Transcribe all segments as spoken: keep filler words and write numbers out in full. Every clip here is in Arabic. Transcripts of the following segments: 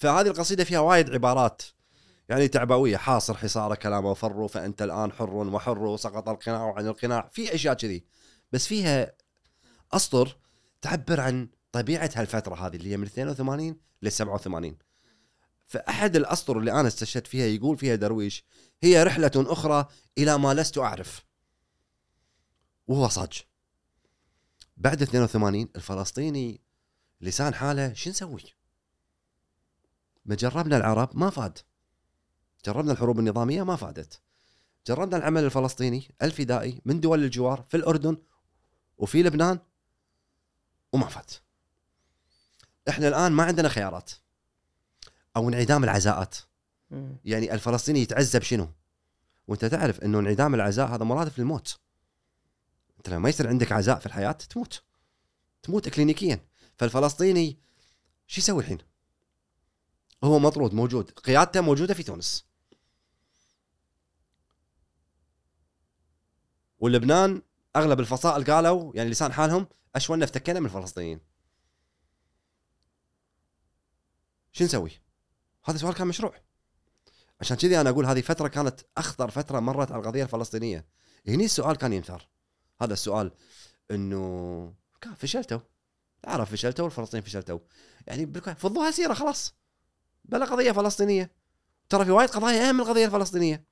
فهذه القصيدة فيها وايد عبارات يعني تعبوية، حاصر حصار كلامه وفروا فأنت الآن حر وحر سقط القناع عن القناع، في أشياء كذي، بس فيها أسطر تعبر عن طبيعة هالفترة هذه اللي هي من اثنين وثمانين ل سبعة وثمانين. فأحد الأسطر اللي أنا استشهدت فيها يقول فيها درويش هي رحلة أخرى إلى ما لست أعرف، وهو صاج. بعد اثنين وثمانين الفلسطيني لسان حاله شو نسوي؟ ما جربنا العرب ما فاد، جربنا الحروب النظامية ما فادت، جربنا العمل الفلسطيني الفدائي من دول الجوار في الأردن وفي لبنان وما فات. احنا الآن ما عندنا خيارات، أو انعدام العزاءات. يعني الفلسطيني يتعذب شنو؟ وانت تعرف انه انعدام العزاء هذا مرادف للموت. انت لما ما يصير عندك عزاء في الحياة تموت، تموت كلينيكيا. فالفلسطيني شو يسوي الحين؟ هو مطرود، موجود، قيادته موجودة في تونس ولبنان. اغلب الفصائل قالوا يعني لسان حالهم اشولنا افتكينا من الفلسطينيين. شو نسوي؟ هذا سؤال كان مشروع. عشان كذي انا اقول هذه فترة كانت اخطر فترة مرت على القضية الفلسطينية. هني السؤال كان ينثار، هذا السؤال انه كان فشلتوا، العرب فشلتوا والفلسطينيين فشلتوا، يعني فضوها سيرة خلاص بلا قضية فلسطينية. ترى في وايد قضايا اهم من القضية الفلسطينية.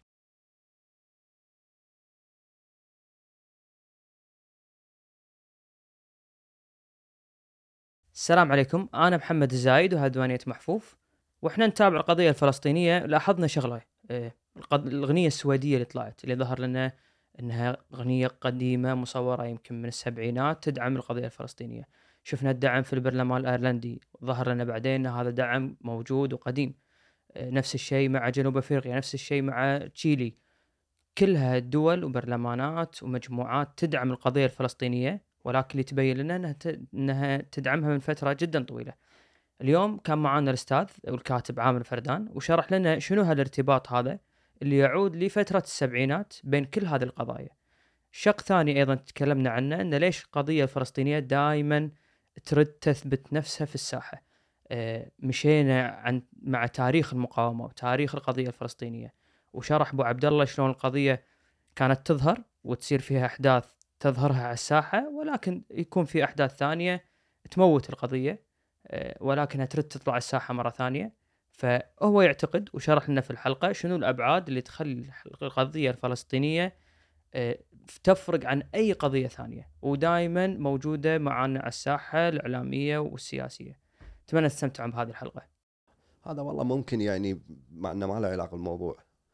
السلام عليكم، أنا محمد الزايد وهذا ديوانية محفوف. وإحنا نتابع القضية الفلسطينية لاحظنا شغلة، إيه، القض... الأغنية السويدية اللي طلعت اللي ظهر لنا إنها أغنية قديمة مصورة يمكن من السبعينات تدعم القضية الفلسطينية. شفنا الدعم في البرلمان الأيرلندي، ظهر لنا بعدين أن هذا دعم موجود وقديم. إيه، نفس الشيء مع جنوب أفريقيا، نفس الشيء مع تشيلي. كلها دول وبرلمانات ومجموعات تدعم القضية الفلسطينية، ولكن اللي تبين لنا أنها, ت... أنها تدعمها من فترة جدا طويلة. اليوم كان معنا الأستاذ والكاتب عامر فردان وشرح لنا شنو هالارتباط هذا اللي يعود لفترة السبعينات بين كل هذه القضايا. شق ثاني أيضا تكلمنا عنه، أن ليش القضية الفلسطينية دائما ترد تثبت نفسها في الساحة. اه مشينا عن مع تاريخ المقاومة وتاريخ القضية الفلسطينية، وشرح أبو عبد الله شلون القضية كانت تظهر وتصير فيها أحداث تظهرها على الساحة، ولكن يكون في أحداث ثانية تموت القضية ولكنها ترد تطلع الساحة مرة ثانية. فهو يعتقد وشرح لنا في الحلقة شنو الأبعاد اللي تخلي القضية الفلسطينية تفرق عن أي قضية ثانية، ودائما موجودة معنا على الساحة الإعلامية والسياسية. أتمنى تستمتعون بهذه الحلقة. هذا والله ممكن يعني مع أنه ما له علاقة بالموضوع.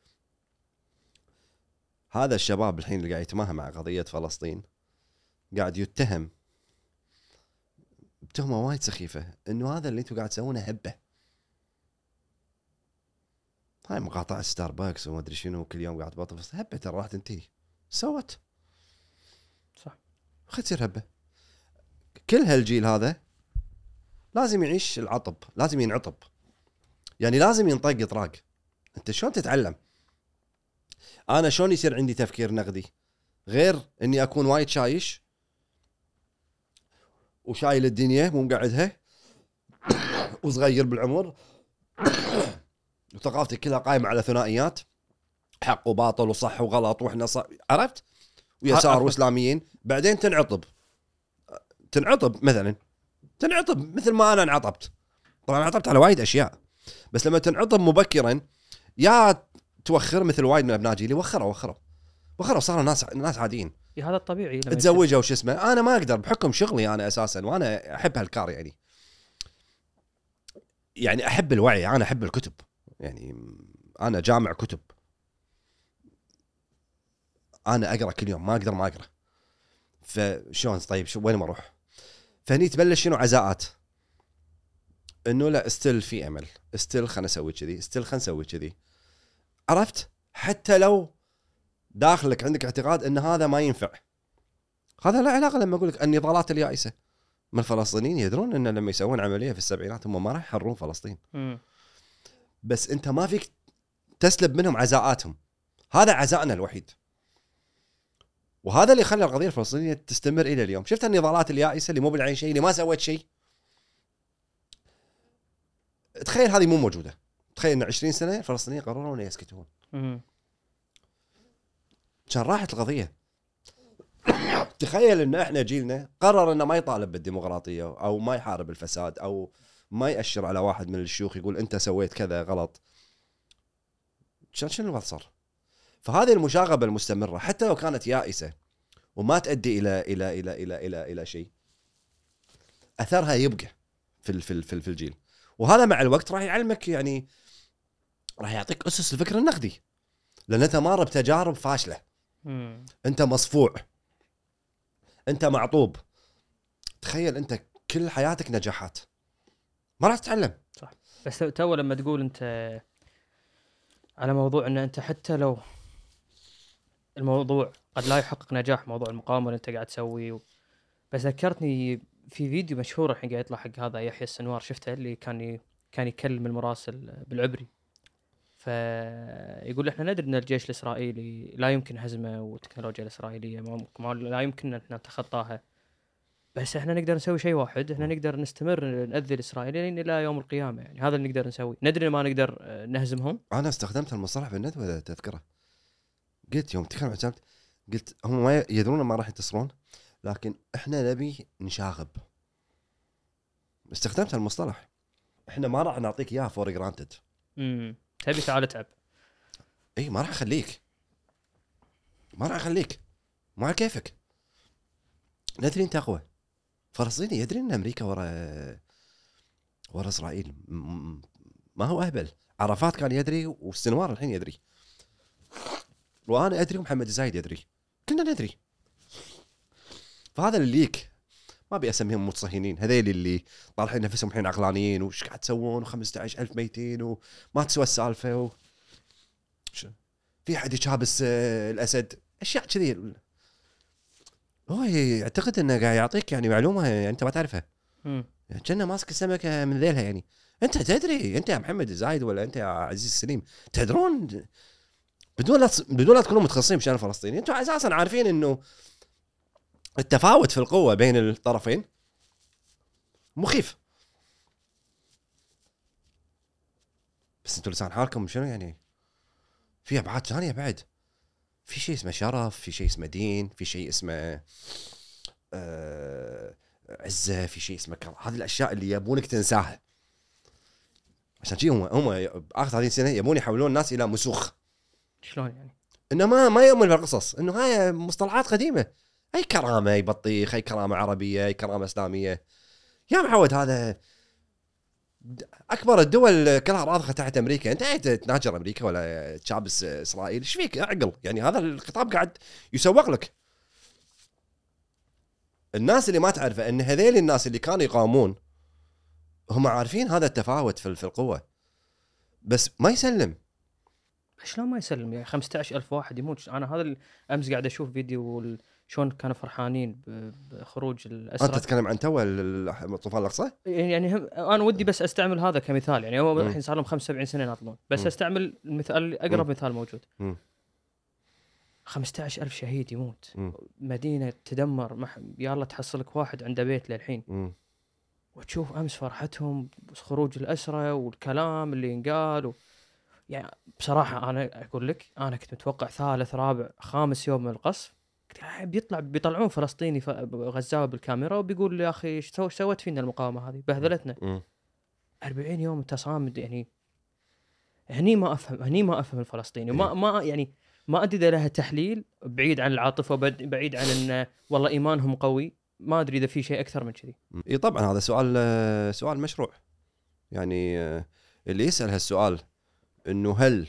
هذا الشباب الحين اللي قاعد يتماهم مع قضية فلسطين قاعد يتهم بتهمة وايد سخيفة انه هذا اللي انتم قاعد تسوونه هبة. هاي مقاطعة ستاربكس وما ادري شنو كل يوم قاعد تبطل هبة، ترى راح تنتهي. سوت صح، خد تصير هبة. كل هالجيل هذا لازم يعيش العطب، لازم ينعطب، يعني لازم ينطق طراق. انت شلون تتعلم؟ انا شلون يصير عندي تفكير نقدي غير اني اكون وايد شايش وشايل الدنيا مو مقعدها وصغير بالعمر وثقافتي كلها قائمة على ثنائيات حق وباطل وصح وغلط واحنا صح، عرفت؟ ويسار واسلاميين. بعدين تنعطب تنعطب مثلا تنعطب مثل ما انا انعطبت. طبعا انعطبت على وايد اشياء، بس لما تنعطب مبكرا يا توخر مثل وايد من ابناء جيلي وخروا وخروا وخروا صاروا ناس ناس عاديين. هذا الطبيعي. تزوجوا وش اسمه، انا ما اقدر بحكم شغلي انا اساسا، وانا احب هالكار يعني يعني احب الوعي، انا احب الكتب، يعني انا جامع كتب، انا اقرا كل يوم ما اقدر ما اقرا. فشون طيب شو وين ما اروح؟ فهني تبلش شنو عزاءات انه لا استل في امل، استل خلنا نسوي كذي، استل خلنا نسوي كذي، عرفت؟ حتى لو داخلك عندك اعتقاد ان هذا ما ينفع. هذا لا علاقه لما اقول لك النضالات اليائسه من الفلسطينيين يدرون ان لما يسوون عمليه في السبعينات هم ما راح يحررون فلسطين. م. بس انت ما فيك تسلب منهم عزاءاتهم، هذا عزائنا الوحيد، وهذا اللي خلى القضيه الفلسطينيه تستمر الى اليوم. شفت النضالات اليائسه اللي مو بالعين شيء، اللي ما سوت شيء، تخيل هذه مو موجوده، تخيل ان عشرين سنه الفلسطينيين قرروا ان يسكتون، مم. كان راحت القضيه. تخيل ان احنا جيلنا قرر انه ما يطالب بالديمقراطيه او ما يحارب الفساد او ما يأشر على واحد من الشيوخ يقول انت سويت كذا غلط، كان شنو اللي صار؟ فهذه المشاغبه المستمره حتى لو كانت يائسه وما تؤدي الى الى الى الى الى الى شيء، اثرها يبقى في ال- في ال- في ال- في الجيل، وهذا مع الوقت راح يعلمك، يعني راح يعطيك اسس الفكر النقدي، لان انت مار بتجارب فاشله، مم. انت مصفوع، انت معطوب. تخيل انت كل حياتك نجاحات، ما راح تتعلم. صح. بس تو لما تقول انت على موضوع ان انت حتى لو الموضوع قد لا يحقق نجاح، موضوع المقاومه اللي انت قاعد تسويه و... بس ذكرتني في فيديو مشهور الحين قاعد يطلع حق هذا يحيى السنوار، شفته اللي كان ي... كان يكلم المراسل بالعبري، فيقول احنا ندري ان الجيش الاسرائيلي لا يمكن هزمه، والتكنولوجيا الاسرائيليه ما... ما لا يمكن ان نتخطاها، بس احنا نقدر نسوي شيء واحد، احنا نقدر نستمر نأذي الاسرائيليين الى يوم القيامه، يعني هذا اللي نقدر نسويه، ندري ما نقدر آه، نهزمهم. انا استخدمت المصطلح في الندوه اذا تذكره، قلت يوم تكلم عن قلت هم ما يدرون ما راح ينتصرون، لكن احنا نبي نشاغب. استخدمت المصطلح، احنا ما راح نعطيك اياها فور جرانتد. امم تبي تعال اتعب. اي ما راح اخليك، ما راح اخليك، مو على كيفك. ندري انت اقوى فلسطيني، يدري ان امريكا ورا ورا اسرائيل، م- ما هو اهبل. عرفات كان يدري، والسنوار الحين يدري، وانا ادري، ومحمد الزايد يدري، كلنا ندري. فهذا اللي ليك ما ابي اسميهم متصهينين، هذيل اللي طالعين نفسهم الحين عقلانيين وش قاعد تسوون وخمسة عشر ألف ميتين وما تسوى السالفه و... ش- في حد يشابس آه، الاسد، اشياء كذي. هو يعتقد انه قاعد يعطيك يعني معلومه يعني انت ما تعرفها، امم يعني كأنه ماسك السمكه من ذيلها. يعني انت تدري، انت يا محمد الزايد ولا انت يا عزيز السليم تدرون بدون لا بدون لا تكونوا متخصصين بشان الفلسطيني، انتم اساسا عارفين انه التفاوت في القوه بين الطرفين مخيف. بس انتم لسان حالكم شنو يعني؟ في ابعاد ثانيه بعد، في شيء اسمه شرف، في شيء اسمه دين، في شيء اسمه آه عزه، في شيء اسمه كرم. هذه الاشياء اللي يبونك تنساها. عشان شيء هم هم اخر ثلاثين سنه يبون يحولون الناس الى مسوخ. شلون يعني؟ انه ما ما يؤمن بالقصص، انه هاي مصطلحات قديمه، اي كرامه، اي بطيخ، اي كرامه عربيه، اي كرامه اسلاميه. يا معود هذا اكبر الدول كلها راضخه تحت امريكا، انت قاعد تناجر امريكا ولا تشابس اسرائيل؟ ايش فيك اعقل؟ يعني هذا الخطاب قاعد يسوق لك. الناس اللي ما تعرفه ان هذيل الناس اللي كانوا يقاومون هم عارفين هذا التفاوت في القوه، بس ما يسلم. شلون ما يسلم يعني؟ خمسة عشر ألف واحد يموت. انا هذا ال- امس قاعد اشوف فيديو ال- شلون كانوا فرحانين ب- بخروج الاسرى. انت تتكلم عن تو الطوفان الاقصى. يعني هم انا ودي بس استعمل هذا كمثال، يعني هو مم. الحين صار لهم خمسة وسبعين سنه يناطلون، بس مم. استعمل المثال اقرب مم. مثال موجود. مم. خمسة عشر ألف شهيد يموت، مم. مدينه تدمر، مح... يلا تحصلك واحد عنده بيت للحين، مم. وتشوف امس فرحتهم خروج الاسرى والكلام اللي ينقال و... يعني بصراحه انا اقول لك انا كنت متوقع ثالث رابع خامس يوم من القصف قلت لا، بيطلع بيطلعون فلسطيني ف... غزاوي بالكاميرا وبيقول يا اخي ايش سو- سوت فينا المقاومه هذه، بهذلتنا. مم. أربعين يوم انت صامد، يعني هني ما افهم، هني ما افهم الفلسطيني، ما ما يعني ما ادري اذا لها تحليل بعيد عن العاطفه وبعيد عن ان والله ايمانهم قوي، ما ادري اذا في شيء اكثر من كذي. اي طبعا هذا سؤال سؤال مشروع. يعني اللي يسأل هالسؤال انه هل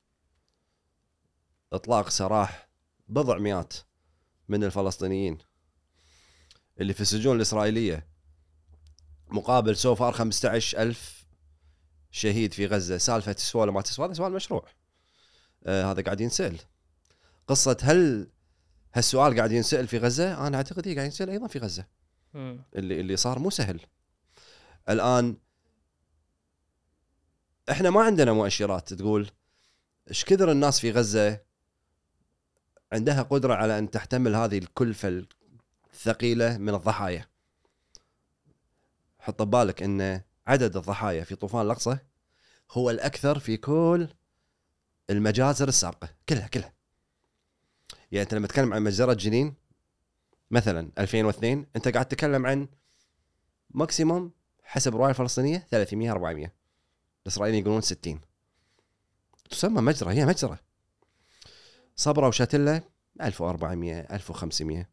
اطلاق سراح بضع مئات من الفلسطينيين اللي في السجون الإسرائيلية مقابل سوفار خمسة عشر ألف شهيد في غزة، سالفة تسوى ولا ما تسوى؟ هذا سؤال مشروع. آه هذا قاعد ينسأل. قصة هل هالسؤال قاعد ينسأل في غزة؟ أنا أعتقد هي قاعد ينسأل أيضا في غزة. مم. اللي اللي صار مو سهل. الآن إحنا ما عندنا مؤشرات تقول إيش كثر الناس في غزة عندها قدرة على أن تحتمل هذه الكلفة الثقيلة من الضحايا. حط ببالك إن عدد الضحايا في طوفان الأقصى هو الأكثر في كل المجازر السابقة كلها كلها. يعني أنت لما تتكلم عن مجزرة جنين مثلا ألفين واثنين، أنت قاعد تتكلم عن ماكسيموم حسب الرواية الفلسطينية ثلاثمية أربعمية، الإسرائيليين يقولون ستين. تسمى مجزرة، هي مجزرة. صبرا وشاتلة ألف وأربعمية ألف وخمسمية.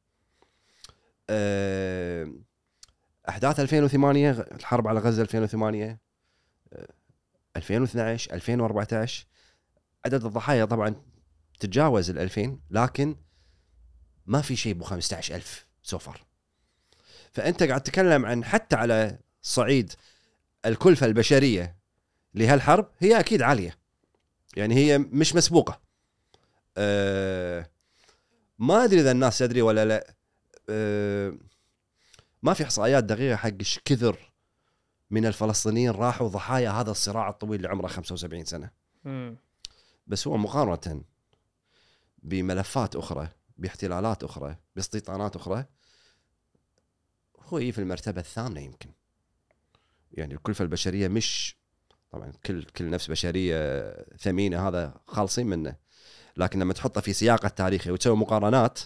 أحداث ألفين وثمانية، الحرب على غزة ألفين وثمانية، ألفين واثناشر ألفين وأربعتاشر، عدد الضحايا طبعا تتجاوز الألفين، لكن ما في شيء بو خمسة عشر ألف سوفر. فأنت قاعد تتكلم عن حتى على صعيد الكلفة البشرية لهالحرب هي أكيد عالية، يعني هي مش مسبوقة. أه ما أدري إذا الناس تدري ولا لا، أه ما في إحصائيات دقيقة حق إيش كثر من الفلسطينيين راحوا ضحايا هذا الصراع الطويل اللي عمره خمسة وسبعين سنة. م. بس هو مقارنة بملفات أخرى، باحتلالات أخرى، باستيطانات أخرى، هو في المرتبة الثامنة يمكن. يعني الكلفة البشرية مش طبعا كل كل نفس بشرية ثمينة هذا خالصين منه، لكن لما تحطه في سياق التاريخي وتسوي مقارنات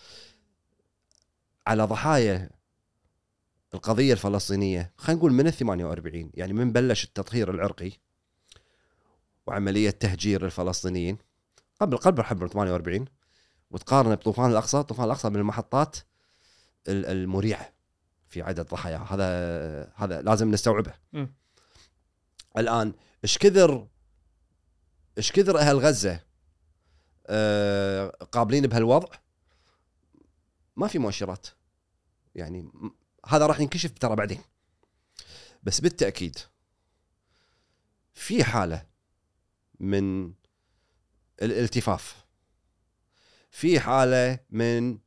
على ضحايا القضية الفلسطينية، خلينا نقول من الثمانية وأربعين، يعني من بلش التطهير العرقي وعملية تهجير الفلسطينيين قبل قبل حرب ثمانية وأربعين، وتقارن بطوفان الأقصى. طوفان الأقصى من المحطات المريعة في عدد ضحايا، هذا هذا لازم نستوعبه. م. الآن إيش كثر إيش كثر أهل غزة آه قابلين بهالوضع؟ ما في مؤشرات، يعني هذا راح ينكشف ترى بعدين. بس بالتأكيد في حالة من الالتفاف، في حالة من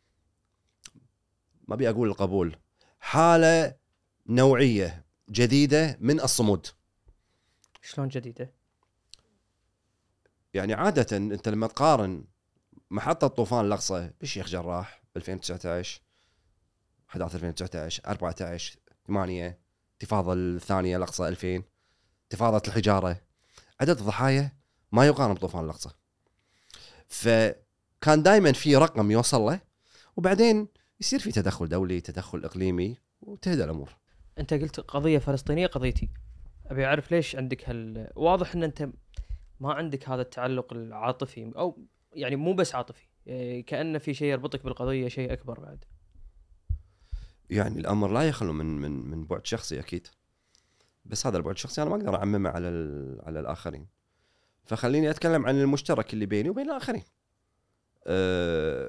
ما بي أقول القبول، حالة نوعية جديدة من الصمود. شلون جديدة؟ يعني عادة أنت لما تقارن محطة طوفان الأقصى بالشيخ جراح ألفين وتسعة عشر، أحداث ألفين وتسعة عشر أربعة عشر ثمانية، انتفاضة الثانية الأقصى ألفين، انتفاضة الحجارة، عدد الضحايا ما يقارن بطوفان الأقصى. فكان دائما في رقم يوصل له، وبعدين يصير في تدخل دولي، تدخل إقليمي، وتهدى الأمور. أنت قلت قضية فلسطينية قضيتي، أبي أعرف ليش عندك هال واضح أن أنت ما عندك هذا التعلق العاطفي، أو يعني مو بس عاطفي، كأن في شيء يربطك بالقضية، شيء أكبر بعد. يعني الأمر لا يخلو من من من بعد شخصي أكيد، بس هذا البعد الشخصي أنا ما أقدر أعممه على على الآخرين، فخليني أتكلم عن المشترك اللي بيني وبين الآخرين. أه...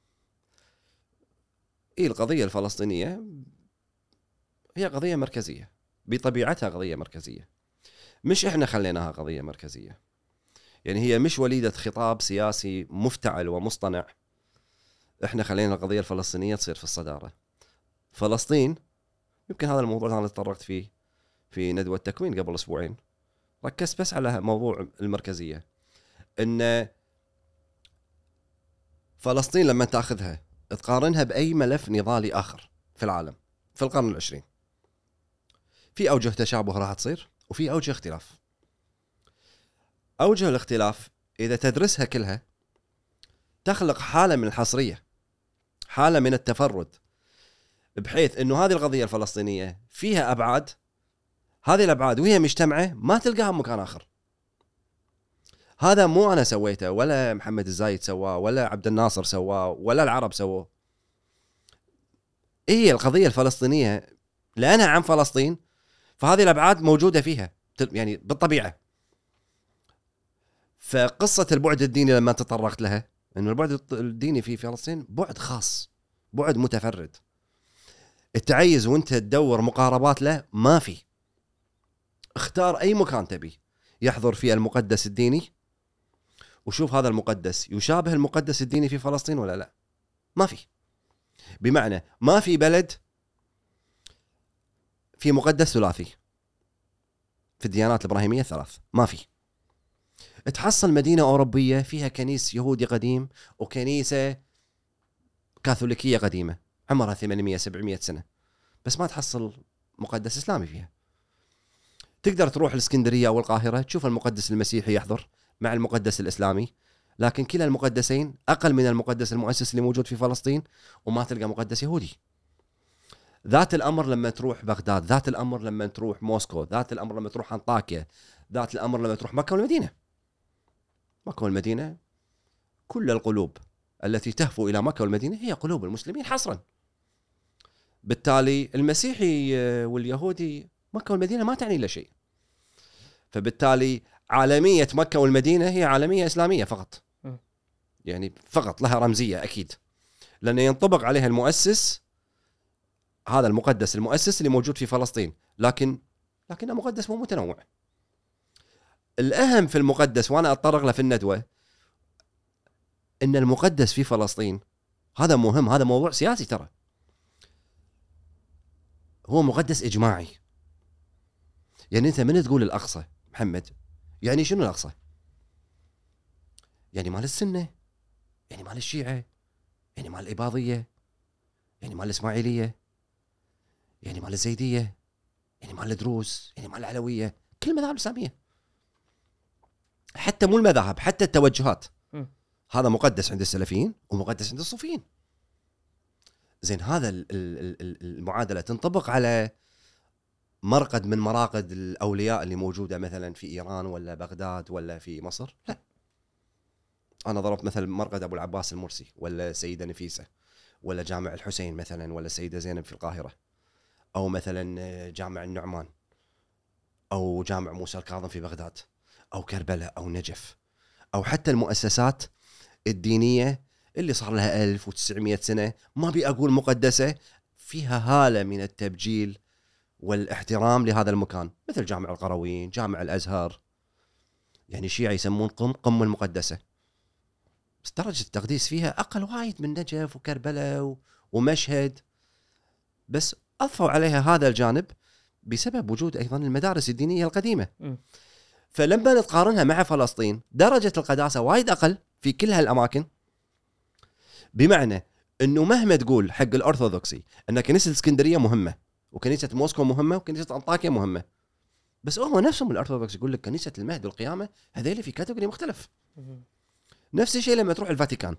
إيه القضية الفلسطينية هي قضية مركزية بطبيعتها، قضية مركزية، مش إحنا خليناها قضية مركزية. يعني هي مش وليدة خطاب سياسي مفتعل ومصطنع، إحنا خلينا القضية الفلسطينية تصير في الصدارة. فلسطين، يمكن هذا الموضوع أنا تطرقت فيه في ندوة تكوين قبل أسبوعين، ركزت بس على موضوع المركزية، إن فلسطين لما تأخذها تقارنها بأي ملف نضالي آخر في العالم في القرن العشرين، في أوجه تشابه راح تصير وفي أوجه اختلاف. أوجه الاختلاف إذا تدرسها كلها تخلق حالة من الحصرية، حالة من التفرد، بحيث إنه هذه القضية الفلسطينية فيها أبعاد، هذه الأبعاد وهي مجتمعة ما تلقاها بمكان آخر. هذا مو أنا سويته، ولا محمد الزايد سواه، ولا عبد الناصر سواه، ولا العرب سووه. هي القضية الفلسطينية لأنها عن فلسطين، فهذه الأبعاد موجودة فيها يعني بالطبيعة. فقصة البعد الديني لما تطرقت لها، إنه البعد الديني في فلسطين بعد خاص، بعد متفرد. التعيز وانت تدور مقاربات له ما في. اختار أي مكان تبي يحضر فيه المقدس الديني، وشوف هذا المقدس يشابه المقدس الديني في فلسطين ولا لا. ما في. بمعنى ما في بلد في مقدس ثلاثي في الديانات الإبراهيمية الثلاث، ما في. تحصل مدينة أوروبية فيها كنيس يهودي قديم وكنيسة كاثوليكية قديمة عمرها ثمانمية سبعمية سنة، بس ما تحصل مقدس إسلامي فيها. تقدر تروح الاسكندريه او القاهره تشوف المقدس المسيحي يحضر مع المقدس الاسلامي، لكن كلا المقدسين اقل من المقدس المؤسس اللي موجود في فلسطين، وما تلقى مقدس يهودي. ذات الامر لما تروح بغداد، ذات الامر لما تروح موسكو، ذات الامر لما تروح انطاكيا، ذات الامر لما تروح مكه والمدينه. مكه والمدينه كل القلوب التي تهفو الى مكه والمدينه هي قلوب المسلمين حصرا. بالتالي المسيحي واليهودي مكه والمدينه ما تعني له شيء. فبالتالي عالميه مكه والمدينه هي عالميه اسلاميه فقط، يعني فقط لها رمزيه اكيد، لانه ينطبق عليها المؤسس، هذا المقدس المؤسس اللي موجود في فلسطين، لكن لكنه مقدس مو متنوع. الأهم في المقدس وأنا أتطرق له في الندوة إن المقدس في فلسطين هذا مهم، هذا موضوع سياسي ترى، هو مقدس إجماعي. يعني أنت من تقول الأقصى محمد، يعني شنو الأقصى؟ يعني مال السنة، يعني مال الشيعة، يعني مال الإباضية، يعني مال الإسماعيلية، يعني مال الزيدية، يعني مال الدروز، يعني مال العلوية، كل المذاهب الإسلامية، حتى مو المذاهب، حتى التوجهات. م. هذا مقدس عند السلفيين ومقدس عند الصوفيين. زين هذا المعادلة تنطبق على مرقد من مراقد الأولياء اللي موجودة مثلا في إيران ولا بغداد ولا في مصر؟ لا. أنا ضربت مثلا مرقد أبو العباس المرسي ولا سيدة نفيسة ولا جامع الحسين مثلا ولا سيدة زينب في القاهرة، أو مثلا جامع النعمان أو جامع موسى الكاظم في بغداد أو كربلاء أو نجف، أو حتى المؤسسات الدينية اللي صار لها ألف وتسعمية سنة، ما بي أقول مقدسة، فيها هالة من التبجيل والاحترام لهذا المكان، مثل جامع القرويين، جامع الأزهر. يعني الشيعة يسمون قم قم المقدسة، بس درجة التقديس فيها أقل وايد من نجف وكربلاء ومشهد، بس أضفوا عليها هذا الجانب بسبب وجود أيضا المدارس الدينية القديمة. م. فلما نتقارنها مع فلسطين درجة القداسة وايد أقل في كل هالأماكن، بمعنى أنه مهما تقول حق الأرثوذكسي أن كنيسة الإسكندرية مهمة وكنيسة موسكو مهمة وكنيسة أنطاكيا مهمة، بس هو نفسهم الأرثوذكس يقول لك كنيسة المهد والقيامة هذيل في كاتيجوري مختلف. نفس الشيء لما تروح الفاتيكان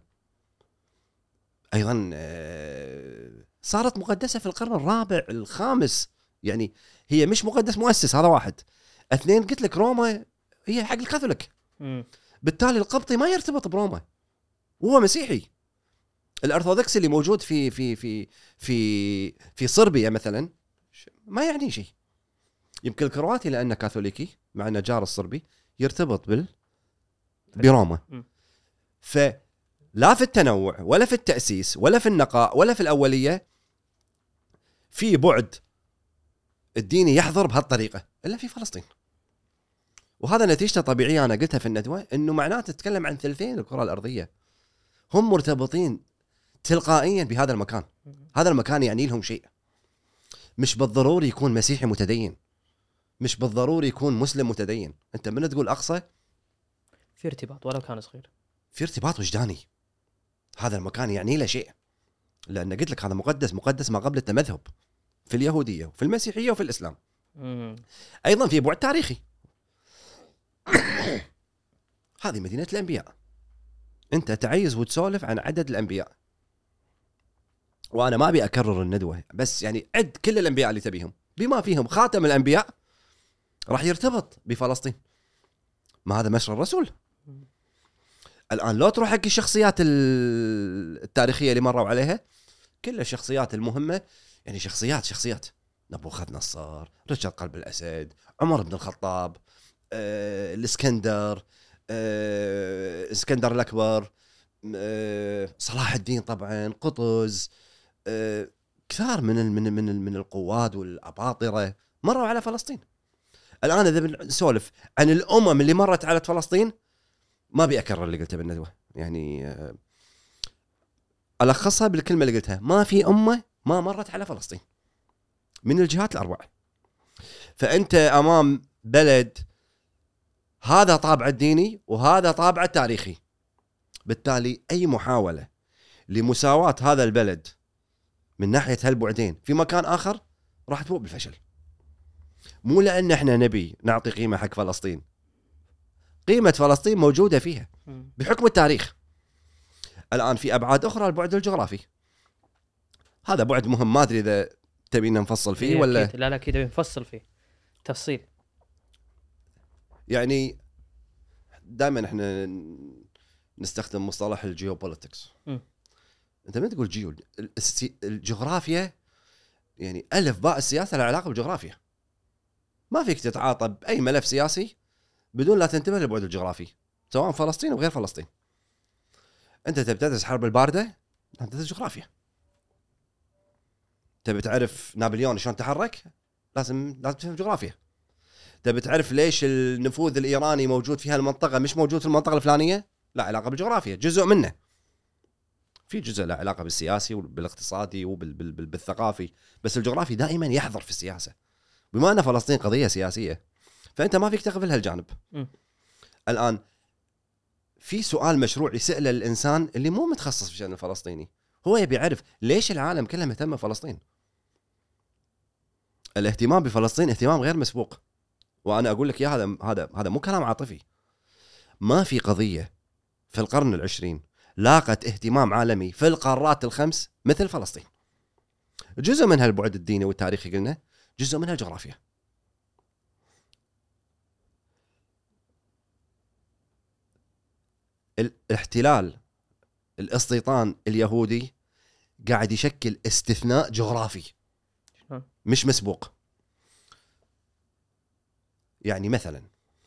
أيضا صارت مقدسة في القرن الرابع الخامس، يعني هي مش مقدس مؤسس، هذا واحد. اثنين قلت لك روما هي حق الكاثوليك، بالتالي القبطي ما يرتبط بروما وهو مسيحي. الأرثوذكس اللي موجود في في في في في صربيا مثلا ما يعني شيء. يمكن الكرواتي لأنه كاثوليكي مع أنه جار الصربي يرتبط بال بروما. فلا في التنوع ولا في التأسيس ولا في النقاء ولا في الأولية في بعد الديني يحضر بهالطريقة إلا في فلسطين. وهذا نتيجة طبيعية أنا قلتها في الندوة، إنه معناته تتكلم عن ثلثين الكرة الأرضية هم مرتبطين تلقائيا بهذا المكان. هذا المكان يعني لهم شيء، مش بالضروري يكون مسيحي متدين، مش بالضروري يكون مسلم متدين. أنت من تقول أقصى في ارتباط ولو كان صغير، في ارتباط وجداني. هذا المكان يعني له شيء، لأن قلت لك هذا مقدس، مقدس ما قبل التمذهب في اليهودية وفي المسيحية وفي الإسلام. مم. أيضا في بعد تاريخي. هذه مدينة الأنبياء، أنت تعيز وتسولف عن عدد الأنبياء، وأنا ما أبي أكرر الندوة، بس يعني عد كل الأنبياء اللي تبيهم بما فيهم خاتم الأنبياء راح يرتبط بفلسطين. ما هذا مشروع الرسول. الآن لو تروح حق الشخصيات التاريخية اللي مروا عليها، كل الشخصيات المهمة، يعني شخصيات شخصيات نبوخذ نصر، رجال قلب الأسد، عمر بن الخطاب، آه، الإسكندر، آه، اسكندر الأكبر، آه، صلاح الدين طبعا، قطز، آه، كثار من ال من ال من ال من القواد والأباطرة مروا على فلسطين. الآن إذا بنسولف عن الأمم اللي مرت على فلسطين ما بيأكرر اللي قلته بالندوة، يعني آه، ألخصها بالكلمة اللي قلتها، ما في أمة ما مرت على فلسطين من الجهات الأربعة. فأنت أمام بلد هذا طابع الديني وهذا طابع التاريخي، بالتالي أي محاولة لمساواة هذا البلد من ناحية هالبعدين في مكان آخر راح تبوء بالفشل. مو لأن احنا نبي نعطي قيمة حق فلسطين، قيمة فلسطين موجودة فيها بحكم التاريخ. الآن في أبعاد أخرى، البعد الجغرافي، هذا بعد مهم، ما أدري إذا تبينا نفصل فيه إيه ولا أكيد. لا لا أكيد نفصل فيه تفصيل. يعني دائما احنا نستخدم مصطلح الجيوبوليتكس. انت من تقول جيو السي... الجغرافيا يعني الف باء السياسه لها علاقه بالجغرافيا. ما فيك تتعاطى باي ملف سياسي بدون لا تنتبه للبعد الجغرافي، سواء فلسطين او غير فلسطين. انت تبي تدرس حرب البارده، انت تدرس جغرافيا. تبي تعرف نابليون شلون تحرك، لازم لازم تفهم جغرافيا. تبي تعرف ليش النفوذ الايراني موجود في هالمنطقه مش موجود في المنطقه الفلانيه، لا علاقه بالجغرافيا، جزء منه. في جزء له علاقه بالسياسي وبالاقتصادي وبالثقافي، بس الجغرافي دائما يحضر في السياسه. بما ان فلسطين قضيه سياسيه، فانت ما فيك تغفل هالجانب. م. الان في سؤال مشروع يسأله الانسان اللي مو متخصص في الشأن الفلسطيني، هو يبي يعرف ليش العالم كله مهتم بفلسطين. الاهتمام بفلسطين اهتمام غير مسبوق، وانا اقول لك يا هذا هذا هذا مو كلام عاطفي. ما في قضيه في القرن العشرين لاقت اهتمام عالمي في القارات الخمس مثل فلسطين. جزء منها البعد الديني والتاريخي قلنا، جزء منها الجغرافيا. الاحتلال الاستيطان اليهودي قاعد يشكل استثناء جغرافي مش مسبوق. يعني مثلا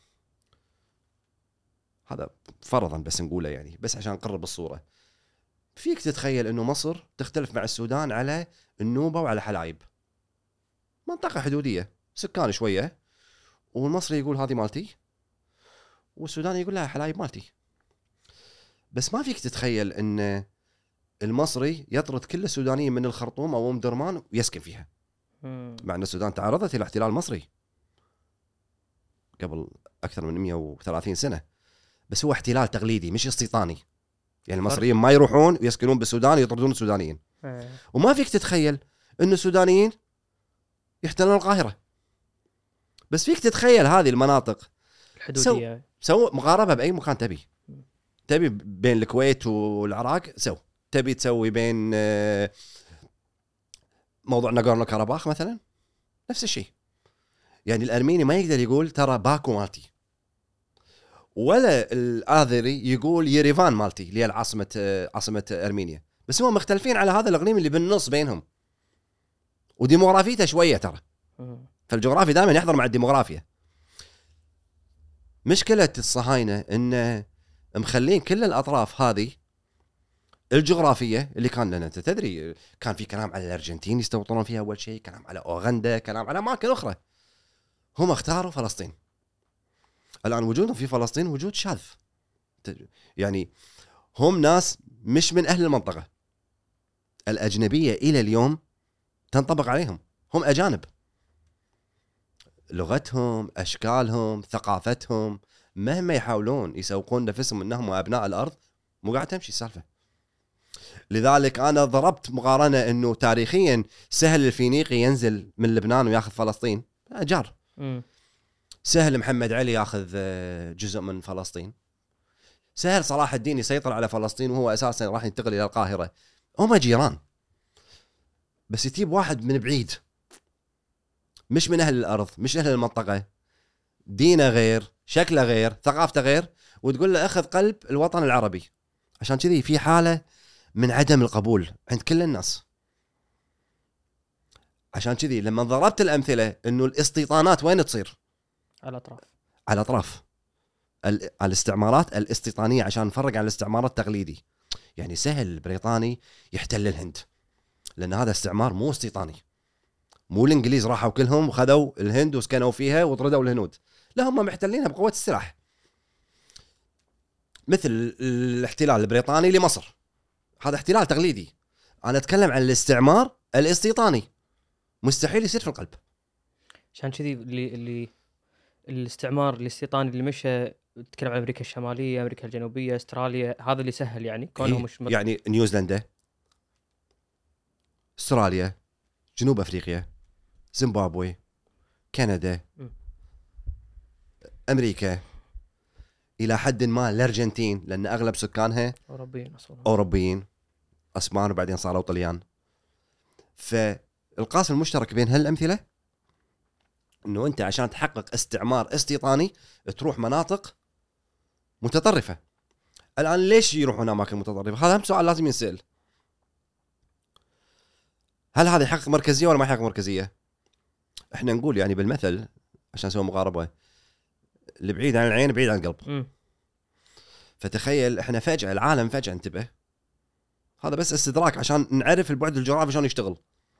هذا فرضا بس نقوله، يعني بس عشان نقرب الصورة، فيك تتخيل انه مصر تختلف مع السودان على النوبة وعلى حلايب، منطقة حدودية سكان شوية، والمصري يقول هذه مالتي والسوداني يقول لها حلايب مالتي. بس ما فيك تتخيل ان المصري يطرد كل السودانيين من الخرطوم او ام درمان ويسكن فيها، مع ان السودان تعرضت الى احتلال مصري قبل اكثر من مئة وثلاثين سنة، بس هو احتلال تقليدي مش استيطاني. يعني المصريين ما يروحون ويسكنون بالسودان يطردون السودانيين. وما فيك تتخيل انه السودانيين يحتلون القاهرة. بس فيك تتخيل هذه المناطق الحدودية، سو, سو مقاربة بأي مكان تبي. تبي بين الكويت والعراق سو، تبي تسوي بين موضوع ناغورنو كاراباخ مثلا نفس الشيء. يعني الأرميني ما يقدر يقول ترى باكو مالتي، ولا الآذري يقول يريفان مالتي اللي هي العاصمة عاصمة أرمينيا. بس هم مختلفين على هذا الإقليم اللي بالنص بينهم، وديموغرافيته شوية ترى. فالجغرافي دائما يحضر مع الديموغرافيا. مشكلة الصهاينة إن مخلين كل الأطراف هذه الجغرافية اللي كان لنا، أنت تدري كان في كلام على الأرجنتين يستوطنون فيها أول شيء، كلام على أوغندا، كلام على أماكن أخرى. هم اختاروا فلسطين. الآن وجودهم في فلسطين وجود شاذ، يعني هم ناس مش من أهل المنطقة. الأجنبية إلى اليوم تنطبق عليهم، هم أجانب. لغتهم، أشكالهم، ثقافتهم، مهما يحاولون يسوقون نفسهم أنهم أبناء الأرض، مو قاعد تمشي السالفة. لذلك أنا ضربت مقارنة أنه تاريخيا سهل الفينيقي ينزل من لبنان وياخذ فلسطين، جار. سهل محمد علي ياخذ جزء من فلسطين، سهل صلاح الدين يسيطر على فلسطين وهو أساسا راح ينتقل إلى القاهرة. هما جيران، بس يتيب واحد من بعيد مش من أهل الأرض، مش أهل المنطقة، دينه غير، شكله غير، ثقافته غير، وتقول له أخذ قلب الوطن العربي. عشان كذي في حالة من عدم القبول عند كل الناس. عشان كذي لما ضربت الأمثلة إنه الاستيطانات وين تصير؟ على أطراف، على أطراف الاستعمارات الاستيطانية، عشان نفرق عن الاستعمار التقليدي. يعني سهل البريطاني يحتل الهند لأن هذا استعمار مو استيطاني، مو الإنجليز راحوا كلهم وخذوا الهند وسكنوا فيها وطردوا الهنود، لا هم محتلينها بقوة السلاح. مثل الاحتلال البريطاني لمصر، هذا احتلال تقليدي. أنا أتكلم عن الاستعمار الاستيطاني، مستحيل يصير في القلب. عشان كذي اللي اللي الاستعمار الاستيطاني اللي مشى تتكلم عن أمريكا الشمالية، أمريكا الجنوبية، أستراليا، هذا اللي سهل يعني كونهم مش مط... يعني نيوزيلندا، استراليا، جنوب أفريقيا، زيمبابوي، كندا، م. امريكا، الى حد ما الارجنتين لان اغلب سكانها اوروبيين اصلا، اوروبيين، اسبان وبعدين صاروا طليان. فالقاسم المشترك بين هالامثله انه انت عشان تحقق استعمار استيطاني تروح مناطق متطرفه. الان ليش يروحون اماكن متطرفه؟ هذا هم سؤال لازم ينسال. هل هذا يحقق مركزيه ولا ما يحقق مركزيه؟ احنا نقول يعني بالمثل عشان نسوي مقاربه، البعيد عن العين بعيد عن القلب. م. فتخيل احنا فجاه العالم فجاه انتبه، هذا بس استدراك عشان نعرف البعد الجغرافي شلون يشتغل.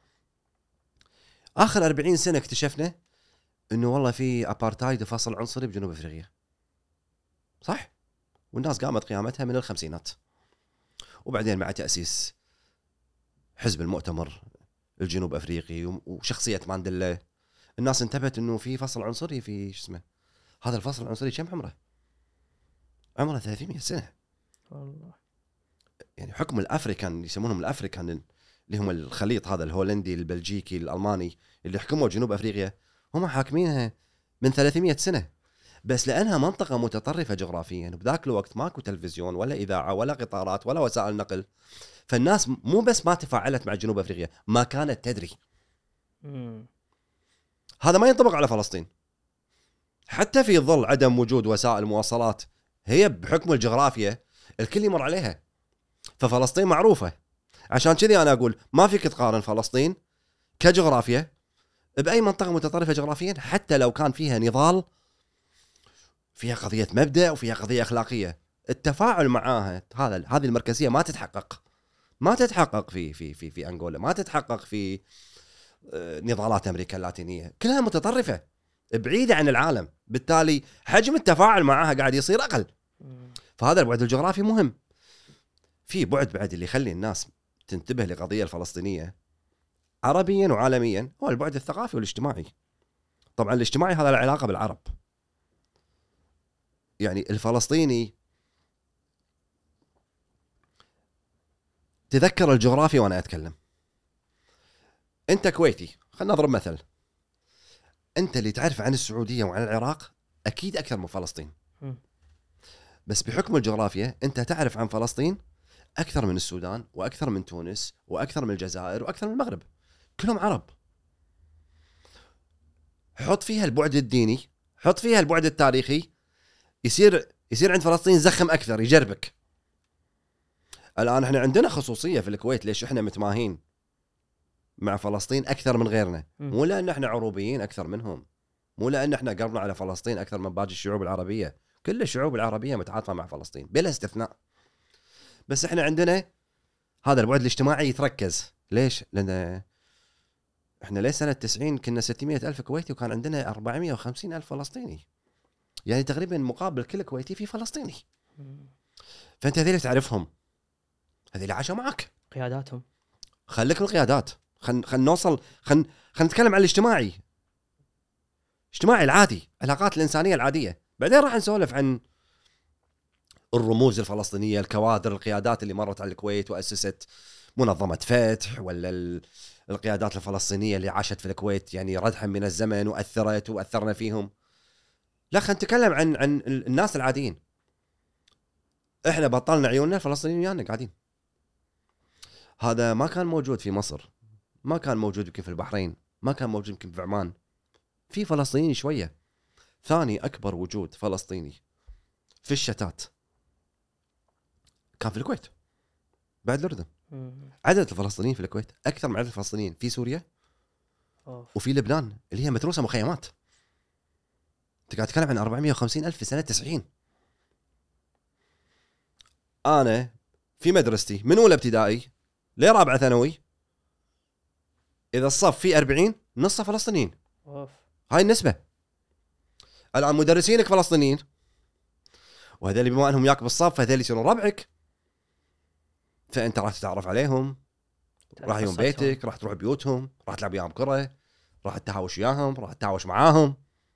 اخر أربعين سنه اكتشفنا انه والله في ابارتايد وفصل عنصري بجنوب افريقيا، صح؟ والناس قامت قيامتها من الخمسينات، وبعدين مع تاسيس حزب المؤتمر الجنوب افريقي وشخصيه مانديلا الناس انتبهت انه في فصل عنصري في شو اسمه. هذا الفصل العنصري كم عمره؟ عمره ثلاثمية سنه. والله يعني حكم الافريكان يسمونهم الافريكان اللي هم الخليط هذا الهولندي البلجيكي الالماني اللي حكموا جنوب افريقيا، هم حاكمينها من ثلاثمية سنه، بس لانها منطقه متطرفه جغرافيا. بذاك الوقت ماكو تلفزيون ولا اذاعه ولا قطارات ولا وسائل نقل، فالناس مو بس ما تفاعلت مع جنوب افريقيا، ما كانت تدري. م. هذا ما ينطبق على فلسطين حتى في ظل عدم وجود وسائل مواصلات، هي بحكم الجغرافيا الكل يمر عليها، ففلسطين معروفه. عشان كذي انا اقول ما فيك تقارن فلسطين كجغرافيا باي منطقه متطرفه جغرافيا، حتى لو كان فيها نضال، فيها قضيه مبدا وفيها قضيه اخلاقيه. التفاعل معاها هذا هذه المركزيه ما تتحقق ما تتحقق في في في في انغولا، ما تتحقق في نضالات امريكا اللاتينيه، كلها متطرفه بعيده عن العالم، بالتالي حجم التفاعل معاها قاعد يصير اقل. فهذا البعد الجغرافي مهم. في بعد بعد اللي يخلي الناس تنتبه لقضيه الفلسطينيه عربيا وعالميا، هو البعد الثقافي والاجتماعي. طبعا الاجتماعي هذا له علاقه بالعرب، يعني الفلسطيني تذكر الجغرافي وانا اتكلم. انت كويتي، خلنا نضرب مثل، انت اللي تعرف عن السعوديه وعن العراق اكيد اكثر من فلسطين، بس بحكم الجغرافيا انت تعرف عن فلسطين اكثر من السودان واكثر من تونس واكثر من الجزائر واكثر من المغرب، كلهم عرب. حط فيها البعد الديني، حط فيها البعد التاريخي، يصير يصير عند فلسطين زخم اكثر، يجربك. الان احنا عندنا خصوصيه في الكويت، ليش احنا متماهين مع فلسطين اكثر من غيرنا؟ مو لان احنا عروبيين اكثر منهم، مو لان احنا قربنا على فلسطين اكثر من باقي الشعوب العربيه، كل الشعوب العربيه متعاطفه مع فلسطين بلا استثناء. بس احنا عندنا هذا البعد الاجتماعي يتركز. ليش؟ لان احنا ليه سنه تسعين كنا ستمية ألف كويتي وكان عندنا أربعمية وخمسين ألف فلسطيني، يعني تقريبا مقابل كل كويتي في فلسطيني. فانت هذول تعرفهم، هذول عاشوا معك، قياداتهم. خليك من القيادات، خل خل نوصل خل خل نتكلم عن الاجتماعي، الاجتماعي العادي، العلاقات الانسانيه العاديه. بعدين راح نسولف عن الرموز الفلسطينيه، الكوادر، القيادات اللي مرت على الكويت واسست منظمه فتح، ولا القيادات الفلسطينيه اللي عاشت في الكويت يعني ردحا من الزمن واثرت واثرنا فيهم. لا، خلينا نتكلم عن عن الناس العاديين. احنا بطلنا عيوننا، الفلسطينيين ويانا قاعدين. هذا ما كان موجود في مصر، ما كان موجود يمكن في البحرين، ما كان موجود يمكن في عمان. في فلسطينيين شويه. ثاني اكبر وجود فلسطيني في الشتات كان في الكويت بعد الأردن. عدد الفلسطينيين في الكويت أكثر من عدد الفلسطينيين في سوريا وفي لبنان اللي هي متروسة مخيمات. أنت قاعد تتكلم عن أربعمية وخمسين ألف في سنة تسعين. أنا في مدرستي من أولى ابتدائي لرابعة ثانوي إذا الصف فيه أربعين نصه فلسطينيين. هاي النسبة. الآن مدرسينك فلسطينيين، وهذول بما أنهم ياك بالصف فهذول يصيرون ربعك، فأنت راح تتعرف عليهم، راح يوم بيتك، راح تروح بيوتهم، راح تلعب وياهم كرة، راح تتهاوش وياهم، راح تتهاوش معاهم،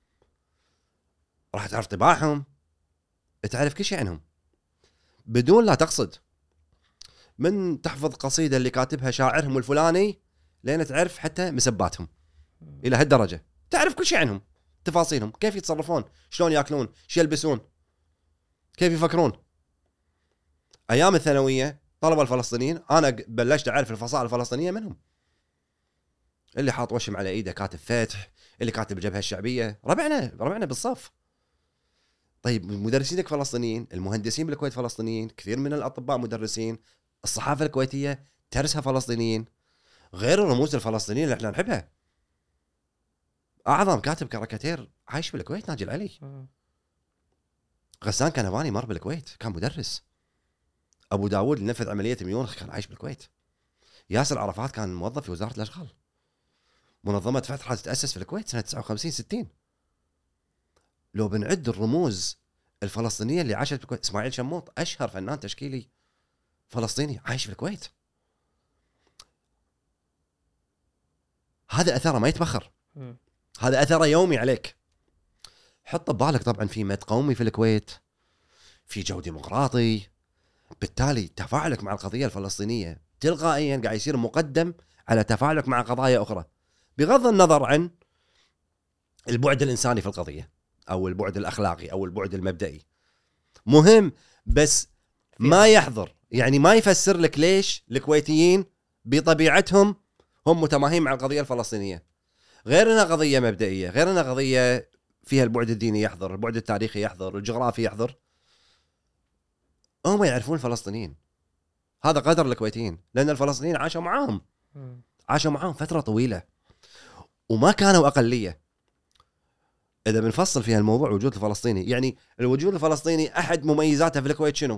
راح تعرف طباعهم، تعرف كل شيء عنهم بدون لا تقصد. من تحفظ قصيدة اللي كاتبها شاعرهم الفلاني لين تعرف حتى مسباتهم إلى هالدرجة. تعرف كل شيء عنهم، تفاصيلهم، كيف يتصرفون، شلون ياكلون، شو يلبسون، كيف يفكرون. ايام الثانويه طلبه الفلسطينيين انا بلشت اعرف الفصائل الفلسطينيه منهم، اللي حاط وشم على ايده كاتب فتح، اللي كاتب الجبهه الشعبيه، ربعنا ربعنا بالصف. طيب مدرسينك فلسطينيين، المهندسين بالكويت فلسطينيين، كثير من الاطباء مدرسين، الصحافه الكويتيه ترسها فلسطينيين، غير الرموز الفلسطينيين اللي احنا نحبها. اعظم كاتب كاريكاتير عايش بالكويت ناجي العلي. غسان كنباني مر بالكويت كان مدرس. ابو داود اللي نفذ عمليه ميونخ كان عايش بالكويت. ياسر عرفات كان موظف في وزاره الاشغال. منظمه فتح تاسس في الكويت سنه تسعة وخمسين ستين. لو بنعد الرموز الفلسطينيه اللي عاشت بالكويت، اسماعيل شموط اشهر فنان تشكيلي فلسطيني عايش في الكويت. هذا اثره ما يتبخر، هذا اثره يومي عليك. حط ببالك طبعا في مد قومي في الكويت، في جو ديمقراطي، بالتالي تفاعلك مع القضيه الفلسطينيه تلقائيا قاعد يصير مقدم على تفاعلك مع قضايا اخرى، بغض النظر عن البعد الانساني في القضيه او البعد الاخلاقي او البعد المبدئي. مهم بس ما يحضر، يعني ما يفسر لك ليش الكويتيين بطبيعتهم هم متماهين مع القضيه الفلسطينيه. غير انها قضيه مبدئيه، غير انها قضيه فيها البعد الديني يحضر، البعد التاريخي يحضر، الجغرافي يحضر. هم يعرفون الفلسطينيين، هذا قدر الكويتيين، لان الفلسطينيين عاشوا معاهم عاشوا معاهم فتره طويله وما كانوا اقليه. اذا بنفصل في الموضوع وجود الفلسطيني، يعني الوجود الفلسطيني احد مميزاته في الكويت شنو؟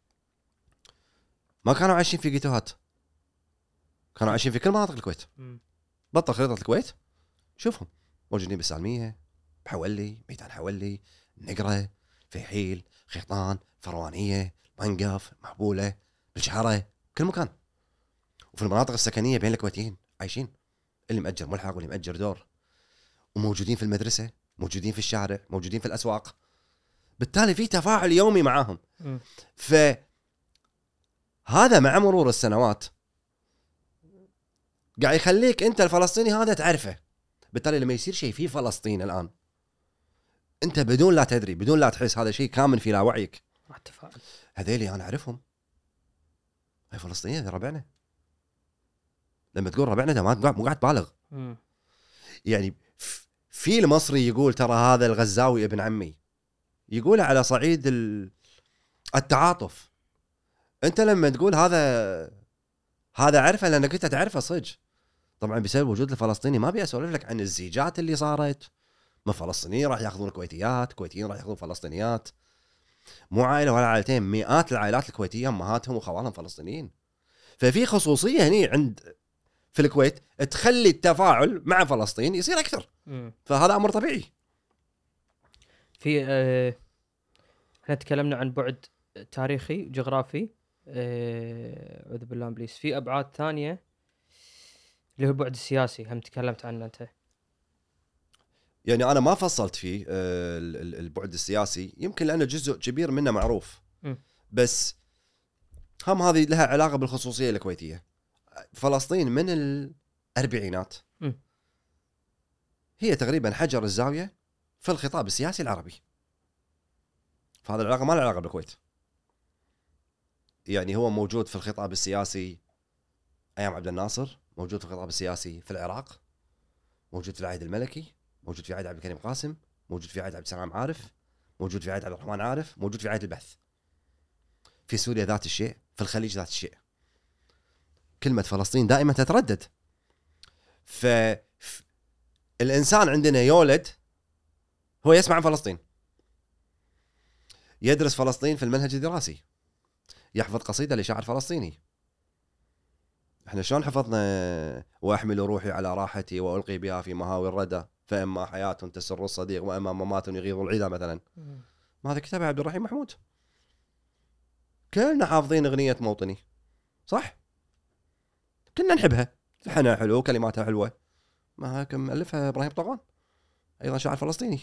ما كانوا عايشين في جيتوهات، كانوا عايشين في كل مناطق الكويت. بطل خريطه الكويت شوفهم موجودين بالسالميه، بحولي، ميدان حولي، نقره، فيحيل، خيطان، فروانيه، منقف، محبوله، بالشهره، كل مكان. وفي المناطق السكنيه بين الكويتيين عايشين، اللي مأجر ملحق واللي مأجر دور، وموجودين في المدرسه، موجودين في الشارع، موجودين في الاسواق. بالتالي في تفاعل يومي معاهم. فهذا مع مرور السنوات قاعد يخليك انت الفلسطيني هذا تعرفه. بالتالي لما يصير شيء في فلسطين الان، انت بدون لا تدري، بدون لا تحس، هذا شيء كامن في لاوعيك، راح تفاعل. هذيلي انا اعرفهم، هاي فلسطينيين، هذي ربعنا. لما تقول ربعنا ده ما مو قاعد بالغ. يعني في المصري يقول ترى هذا الغزاوي ابن عمي، يقول على صعيد التعاطف. انت لما تقول هذا هذا عرفه لانك انت تعرفه صدق. طبعا بسبب وجود الفلسطيني ما ابي اسولف لك عن الزيجات اللي صارت، ما فلسطينيين راح ياخذون كويتيات، كويتيين راح ياخذون فلسطينيات، مو عائله ولا عائلتين، مئات العائلات الكويتيه امهاتهم وخوالهم فلسطينيين. ففي خصوصيه هني عند في الكويت تخلي التفاعل مع فلسطين يصير اكثر. م. فهذا امر طبيعي. في آه احنا تكلمنا عن بعد تاريخي جغرافي، اعوذ بالله من ابليس، في ابعاد ثانيه اللي هو البعد السياسي، هم تكلمت عنه انت. يعني انا ما فصلت فيه البعد السياسي، يمكن لانه جزء كبير منه معروف. م. بس هم هذه لها علاقه بالخصوصيه الكويتيه. فلسطين من الاربعينات م. هي تقريبا حجر الزاويه في الخطاب السياسي العربي. فهذا العلاقه ما لها علاقه بالكويت. يعني هو موجود في الخطاب السياسي ايام عبد الناصر، موجود في الخطاب السياسي في العراق، موجود في العهد الملكي، موجود في عهد عبد الكريم قاسم، موجود في عهد عبد السلام عارف، موجود في عهد عبد الرحمن عارف، موجود في عهد البعث. في سوريا ذات الشيء، في الخليج ذات الشيء. كلمة فلسطين دائما تتردد. فالإنسان عندنا يولد هو يسمع عن فلسطين، يدرس فلسطين في المنهج الدراسي، يحفظ قصيدة لشاعر فلسطيني. احنا شلون حفظنا واحمل روحي على راحتي والقي بها في مهاوي الردى، فاما حياه تسر الصديق واما ممات يغيظ العيدا مثلا. ما هذا كتاب عبد الرحيم محمود. كلنا حافظين اغنيه موطني صح، كنا نحبها، لحنها حلو، كلماتها حلوه. ما هيك مؤلفها ابراهيم طغان، ايضا شاعر فلسطيني.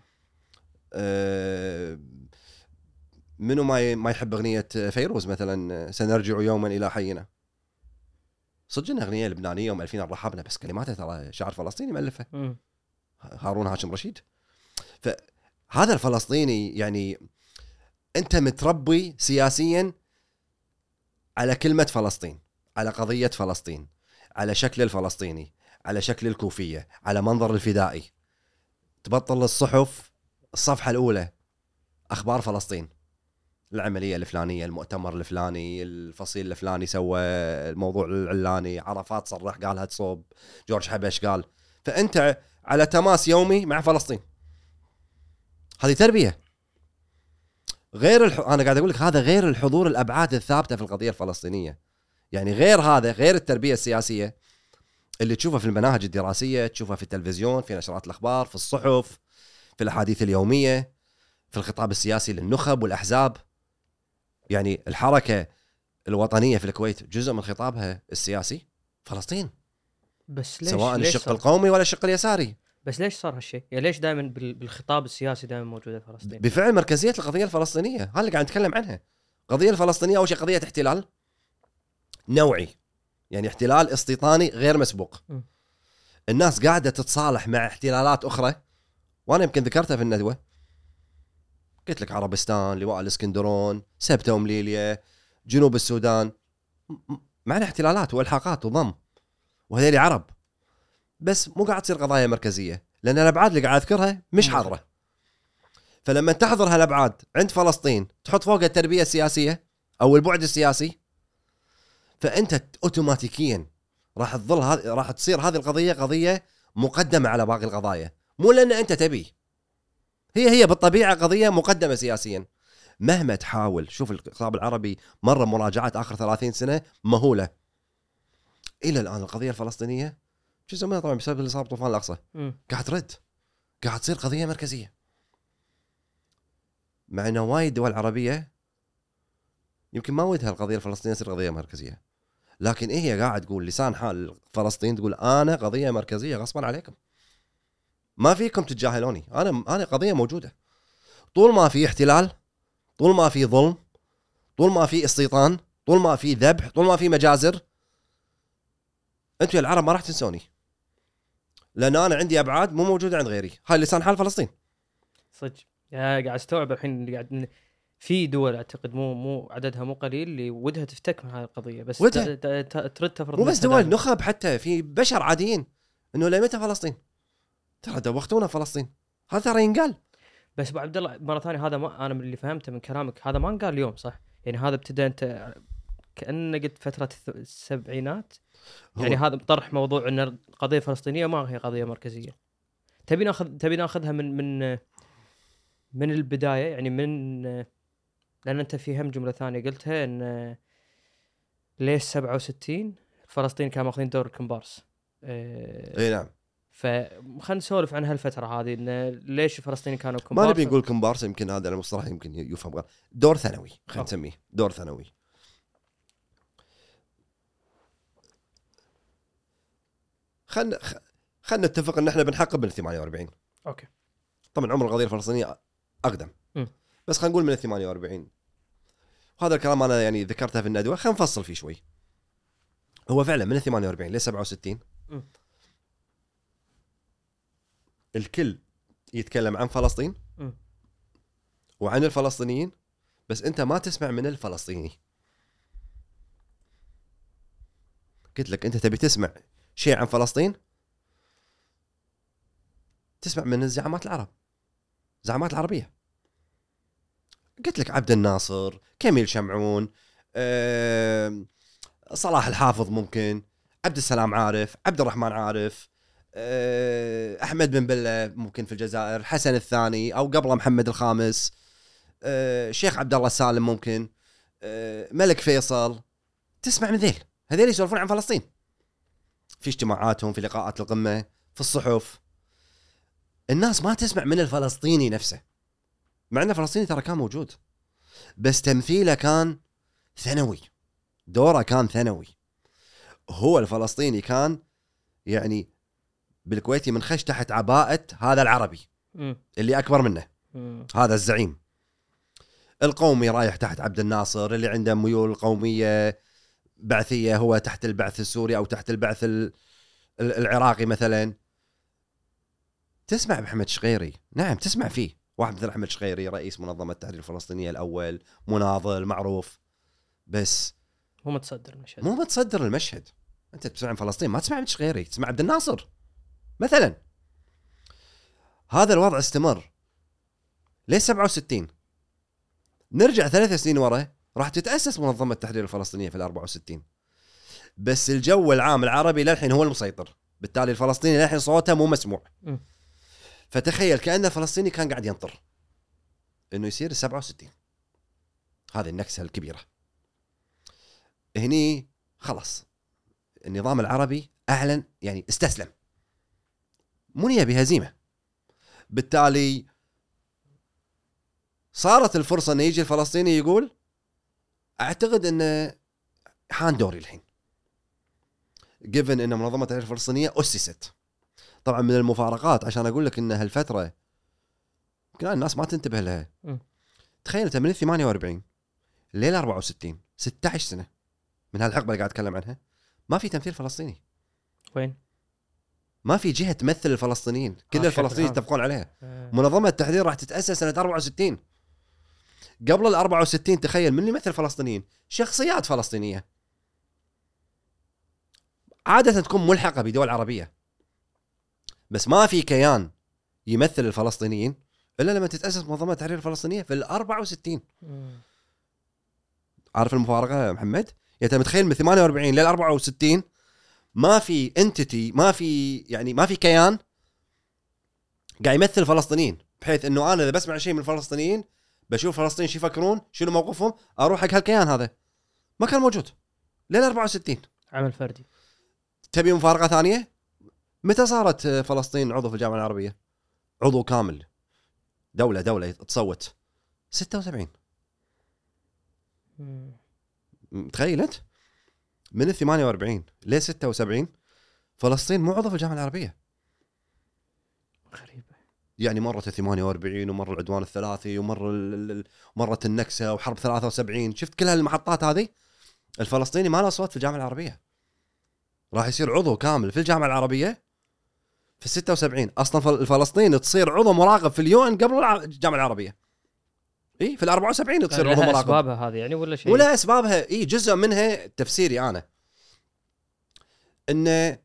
أه منو ما ما يحب اغنيه فيروز مثلا، سنرجع يوما الى حينا. صدق انها اغنيه لبنانيه ومؤلفينها رحبنا، بس كلماتها ترى شاعر فلسطيني مؤلفها. هارون هاشم رشيد. فهذا الفلسطيني يعني أنت متربي سياسيا على كلمة فلسطين، على قضية فلسطين، على شكل الفلسطيني، على شكل الكوفية، على منظر الفدائي. تبطل الصحف الصفحة الأولى أخبار فلسطين، العملية الفلانية، المؤتمر الفلاني، الفصيل الفلاني سوى الموضوع العلاني، عرفات صرح قالها تصوب، جورج حبش قال. فأنت على تماس يومي مع فلسطين. هذه تربية غير الح... أنا قاعد أقول لك هذا غير الحضور الأبعاد الثابتة في القضية الفلسطينية. يعني غير هذا، غير التربية السياسية اللي تشوفها في المناهج الدراسية، تشوفها في التلفزيون، في نشرات الأخبار، في الصحف، في الأحاديث اليومية، في الخطاب السياسي للنخب والأحزاب. يعني الحركة الوطنية في الكويت جزء من خطابها السياسي فلسطين، بس ليش سواء ليش الشق صار؟ القومي ولا الشق اليساري. بس ليش صار هالشيء؟ يعني ليش دائما بالخطاب السياسي دائما موجوده فلسطين؟ بفعل مركزية القضية الفلسطينية، هذا اللي قاعد نتكلم عنها. القضية الفلسطينية أول شيء قضية احتلال نوعي، يعني احتلال استيطاني غير مسبوق. م. الناس قاعدة تتصالح مع احتلالات أخرى، وأنا يمكن ذكرتها في الندوة، قلت لك عربستان، لواء الاسكندرون، سبتة ومليلية، جنوب السودان، معنا احتلالات والحاقات وضم، وهذول عرب، بس مو قاعد تصير قضايا مركزية لأن الأبعاد اللي قاعد أذكرها مش حاضرة. فلما تحضر هالأبعاد عند فلسطين تحط فوقها التربية السياسية أو البعد السياسي، فأنت أوتوماتيكيا راح تظل هذه، راح تصير هذه القضية قضية مقدمة على باقي القضايا، مو لأن أنت تبي، هي هي بالطبيعة قضية مقدمة سياسيا. مهما تحاول، شوف الخطاب العربي مرة مراجعات آخر ثلاثين سنة مهولة، إلى الآن القضية الفلسطينية جزء منها طبعا بسبب اللي صار بطوفان الأقصى قاعد ترد، قاعد تصير قضية مركزية. مع أنه وايد دول عربية يمكن ما ودها القضية الفلسطينية تصير قضية مركزية، لكن إيه هي قاعد تقول لسان حال فلسطين، تقول أنا قضية مركزية غصبا عليكم، ما فيكم تتجاهلوني، أنا أنا قضية موجودة. طول ما في احتلال، طول ما في ظلم، طول ما في استيطان، طول ما في ذبح، طول ما في مجازر، أنتوا يا العرب ما راح تنسوني، لأن أنا عندي أبعاد مو موجودة عند غيري. هاي لسان حال فلسطين. صدق قاعد استوعب الحين اللي قاعد في دول اعتقد مو مو عددها مو قليل اللي ودها تفتك من هذه القضيه، بس ترد تفرض. مو بس دول، نخب حتى، في بشر عاديين، انه لمتى فلسطين؟ ترى دوختونا فلسطين، هذا ترى ينقال. بس ابو عبد الله مره ثانيه، هذا ما انا من اللي فهمته من كلامك، هذا ما انقال اليوم صح؟ يعني هذا ابتدى انت كأنك قلت فتره السبعينات، يعني هذا طرح موضوع ان القضيه الفلسطينيه ما هي قضيه مركزيه. تبي ناخذ تبي ناخذها من من من البدايه، يعني من، لأن أنت في هم جملة ثانية قلتها إن ليش سبعة وستين فلسطين كانوا ماخذين دور الكمبارس. إيه إيه نعم. فخلنا نسولف عن هالفترة هذه، إن ليش الفلسطينيين كانوا كمبارس. ما نبي نقول كمبارس، يمكن هذا المصطلح يمكن يفهم غلط. دور ثانوي خلينا نسميه دور ثانوي. خلنا خلنا نتفق إن إحنا بنحقق من ثمانية وأربعين. أوكي. طبعا عمر القضية الفلسطينية أقدم. م. بس خلينا نقول من ثمانية وأربعين. وهذا الكلام أنا يعني ذكرته في الندوة، خلينا نفصل فيه شوي. هو فعلا من ثمانية وأربعين ل سبعة وستين م. الكل يتكلم عن فلسطين م. وعن الفلسطينيين، بس أنت ما تسمع من الفلسطيني. قلت لك أنت تبي تسمع شيء عن فلسطين، تسمع من الزعامات العرب، زعامات العربية. قلت لك عبد الناصر، كميل شمعون، أه، صلاح الحافظ، ممكن عبد السلام عارف، عبد الرحمن عارف، أه، أحمد بن بلة ممكن في الجزائر، حسن الثاني أو قبله محمد الخامس، أه، شيخ عبد الله السالم ممكن، أه، ملك فيصل. تسمع من ذيل، هذيل يسولفون عن فلسطين في اجتماعاتهم، في لقاءات القمة، في الصحف. الناس ما تسمع من الفلسطيني نفسه، مع أن الفلسطيني ترى كان موجود، بس تمثيله كان ثانوي، دوره كان ثانوي. هو الفلسطيني كان يعني بالكويتي منخش تحت عباءة هذا العربي م. اللي أكبر منه م. هذا الزعيم. القومي رايح تحت عبد الناصر اللي عنده ميول قومية بعثية، هو تحت البعث السوري أو تحت البعث العراقي مثلا. تسمع بأحمد شقيري، نعم تسمع فيه واحد مثل أحمد شقيري رئيس منظمة التحرير الفلسطينية الأول، مناضل معروف، بس مو متصدر المشهد، مو متصدر المشهد. أنت تسمع عن فلسطين ما تسمع عن شقيري، تسمع عبد الناصر مثلا. هذا الوضع استمر ليه سبعة وستين. نرجع ثلاث سنين ورا، راح تتأسس منظمة التحرير الفلسطينية في الأربعة وستين، بس الجو العام العربي للحين هو المسيطر، بالتالي الفلسطيني للحين صوته مو مسموع. م. فتخيل كأن الفلسطيني كان قاعد ينطر إنه يصير السبعة وستين، هذه النكسة الكبيرة. هني خلاص النظام العربي أعلن يعني استسلم، منية بهزيمة، بالتالي صارت الفرصة أن يجي الفلسطيني يقول أعتقد أن حان دوري الحين، given أن منظمة التحرير الفلسطينية أسست. طبعا من المفارقات عشان أقول لك أن هالفترة يمكن الناس ما تنتبه لها، م. تخيل من ثمانية وأربعين ليل أربعة وستين، ستة عشر سنة من هالحقبة اللي قاعد أتكلم عنها، ما في تمثيل فلسطيني. وين؟ ما في جهة تمثل الفلسطينيين، كل آه الفلسطينيين يتفقون عليها. آه. منظمة التحرير راح تتأسس سنة أربعة وستين. قبل ال أربعة وستين تخيل من اللي يمثل الفلسطينيين؟ شخصيات فلسطينية عادة تكون ملحقة بدول عربية، بس ما في كيان يمثل الفلسطينيين إلا لما تتأسس منظمة التحرير الفلسطينية في ال أربعة وستين. م. عارف المفارقة يا محمد؟ يعني أنت متخيل من ثمانية وأربعين لل أربعة وستين ما في انتيتي، ما في يعني ما في كيان قاعد يمثل الفلسطينيين، بحيث انه انا اذا بسمع شيء من الفلسطينيين بشوف الفلسطينيين شو يفكرون، شنو موقفهم، اروح حق هالكيان. هذا ما كان موجود لين أربعة وستين. عمل فردي. تبي مفارقة ثانية؟ متى صارت فلسطين عضو في الجامعة العربية؟ عضو كامل، دولة دولة تصوت، ستة وسبعين. م. تخيل انت من ثمانية وأربعين ل ستة وسبعين فلسطين مو عضو في الجامعة العربية. غريبة. يعني مرت ثمانية وأربعين ومر العدوان الثلاثي ومر مرت النكسة وحرب ثلاثة وسبعين، شفت كل هالمحطات هذه، الفلسطيني ما له صوت في الجامعة العربية. راح يصير عضو كامل في الجامعة العربية في ستة وسبعين. أصلا الفلسطيني تصير عضو مراقب في اليو إن قبل الجامعة العربية. إيه في الأربعة وسبعين تصير عضو مراقب. أسبابها هذه يعني ولا شيء؟ ولا أسبابها إيه، جزء منها تفسيري أنا إنه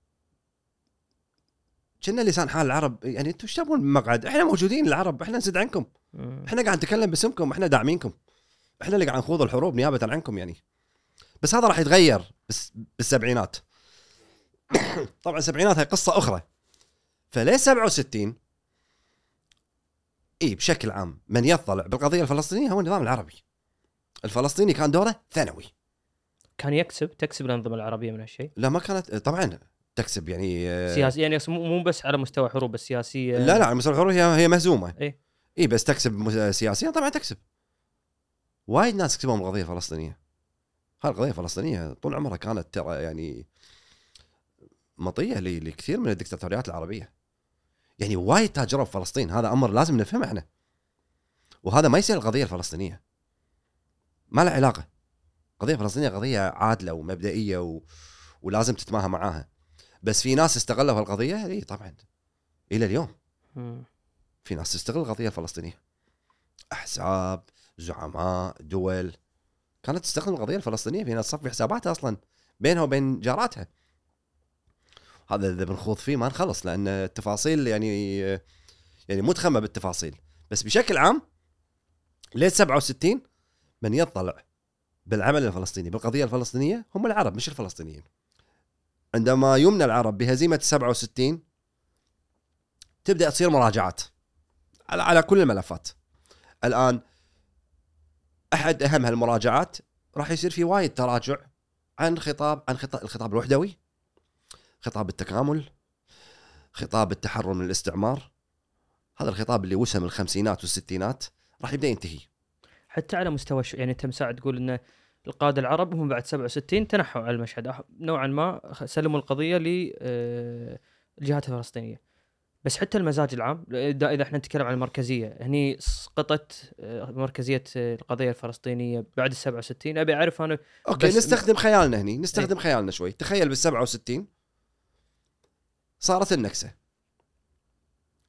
كنا لسان حال العرب، يعني انتم ايش تبون مقعد؟ احنا موجودين العرب، احنا نسد عنكم، احنا قاعد نتكلم باسمكم، احنا داعمينكم، احنا اللي قاعد نخوض الحروب نيابه عنكم يعني. بس هذا راح يتغير بس بالسبعينات. طبعا السبعينات هي قصه اخرى. فليه سبعة وستين اي بشكل عام من يطلع بالقضيه الفلسطينيه هو النظام العربي. الفلسطيني كان دوره ثانوي، كان يكسب تكسب الانظمه العربيه من هالشيء؟ لا ما كانت طبعا تكسب يعني سياسي، يعني مو بس على مستوى حروب السياسيه. لا لا على مستوى الحروب هي هي مهزومه. اي اي بس تكسب سياسيا طبعا تكسب. وايد ناس كسبوا من القضيه الفلسطينيه. هالقضيه الفلسطينيه طول عمرها كانت ترى يعني مطيه لكثير من الدكتاتوريات العربيه. يعني وايد تاجروا في فلسطين، هذا امر لازم نفهمه احنا. وهذا ما يصير القضيه الفلسطينيه، ما له علاقه. القضيه الفلسطينيه قضيه عادله ومبدئيه و... ولازم تتماهى معاها. بس في ناس استغلوا هالقضيه، اي طبعا الى اليوم م. في ناس تستغل القضيه الفلسطينيه، احزاب، زعماء، دول كانت تستخدم القضيه الفلسطينيه في ناس تصفي حساباتها اصلا بينها وبين جاراتها. هذا اذا بنخوض فيه ما نخلص، لان التفاصيل يعني يعني متخمه بالتفاصيل. بس بشكل عام ليت سبعة وستين من يطلع بالعمل الفلسطيني بالقضيه الفلسطينيه هم العرب مش الفلسطينيين. عندما يمنى العرب بهزيمه سبعة وستين تبدا تصير مراجعات على على كل الملفات. الان احد اهم هالمراجعات راح يصير في وايد تراجع عن خطاب عن خطاب الخطاب الوحدوي، خطاب التكامل، خطاب التحرر من الاستعمار. هذا الخطاب اللي وسم الخمسينات والستينات راح يبدا ينتهي. حتى على مستوى شو يعني انت مساعد تقول ان القاده العرب هم بعد سبعة وستين تنحوا على المشهد نوعا ما، سلموا القضيه للجهات الفلسطينيه. بس حتى المزاج العام اذا احنا نتكلم عن المركزيه، هني سقطت مركزيه القضيه الفلسطينيه بعد سبعة وستين. ابي اعرف انا اوكي نستخدم خيالنا هني، نستخدم ايه؟ خيالنا شوي. تخيل بال سبعة وستين صارت النكسه،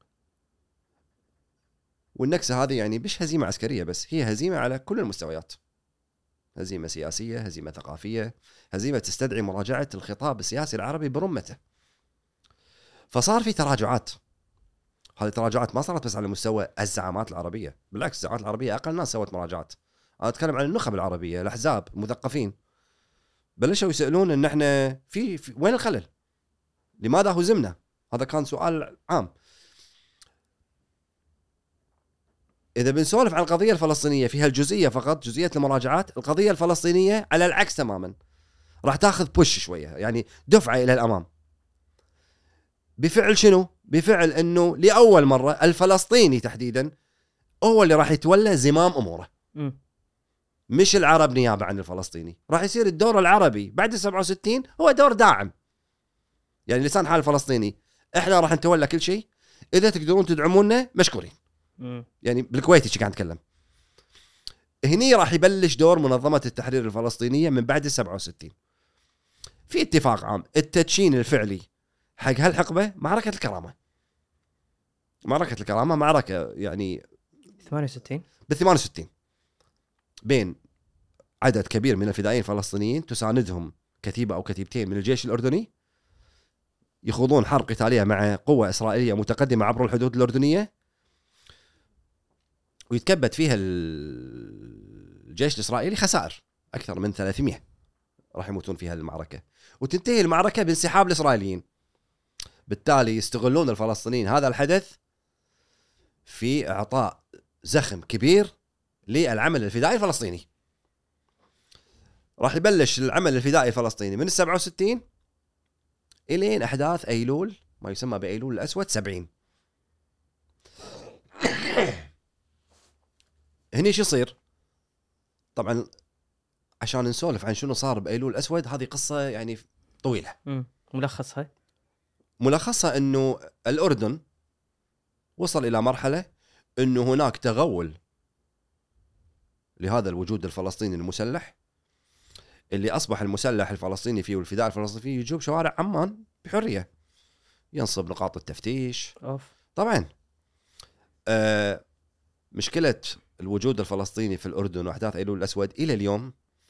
والنكسة هذه يعني مش هزيمة عسكرية بس، هي هزيمة على كل المستويات، هزيمة سياسية، هزيمة ثقافية، هزيمة تستدعي مراجعة الخطاب السياسي العربي برمته. فصار في تراجعات، هذه التراجعات ما صارت بس على مستوى الزعامات العربية، بالعكس الزعامات العربية أقل ناس سوت مراجعات. أنا أتكلم عن النخب العربية، الأحزاب، المثقفين، بلشوا يسألون إن إحنا في, في وين الخلل؟ لماذا هزمنا؟ هذا كان سؤال عام. إذا بنسولف عن القضية الفلسطينية في هالجزئية فقط، جزئية المراجعات، القضية الفلسطينية على العكس تماما راح تاخذ بوش شوية، يعني دفعة إلى الأمام. بفعل شنو؟ بفعل أنه لأول مرة الفلسطيني تحديدا هو اللي راح يتولى زمام أموره، م. مش العرب نيابة عن الفلسطيني. راح يصير الدور العربي بعد سبعة وستين هو دور داعم، يعني لسان حال الفلسطيني احنا راح نتولى كل شيء، إذا تقدرون تدعمونا مشكورين. م. يعني بالكويتي شي قاعد نتكلم. هني راح يبلش دور منظمة التحرير الفلسطينية من بعد سبعة وستين. في اتفاق عام، التدشين الفعلي حق هالحقبة معركة الكرامة. معركة الكرامة معركة يعني ثمانية وستين بال ثمانية وستين بين عدد كبير من الفدائيين الفلسطينيين تساندهم كتيبة أو كتيبتين من الجيش الأردني، يخوضون حرب قتالية مع قوة إسرائيلية متقدمة عبر الحدود الأردنية، ويتكبد فيها الجيش الإسرائيلي خسائر أكثر من ثلاثمئة راح يموتون في هالمعركة، وتنتهي المعركة بانسحاب الإسرائيليين. بالتالي يستغلون الفلسطينيين هذا الحدث في إعطاء زخم كبير للعمل الفدائي الفلسطيني. راح يبلش العمل الفدائي الفلسطيني من السبعة وستين إلين أحداث أيلول، ما يسمى بأيلول الأسود سبعين. هني شو يصير؟ طبعا عشان نسولف عن شنو صار بأيلول الأسود هذه قصة يعني طويلة. م. ملخصها ملخصها أنه الأردن وصل إلى مرحلة أنه هناك تغول لهذا الوجود الفلسطيني المسلح، اللي أصبح المسلح الفلسطيني فيه والفداء الفلسطيني فيه يجوب شوارع عمان بحرية، ينصب نقاط التفتيش. أوف. طبعا آه مشكلة الوجود الفلسطيني في الأردن وأحداث أيلول الأسود إلى اليوم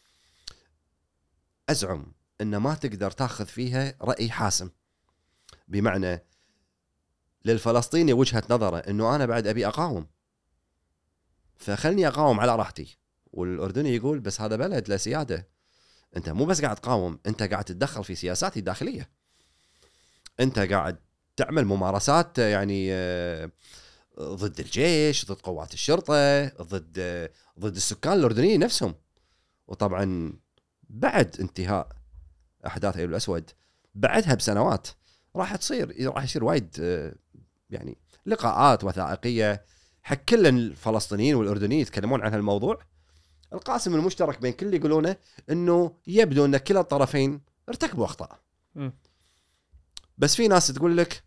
أزعم أن ما تقدر تاخذ فيها رأي حاسم، بمعنى للفلسطيني وجهة نظره أنه أنا بعد أبي أقاوم فخلني أقاوم على راحتي، والأردني يقول بس هذا بلد لا سيادة، أنت مو بس قاعد تقاوم، أنت قاعد تتدخل في سياساتي الداخلية، أنت قاعد تعمل ممارسات يعني ضد الجيش، ضد قوات الشرطة، ضد ضد السكان الأردنيين نفسهم. وطبعا بعد انتهاء أحداث أيلول الأسود بعدها بسنوات راح تصير راح يصير وايد يعني لقاءات وثائقية حق كل الفلسطينيين والأردنيين يتكلمون عن هالموضوع. القاسم المشترك بين كل يقولونه إنه يبدو أن كلا الطرفين ارتكبوا أخطاء، م. بس في ناس تقول لك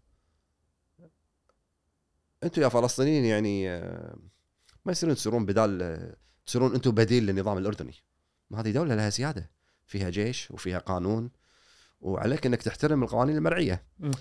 أنتوا يا فلسطينيين يعني ما يصيرون تصيرون بدال تصيرون أنتوا بديل للنظام الأردني، ما هذه دولة لها سيادة، فيها جيش وفيها قانون، وعليك أنك تحترم القوانين المرعية. م.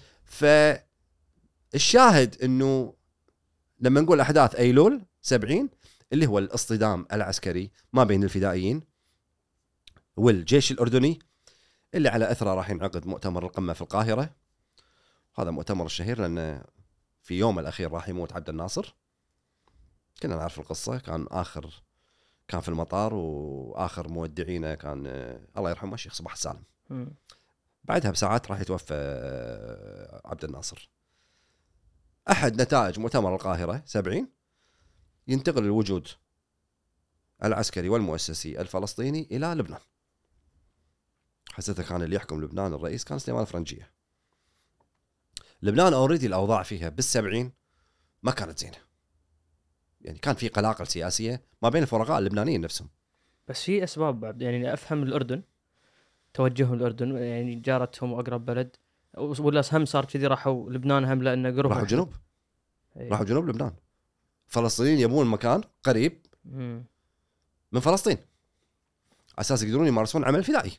فالشاهد أنه لما نقول أحداث أيلول سبعين اللي هو الاصطدام العسكري ما بين الفدائيين والجيش الأردني، اللي على أثره راح ينعقد مؤتمر القمة في القاهرة. هذا مؤتمر الشهير لأن في يوم الأخير راح يموت عبد الناصر، كنا نعرف القصة، كان آخر كان في المطار وآخر مودعينه كان الله يرحمه الشيخ صباح السالم. م. بعدها بساعات راح يتوفى عبد الناصر. أحد نتائج مؤتمر القاهرة سبعين ينتقل الوجود العسكري والمؤسسي الفلسطيني إلى لبنان. حسيته كان اللي يحكم لبنان الرئيس كان سليمان الفرنجية. لبنان أوريدي الأوضاع فيها بالسبعين ما كانت زينة، يعني كان في قلاقل سياسية ما بين الفرقاء اللبنانيين نفسهم. بس في أسباب يعني أفهم الأردن توجههم الأردن يعني جارتهم وأقرب بلد، ولا هم صار كذي راحوا لبنان هم لأنه قرب راحوا جنوب أيه. راحوا جنوب لبنان. فلسطينيين يبون مكان قريب م. من فلسطين على أساس يقدرون يمارسون عمل فدائي.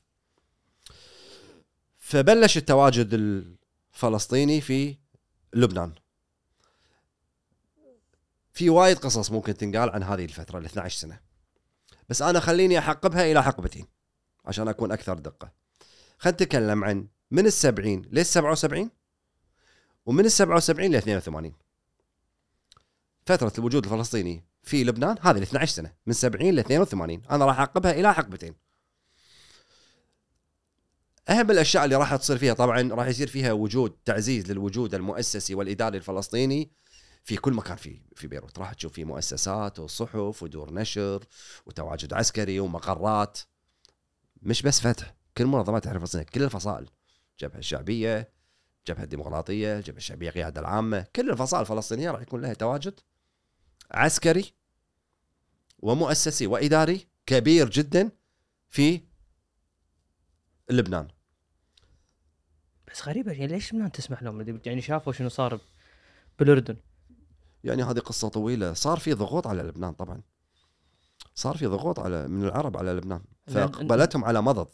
فبلش التواجد الفلسطيني في لبنان. في وايد قصص ممكن تنقال عن هذه الفترة ال اثنتي عشرة سنة، بس أنا خليني أحقبها إلى حقبتين عشان أكون أكثر دقة. خلينا نتكلم عن من السبعين للسبعة وسبعين، ومن السبعة وسبعين لاثنين وثمانين. فترة الوجود الفلسطيني في لبنان هذه ال اثنتي عشرة سنة، من سبعين ل اثنين وثمانين. أنا راح أعقبها إلى حقبتين. أهم الأشياء اللي راح تصير فيها طبعا راح يصير فيها وجود تعزيز للوجود المؤسسي والإداري الفلسطيني في كل مكان في في بيروت. راح تشوف فيه مؤسسات وصحف ودور نشر وتواجد عسكري ومقرات، مش بس فتح، كل منظمات التحرير الفلسطينية، كل الفصائل، الجبهة الشعبية، الجبهة الديمقراطية، الجبهة الشعبية، القيادة العامة، كل الفصائل الفلسطينية راح يكون لها تواجد عسكري ومؤسسي وإداري كبير جدا في لبنان. بس غريبة يعني ليش لبنان تسمح لهم؟ يعني شافوا شنو صار بالأردن. يعني هذه قصة طويلة. صار في ضغوط على لبنان طبعا، صار في ضغوط على من العرب على لبنان، فقبلتهم على مضض.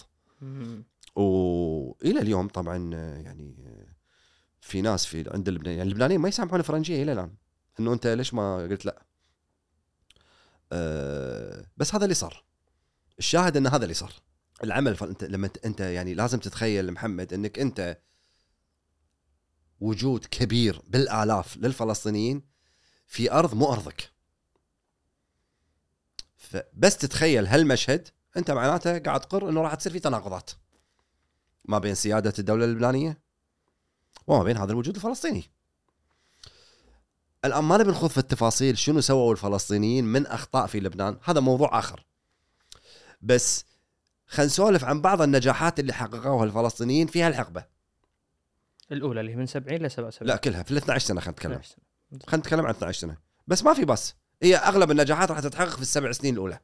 وإلى اليوم طبعا يعني في ناس في عند اللبنانيين، يعني اللبنانيين ما يسامحون الفرنجية إلى الآن، إنه أنت ليش ما قلت لا. أه بس هذا اللي صار. الشاهد إن هذا اللي صار. العمل فانت لما انت يعني لازم تتخيل محمد انك انت وجود كبير بالالاف للفلسطينيين في ارض مو ارضك، فبس تتخيل هالمشهد انت معناته قاعد تقر انه راح تصير في تناقضات ما بين سيادة الدولة اللبنانية وما بين هذا الوجود الفلسطيني. الان ما نبي نخوض في التفاصيل شنو سووا الفلسطينيين من اخطاء في لبنان، هذا موضوع اخر. بس خلينا نسولف عن بعض النجاحات اللي حققوها الفلسطينيين في هالحقبة الأولى اللي من سبعين ل سبعة وسبعين. لا كلها في اثنتي عشرة سنة. خلينا نتكلم خلينا نتكلم عن اثنتي عشرة سنة بس، ما في بس. هي أغلب النجاحات راح تتحقق في السبع سنين الأولى،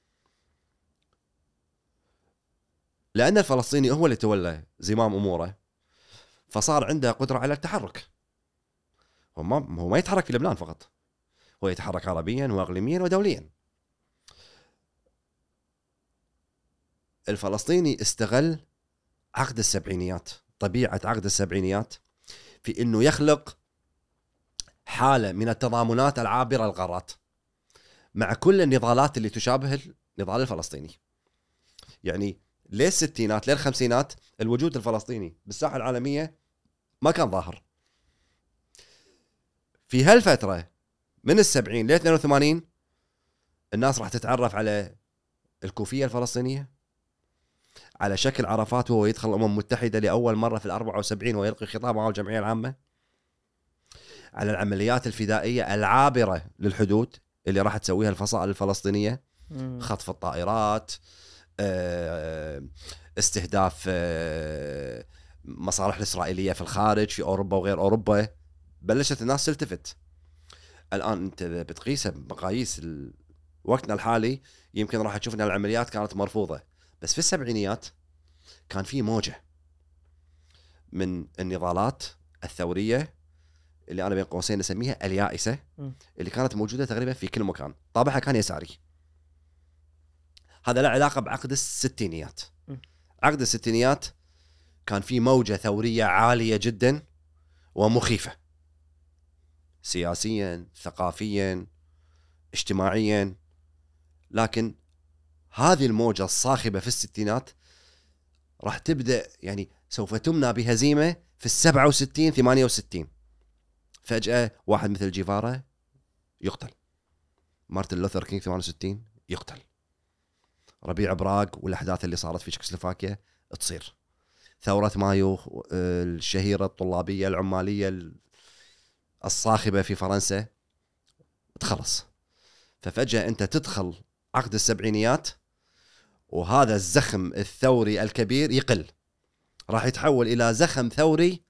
لأن الفلسطيني هو اللي تولى زمام أموره، فصار عنده قدرة على التحرك. هو ما هو ما يتحرك في لبنان فقط، هو يتحرك عربيا وإقليميا ودوليا. الفلسطيني استغل عقد السبعينيات، طبيعة عقد السبعينيات في إنه يخلق حالة من التضامنات العابرة القارات مع كل النضالات اللي تشابه النضال الفلسطيني. يعني ليه الستينات ليه الخمسينات الوجود الفلسطيني بالساحة العالمية ما كان ظاهر. في هالفترة من السبعين ل اثنين وثمانين الناس راح تتعرف على الكوفية الفلسطينية، على شكل عرفات وهو يدخل الأمم المتحدة لأول مرة في الأربعة وسبعين ويلقي خطاب مع الجمعية العامة، على العمليات الفدائية العابرة للحدود اللي راح تسويها الفصائل الفلسطينية، خطف الطائرات، استهداف مصالح الإسرائيلية في الخارج في أوروبا وغير أوروبا. بلشت الناس تلتفت. الآن أنت بتقيسها بمقاييس وقتنا الحالي يمكن راح تشوف أن العمليات كانت مرفوضة، بس في السبعينيات كان في موجة من النضالات الثورية اللي أنا بين قوسين نسميها اليائسة، اللي كانت موجودة تقريبا في كل مكان، طابعها كان يساري. هذا له علاقة بعقد الستينيات. عقد الستينيات كان في موجة ثورية عالية جدا ومخيفة سياسيا ثقافيا اجتماعيا، لكن هذه الموجة الصاخبة في الستينات راح تبدأ يعني سوف تمنى بهزيمة في السبعة وستين ثمانية وستين. فجأة واحد مثل جيفارا يقتل، مارتن لوثر كينغ ثمانية وستين يقتل، ربيع براغ والأحداث اللي صارت في تشيكوسلوفاكيا تصير، ثورة مايو الشهيرة الطلابية العمالية الصاخبة في فرنسا تخلص. ففجأة أنت تدخل عقد السبعينيات وهذا الزخم الثوري الكبير يقل، راح يتحول إلى زخم ثوري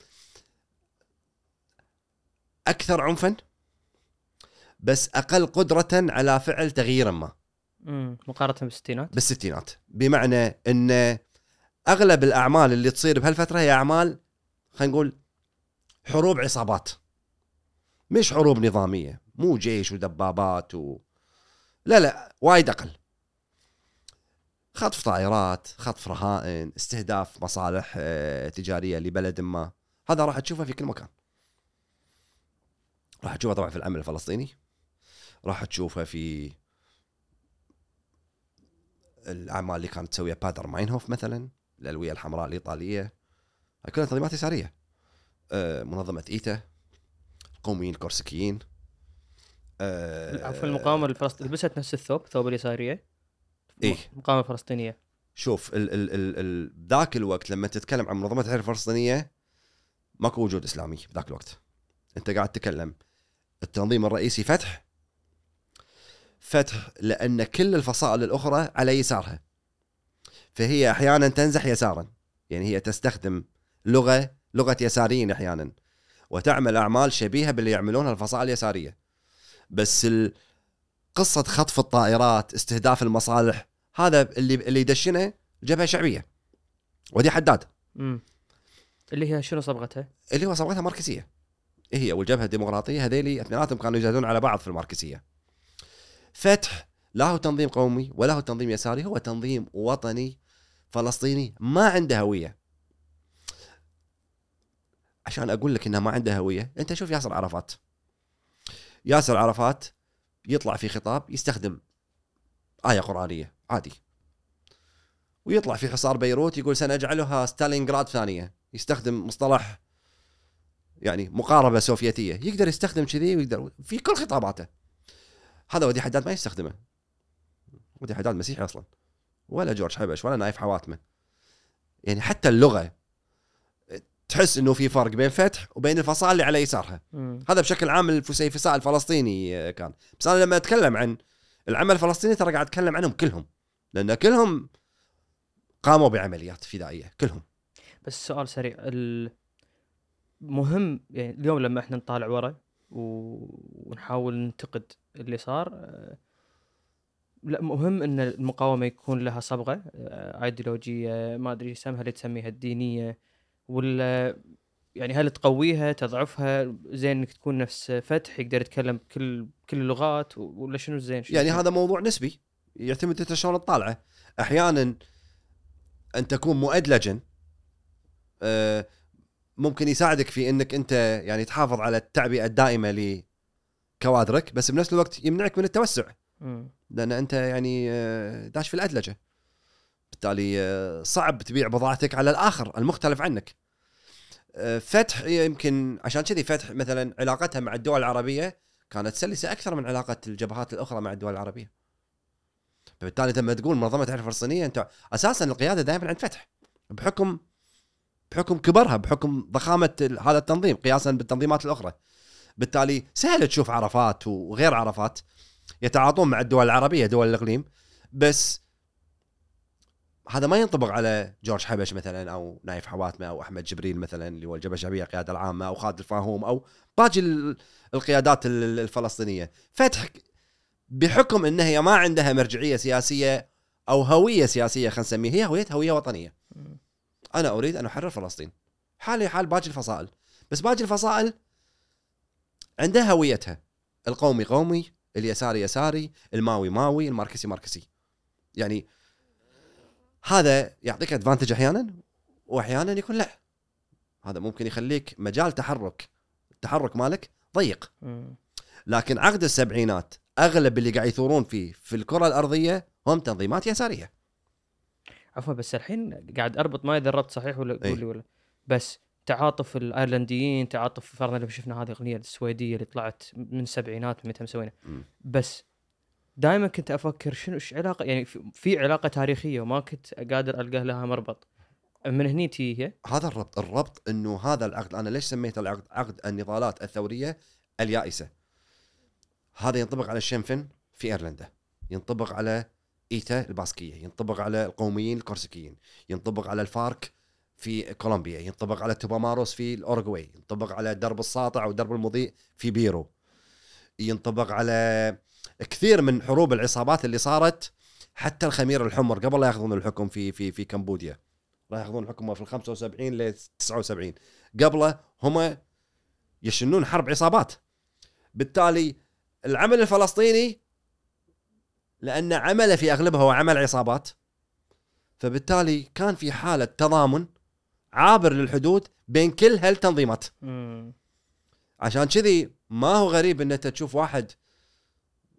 أكثر عنفا بس أقل قدرة على فعل تغيير ما مقارنة بالستينات. بالستينات بمعنى أن أغلب الأعمال اللي تصير بهالفترة هي أعمال خلينا نقول حروب عصابات، مش حروب نظامية، مو جيش ودبابات و... لا لا وايد أقل. خطف طائرات، خطف رهائن، استهداف مصالح تجارية لبلد ما، هذا راح تشوفه في كل مكان. راح تشوفه طبعا في العمل الفلسطيني، راح تشوفها في الاعمال اللي كانت تسويها بادر ماينهوف مثلا، الالويه الحمراء الايطاليه، كلها تنظيمات يساريه. آه منظمه ايتا، القوميين الكورسيكيين. آه عفوا المقاومه الفلسطينيه لبست نفس الثوب، ثوب اليساريه. إيه؟ المقاومه الفلسطينيه. شوف ال ال ال ال ذاك الوقت لما تتكلم عن منظمه التحرير الفلسطينيه ماكو وجود اسلامي بذاك الوقت. انت قاعد تتكلم التنظيم الرئيسي فتح فتح لان كل الفصائل الاخرى على يسارها، فهي احيانا تنزح يسارا، يعني هي تستخدم لغه لغه يساريين احيانا، وتعمل اعمال شبيهه باللي يعملونها الفصائل اليساريه. بس قصه خطف الطائرات، استهداف المصالح، هذا اللي اللي يدشنه الجبهه الشعبيه ودي حداد. امم اللي هي شنو صبغتها؟ اللي هو صبغتها ماركسيه، هي والجبهه الديمقراطيه، هذيلي اثنيناتهم كانوا يجاهدون على بعض في الماركسيه. فتح لا هو تنظيم قومي ولا هو تنظيم يساري، هو تنظيم وطني فلسطيني ما عنده هويه. عشان اقول لك انها ما عنده هويه، انت شوف ياسر عرفات. ياسر عرفات يطلع في خطاب يستخدم آية قرآنية عادي، ويطلع في حصار بيروت يقول سنجعلها ستالينغراد ثانية، يستخدم مصطلح يعني مقاربة سوفيتية، يقدر يستخدم كذي ويقدر في كل خطاباته. هذا ودي حداد ما يستخدمه، ودي حداد مسيحي أصلا، ولا جورج حبش ولا نايف حواتمه. يعني حتى اللغة تحس إنه في فرق بين فتح وبين الفصائل اللي على يسارها. مم. هذا بشكل عام الفصائل الفلسطيني كان. بس أنا لما أتكلم عن العمل الفلسطيني ترى قاعد أتكلم عنهم كلهم، لأن كلهم قاموا بعمليات فدائية كلهم. بس سؤال سريع، المهم يعني اليوم لما احنا نطالع ورا ونحاول ننتقد اللي صار، لا مهم ان المقاومة يكون لها صبغة ايديولوجية، ما ادري اسمها اللي تسميها الدينية، ولا يعني هل تقويها تضعفها؟ زين انك تكون نفس فتح يقدر يتكلم كل كل اللغات، ولا شنو زين؟ شنو يعني زين؟ هذا موضوع نسبي، يعتمد انت شلون تطالعه. احيانا ان تكون مؤدلجا ممكن يساعدك في انك انت يعني تحافظ على التعبئه الدائمه لكوادرك، بس بنفس الوقت يمنعك من التوسع، م. لان انت يعني داش في الادلجه، بالتالي صعب تبيع بضاعتك على الاخر المختلف عنك. فتح يمكن عشان كذي فتح مثلا علاقتها مع الدول العربيه كانت سلسه اكثر من علاقه الجبهات الاخرى مع الدول العربيه. فبالتالي لما تقول منظمه التحرير الفلسطينيه، انت اساسا القياده دائما عند فتح بحكم بحكم كبرها، بحكم ضخامه هذا التنظيم قياسا بالتنظيمات الاخرى. بالتالي سهل تشوف عرفات وغير عرفات يتعاطون مع الدول العربيه دول الاقليم، بس هذا ما ينطبق على جورج حبش مثلا او نايف حواتمه او احمد جبريل مثلا اللي هو الجبهه الشعبيه القياده العامه، او خالد الفاهوم او باقي القيادات الفلسطينيه. فتح بحكم انها هي ما عندها مرجعيه سياسيه او هويه سياسيه، خلينا نسميها هي هويتها هويه وطنيه. انا اريد ان احرر فلسطين حالي حال باقي الفصائل، بس باقي الفصائل عندها هويتها، القومي قومي، اليساري يساري، الماوي ماوي، الماركسي ماركسي. يعني هذا يعطيك ادفانتج احيانا، واحيانا يكون لا، هذا ممكن يخليك مجال تحرك التحرك مالك ضيق. لكن عقد السبعينات اغلب اللي قاعد يثورون فيه في الكره الارضيه هم تنظيمات يساريه. عفوا بس الحين قاعد اربط ما اذا الربط صحيح ولا قول لي ولا بس تعاطف الايرلنديين، تعاطف فرضنا لو شفنا هذه الاغنيه السويديه اللي طلعت من السبعينات متى مسوينها، بس دائما كنت افكر شنو ايش علاقه، يعني في علاقه تاريخيه وما كنت قادر القى لها مربط. من هني تي هي هذا الربط الربط انه هذا العقد، انا ليش سميته العقد عقد النضالات الثوريه اليائسه. هذا ينطبق على الشنفن في ايرلندا، ينطبق على ايتا الباسكيه، ينطبق على القوميين الكورسيكيين، ينطبق على الفارك في كولومبيا، ينطبق على توباماروس في الاورغواي، ينطبق على درب الساطع ودرب المضيء في بيرو، ينطبق على كثير من حروب العصابات اللي صارت، حتى الخمير الحمر قبل لا ياخذون الحكم في في في كمبوديا، راح ياخذون الحكم في الخمسة وسبعين ل تسعة وسبعين، قبله هم يشنون حرب عصابات. بالتالي العمل الفلسطيني لأن عمله في أغلبه هو عمل عصابات، فبالتالي كان في حالة تضامن عابر للحدود بين كل هالتنظيمات. عشان كذي ما هو غريب ان انت تشوف واحد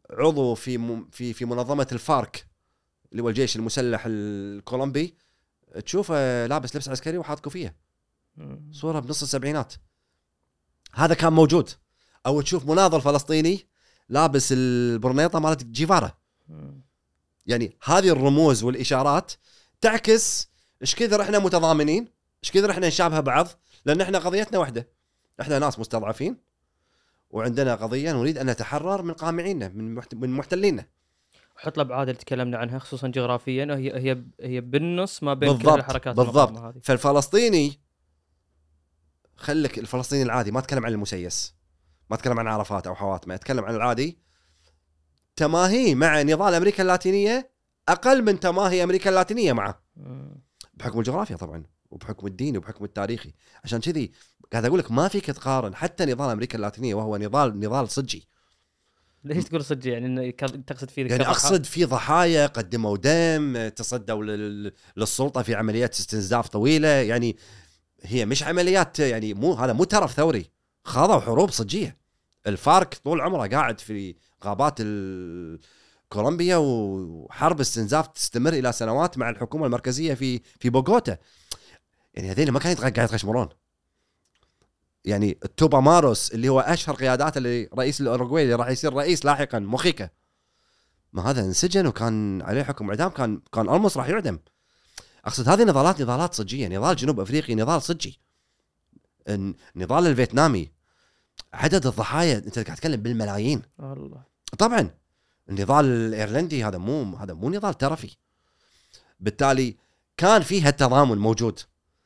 عضو في م... في في منظمه الفارك اللي هو الجيش المسلح الكولومبي، تشوفه لابس لبس عسكري وحاط كوفيه، صوره بنص السبعينات. هذا كان موجود. او تشوف مناضل فلسطيني لابس البرنيطه مالت جيفارا. يعني هذه الرموز والاشارات تعكس ايش كثر احنا متضامنين، ايش كثر احنا نشابه بعض، لان احنا قضيتنا واحده. احنا ناس مستضعفين وعندنا قضيه نريد ان نتحرر من قامعيننا، من محت... من محتليننا. وحط الابعاد اللي تكلمنا عنها خصوصا جغرافيا، هي هي هي بالنص ما بين بالضبط. كل الحركات بالضبط. هذه. فالفلسطيني، خلك الفلسطيني العادي، ما اتكلم عن المسيس، ما اتكلم عن عرفات او حوات، ما اتكلم عن العادي، تماهي مع نضال امريكا اللاتينيه اقل من تماهي امريكا اللاتينيه معه، بحكم الجغرافيا طبعا وبحكم الدين وبحكم التاريخي. عشان كذي قاعد اقول لك ما فيك تقارن حتى نضال امريكا اللاتينيه وهو نضال نضال صجي. ليش تقول صجي؟ يعني تقصد فيه يعني اقصد في ضحايا قدموا دم، تصدوا لل... للسلطه في عمليات استنزاف طويله. يعني هي مش عمليات، يعني مو هذا مو ترف ثوري، خاضوا حروب صجيه. الفارك طول عمره قاعد في غابات كولومبيا وحرب استنزاف تستمر الى سنوات مع الحكومه المركزيه في في بوغوتا. يعني هذين ما كانوا قاعد يتغشمرون. يعني التوبا ماروس اللي هو اشهر قيادات اللي رئيس الاوروغواي اللي راح يصير رئيس لاحقا موخيكا، ما هذا انسجن وكان عليه حكم اعدام، كان كان المس راح يعدم. اقصد هذه نضالات نضالات صجيه. نضال جنوب افريقي نضال صجي. النضال الفيتنامي عدد الضحايا انت قاعد تتكلم بالملايين. الله. طبعا النضال الايرلندي هذا مو هذا مو نضال ترفي. بالتالي كان فيها التضامن موجود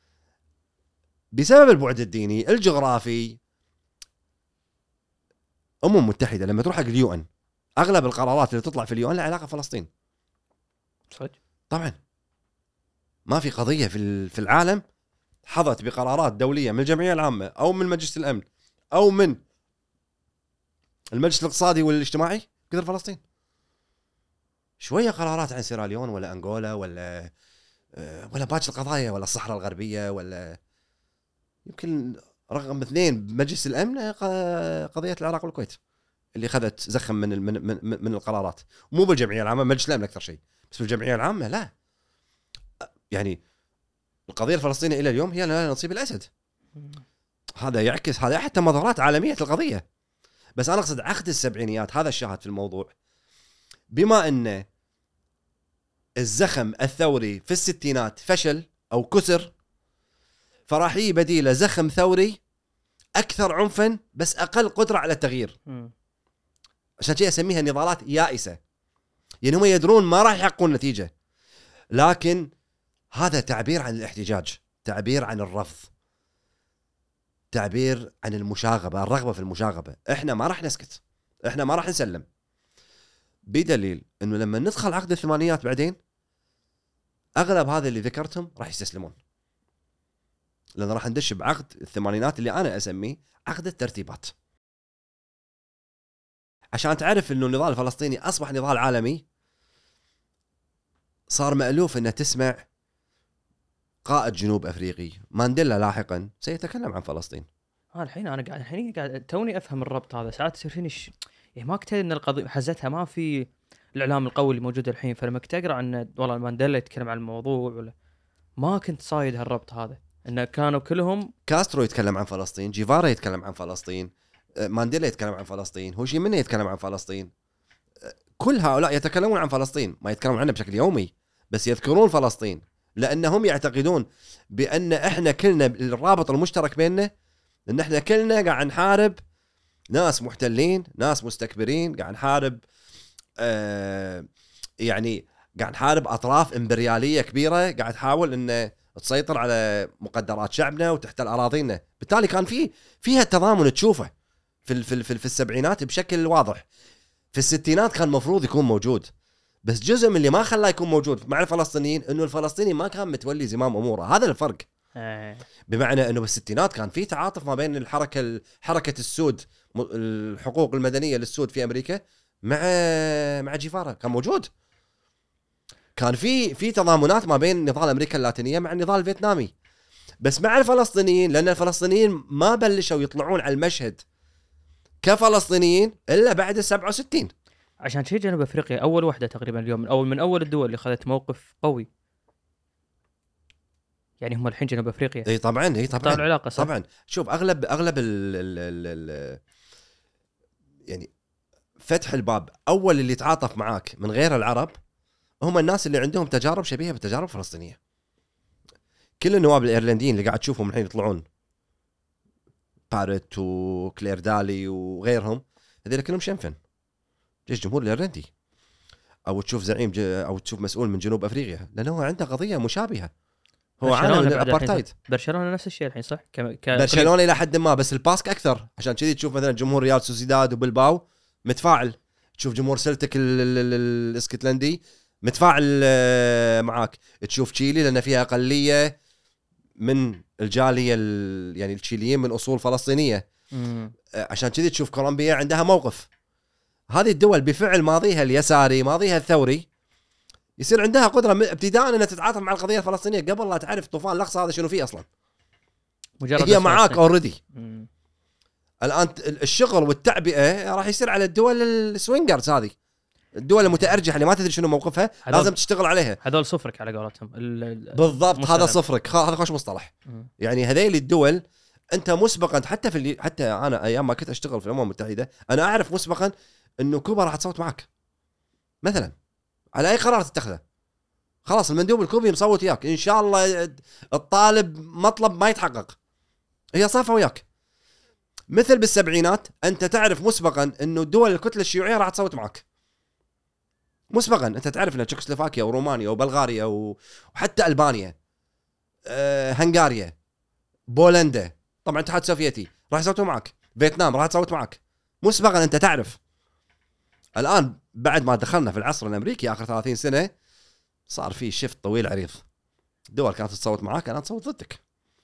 بسبب البعد الديني الجغرافي. امم متحده لما تروح حق اليو ان اغلب القرارات اللي تطلع في اليو ان لها علاقه بفلسطين. صدق؟ طبعا ما في قضيه في في العالم حظت بقرارات دوليه من الجمعيه العامه او من مجلس الامن او من المجلس الاقتصادي والاجتماعي كثر فلسطين. شويه قرارات عن سيراليون ولا انغولا ولا ولا باقي القضايا ولا الصحراء الغربيه ولا يمكن رقم اثنين بمجلس الامن قضيه العراق والكويت اللي اخذت زخم من من من, من القرارات. مو بالجمعيه العامه، مجلس الامن اكثر شيء، بس بالجمعيه العامه لا. يعني القضيه الفلسطينيه الى اليوم هي لا نصيب الاسد. هذا يعكس هذا احد تمظهرات عالميه القضيه. بس انا اقصد عقد السبعينيات هذا الشاهد في الموضوع، بما ان الزخم الثوري في الستينات فشل او كسر، فراح يجي بديله زخم ثوري اكثر عنفا بس اقل قدره على التغيير. عشان كذا اسميها نضالات يائسه. يعني هم يدرون ما راح يحققون نتيجه، لكن هذا تعبير عن الاحتجاج، تعبير عن الرفض، تعبير عن المشاغبه، الرغبه في المشاغبه. احنا ما راح نسكت، احنا ما راح نسلم، بدليل انه لما ندخل عقد الثمانينات بعدين اغلب هذا اللي ذكرتهم راح يستسلمون، لان راح ندش بعقد الثمانينات اللي انا اسميه عقد الترتيبات. عشان تعرف انه النضال الفلسطيني اصبح نضال عالمي، صار مألوف انه تسمع قائد جنوب افريقي مانديلا لاحقا سيتكلم عن فلسطين. ها الحين انا قاعد الحين قاعد توني افهم الربط هذا. ساعات تصير فيني ش... يعني ما كنت ان القضيه حزتها ما في الاعلام القوي اللي موجود الحين، فلما كنت اقرا عن والله مانديلا يتكلم عن الموضوع ولا ما كنت صايد هالربط هذا، انه كانوا كلهم. كاسترو يتكلم عن فلسطين، جيفارا يتكلم عن فلسطين، مانديلا يتكلم عن فلسطين، هوشي مني يتكلم عن فلسطين. كل هؤلاء يتكلمون عن فلسطين، ما يتكلمون عنها بشكل يومي بس يذكرون فلسطين، لأنهم يعتقدون بأن إحنا كلنا الرابط المشترك بيننا أن إحنا كلنا قاعد نحارب ناس محتلين، ناس مستكبرين، قاعد نحارب آه يعني قاعد نحارب أطراف إمبريالية كبيرة قاعد تحاول أن تسيطر على مقدرات شعبنا وتحتل أراضينا. بالتالي كان في فيها تضامن تشوفه في في في, في السبعينات بشكل واضح. في الستينات كان مفروض يكون موجود، بس جزء من اللي ما خلاه يكون موجود مع الفلسطينيين انه الفلسطيني ما كان متولي زمام اموره. هذا الفرق. بمعنى انه بالستينات كان في تعاطف ما بين الحركه حركه السود، الحقوق المدنيه للسود في امريكا مع مع جيفارا كان موجود. كان في في تضامنات ما بين نضال امريكا اللاتينيه مع النضال الفيتنامي، بس مع الفلسطينيين لان الفلسطينيين ما بلشوا يطلعون على المشهد كفلسطينيين الا بعد سبعة وستين. عشان شيء جنوب افريقيا اول واحده تقريبا اليوم، من اول من اول الدول اللي اخذت موقف قوي. يعني هم الحين جنوب افريقيا اي طبعا اي قطاع طبعا العلاقه صح؟ طبعا. شوف اغلب اغلب ال ال ال ال يعني فتح الباب اول اللي يتعاطف معاك من غير العرب هم الناس اللي عندهم تجارب شبيهه بالتجارب الفلسطينيه. كل النواب الايرلنديين اللي قاعد تشوفهم الحين يطلعون، بارت وكلير دالي وغيرهم، هذول كلهم شنفن جيش الجمهور الايرلندي. او تشوف زعيم ج... او تشوف مسؤول من جنوب افريقيا، لانه هو عنده قضيه مشابهه، هو عانى من الابارتايد. برشلونه نفس الشيء الحين صح؟ ك... ك... برشلونه الى حد ما، بس الباسك اكثر. عشان كذي تشوف مثلا جمهور ريال سوسيداد وبلباو متفاعل، تشوف جمهور سلتك الاسكتلندي متفاعل معاك، تشوف تشيلي لان فيها اقليه من الجاليه يعني التشيليين من اصول فلسطينيه. مم. عشان كذي تشوف كولومبيا عندها موقف. هذه الدول بفعل ماضيها اليساري ماضيها الثوري يصير عندها قدره ابتداء انها تتعاطف مع القضيه الفلسطينيه قبل لا تعرف طوفان الاقصى هذا شنو فيه اصلا. مجرد هي معاك سنة. اوريدي. الان الشغل والتعبئه راح يصير على الدول السوينجرز، هذه الدول المتارجحه اللي ما تدري شنو موقفها لازم تشتغل عليها. هذول صفرك على قولتهم. بالضبط هذا صفرك، هذا خوش مصطلح. مم. يعني هذيل الدول انت مسبقا، حتى في اللي حتى انا ايام ما كنت اشتغل في الامم المتحده انا اعرف مسبقا انه كوبا راح تصوت معك مثلا على اي قرار تتخذه. خلاص المندوب الكوبي مصوت وياك، ان شاء الله الطالب مطلب ما يتحقق هي صافه وياك. مثل بالسبعينات انت تعرف مسبقا انه الدول الكتله الشيوعيه راح تصوت معك مسبقا. انت تعرف ان تشيكوسلوفاكيا ورومانيا وبلغاريا وحتى البانيا، أه هنغاريا، بولندا، طبعا الاتحاد السوفيتي راح يصوتوا معك، فيتنام راح تصوت معك مسبقا. انت تعرف. الان بعد ما دخلنا في العصر الامريكي اخر ثلاثين سنه صار في شفت طويل عريض، الدول كانت تصوت معك الان تصوت ضدك.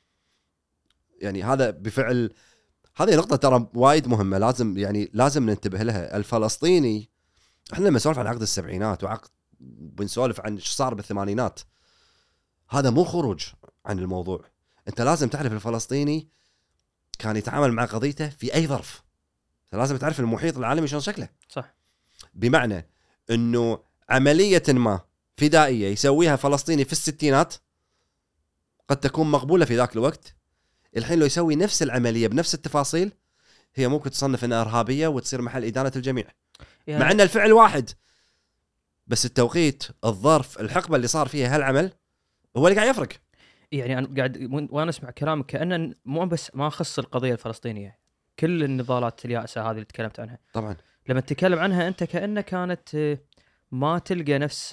يعني هذا بفعل، هذه نقطه ترى وايد مهمه، لازم يعني لازم ننتبه لها. الفلسطيني احنا لما نسولف عن عقد السبعينات وعقد بنسولف عن ايش صار بالثمانينات، هذا مو خروج عن الموضوع. انت لازم تعرف الفلسطيني كان يتعامل مع قضيته في اي ظرف، لازم تعرف المحيط العالمي شلون شكله. صح. بمعنى انه عمليه ما فدائيه يسويها فلسطيني في الستينات قد تكون مقبوله في ذاك الوقت، الحين لو يسوي نفس العمليه بنفس التفاصيل هي ممكن تصنف انها ارهابيه وتصير محل ادانه الجميع، يعني مع ان الفعل واحد بس التوقيت، الظرف، الحقبه اللي صار فيها هالعمل هو اللي قاعد يفرق. يعني انا قاعد وانا اسمع كلامك كأنه مو بس ما خص القضيه الفلسطينيه، كل النضالات اليائسه هذه اللي تكلمت عنها طبعا لما تتكلم عنها انت كأنه كانت ما تلقى نفس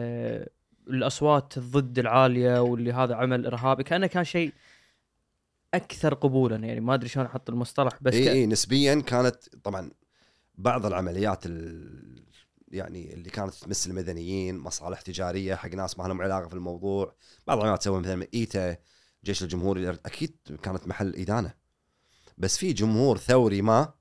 الاصوات الضد العاليه واللي هذا عمل ارهابي، كأنه كان شيء اكثر قبولا. يعني ما ادري شلون احط المصطلح بس إيه ك... إيه نسبيا كانت طبعا بعض العمليات يعني اللي كانت تمس المدنيين، مصالح تجاريه حق ناس ما لهم علاقه في الموضوع، بعض العمليات تسوي مثلا ايتا جيش الجمهوري اكيد كانت محل ادانه، بس في جمهور ثوري ما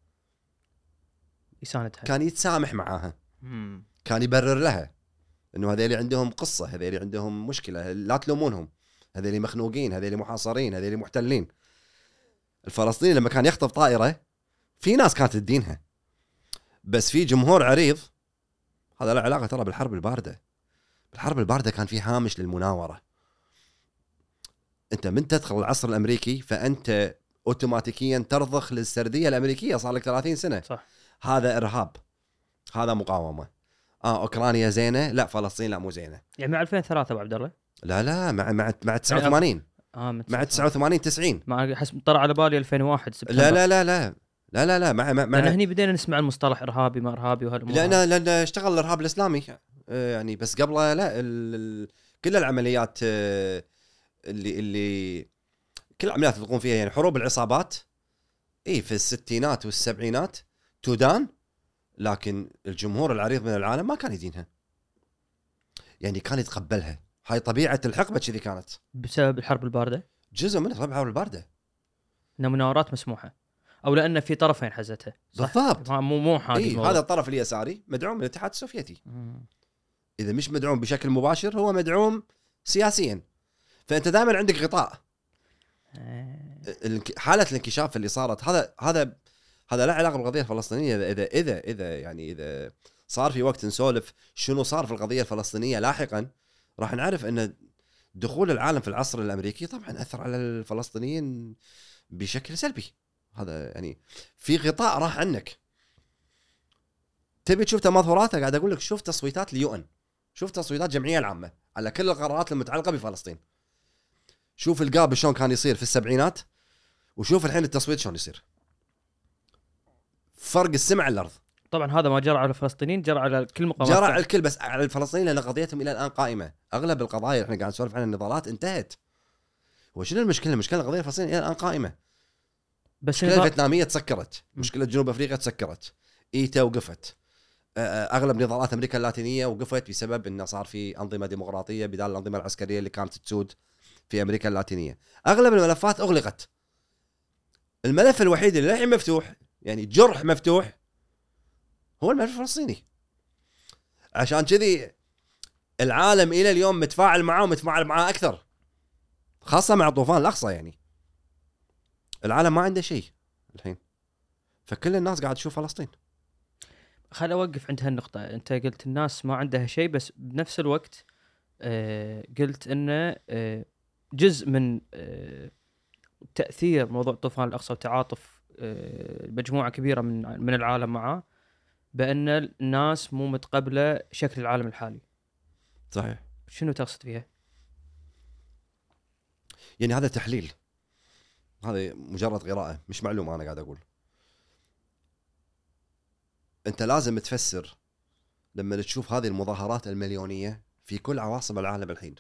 يساندها، كان يتسامح معاها، مم. كان يبرر لها انه هذول عندهم قصه، هذول عندهم مشكله، لا تلومونهم، هذول مخنوقين، هذول محاصرين، هذول محتلين. الفلسطيني لما كان يخطف طائره في ناس كانت تدينها، بس في جمهور عريض هذا له علاقه ترى بالحرب البارده. بالحرب البارده كان في هامش للمناوره. انت من تدخل العصر الامريكي فانت اوتوماتيكيا ترضخ للسرديه الامريكيه، صار لك ثلاثين سنه. صح. هذا ارهاب، هذا مقاومه. اه اوكرانيا زينه، لا فلسطين لا مو زينه. يعني مع ألفين وثلاثة ابو عبد الله؟ لا لا مع مع مع تسعة وثمانين. اه مع تسعة وثمانين تسعين. ما احس طلع على بالي ألفين وواحد سبتمبر. لا لا لا لا لا لا لا مع مع لان هني بدينا نسمع المصطلح ارهابي ما ارهابي وهالامور. لان لان اشتغل الارهاب الاسلامي يعني، بس قبله لا ال ال كل العمليات اللي اللي كل العمليات اللي تقوم فيها يعني حروب العصابات اي في الستينات والسبعينات تدان، لكن الجمهور العريض من العالم ما كان يدينها، يعني كان يتقبلها. هاي طبيعه الحقبه كذي كانت بسبب الحرب البارده، جزء من الحرب البارده ان مناورات مسموحه او لان في طرفين حزتها. بالضبط. مو مو حادي. إيه هذا الطرف اليساري مدعوم من الاتحاد السوفيتي. مم. اذا مش مدعوم بشكل مباشر هو مدعوم سياسيا، فانت دائما عندك غطاء. حاله الانكشاف اللي صارت هذا هذا هذا لا علاقه بالقضيه الفلسطينيه. اذا اذا اذا يعني اذا صار في وقت نسولف شنو صار في القضيه الفلسطينيه لاحقا، راح نعرف ان دخول العالم في العصر الامريكي طبعا اثر على الفلسطينيين بشكل سلبي. هذا يعني في غطاء راح عنك. تبي تشوف تماثراته؟ قاعد اقول لك شوف تصويتات اليو ان، شوف تصويتات جمعيه العامه على كل القرارات المتعلقه بفلسطين. شوف القاب شلون كان يصير في السبعينات، وشوف الحين التصويت شلون يصير. فرق السمع الارض. طبعا هذا ما جرى على الفلسطينيين، جرى على كل مقامات، جرى على الكل، بس على الفلسطينيين لان قضيتهم الى الان قائمه. اغلب القضايا اللي احنا قاعد نسولف عنها النضالات انتهت. وشنو المشكله؟ المشكله القضيه الفلسطينيه الى الان قائمه. بس مشكله نضال... الفيتناميه تسكرت، مشكله جنوب افريقيا تسكرت، ايتا وقفت، اغلب نضالات امريكا اللاتينيه وقفت بسبب انه صار في انظمه ديمقراطيه بدال الانظمه العسكريه اللي كانت تسود في امريكا اللاتينيه. اغلب الملفات اغلقت. الملف الوحيد اللي الحين مفتوح، يعني جرح مفتوح، هو الملف الفلسطيني. عشان كذي العالم الى اليوم متفاعل معاه ومتفاعل معاه اكثر، خاصه مع طوفان الاقصى. يعني العالم ما عنده شيء الحين، فكل الناس قاعد تشوف فلسطين. خل اوقف عند هالنقطه. انت قلت الناس ما عندها شيء، بس بنفس الوقت آه قلت انه آه جزء من آه تاثير موضوع طوفان الاقصى وتعاطف آه مجموعه كبيره من من العالم معه، بان الناس مو متقبله شكل العالم الحالي. صحيح. شنو تقصد فيها؟ يعني هذا تحليل، هذا مجرد قراءة مش معلومة أنا قاعد أقول. أنت لازم تفسر لما تشوف هذه المظاهرات المليونية في كل عواصم العالم الحين.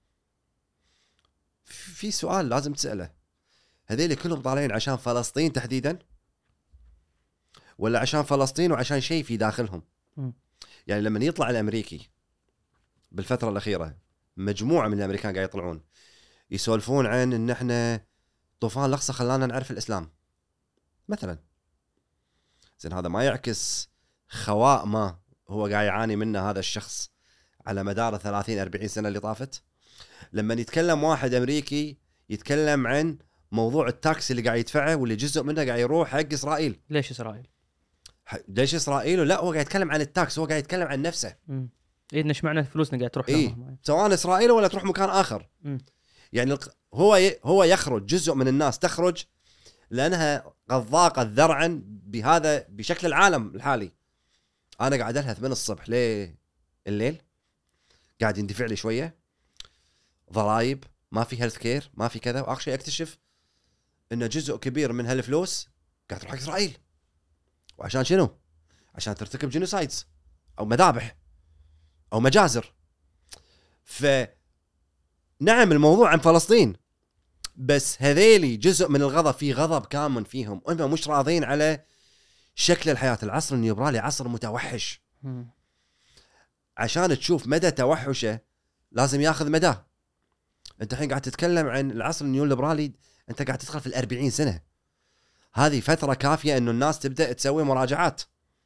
في سؤال لازم تسأله، هذيل كلهم طالعين عشان فلسطين تحديدا، ولا عشان فلسطين وعشان شيء في داخلهم؟ م. يعني لما يطلع الأمريكي بالفترة الأخيرة، مجموعة من الأمريكان قاعد يطلعون يسولفون عن إن إحنا طوفان الأقصى خلانا نعرف الإسلام مثلا. زين هذا ما يعكس خواء ما هو قاعد يعاني منه هذا الشخص على مدار ثلاثين أربعين سنة اللي طافت؟ لما يتكلم واحد أمريكي يتكلم عن موضوع التاكسي اللي قاعد يدفعه واللي جزء منه قاعد يروح حق إسرائيل. ليش إسرائيل؟ ليش إسرائيل؟ لا، هو قاعد يتكلم عن التاكس، هو قاعد يتكلم عن نفسه. امم إيه إيش معنى فلوسنا قاعد تروح إيه؟ لهم؟ سواء إسرائيل ولا تروح مكان آخر. م. يعني هو ي... هو يخرج، جزء من الناس تخرج لأنها قد ضاقت ذرعا بهذا بشكل العالم الحالي. أنا قاعد ألهث من الصبح ليه الليل، قاعد يندفع لي شوية ضرائب، ما في هيلث كير، ما في كذا، وآخر شيء أكتشف إنه جزء كبير من هالفلوس قاعد تروح إسرائيل. وعشان شنو؟ عشان ترتكب جينوسايدز أو مذابح أو مجازر. فنعم الموضوع عن فلسطين، بس هذيلي جزء من الغضب، في غضب كامن فيهم، وهم مش راضين على شكل الحياة. العصر النيوبرالي عصر متوحش. م. عشان تشوف مدى توحشه لازم ياخذ مداه. انت الحين قاعد تتكلم عن العصر النيوليبرالي، انت قاعد تدخل في الأربعين سنة. هذه فترة كافية انه الناس تبدأ تسوي مراجعات.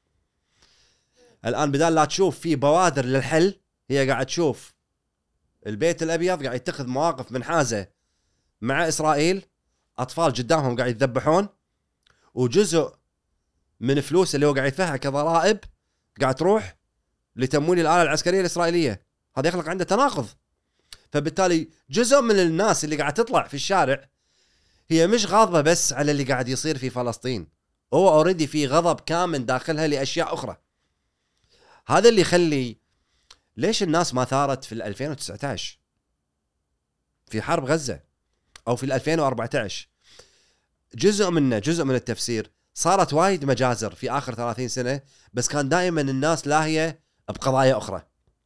الآن بدال لا تشوف في بوادر للحل، هي قاعد تشوف البيت الأبيض قاعد يتخذ مواقف منحازة مع إسرائيل، أطفال قدامهم قاعد يذبحون، وجزء من فلوس اللي هو قاعد يدفعها كضرائب قاعد تروح لتمويل الآلة العسكرية الإسرائيلية. هذا يخلق عنده تناقض. فبالتالي جزء من الناس اللي قاعد تطلع في الشارع هي مش غاضبة بس على اللي قاعد يصير في فلسطين، هو أوريدي في غضب كامن داخلها لأشياء أخرى. هذا اللي يخلي ليش الناس ما ثارت في ألفين وتسعة عشر في حرب غزة أو في ألفين وأربعة عشر. جزء منه جزء من التفسير صارت وايد مجازر في آخر ثلاثين سنة، بس كان دائما الناس لاهية بقضايا أخرى.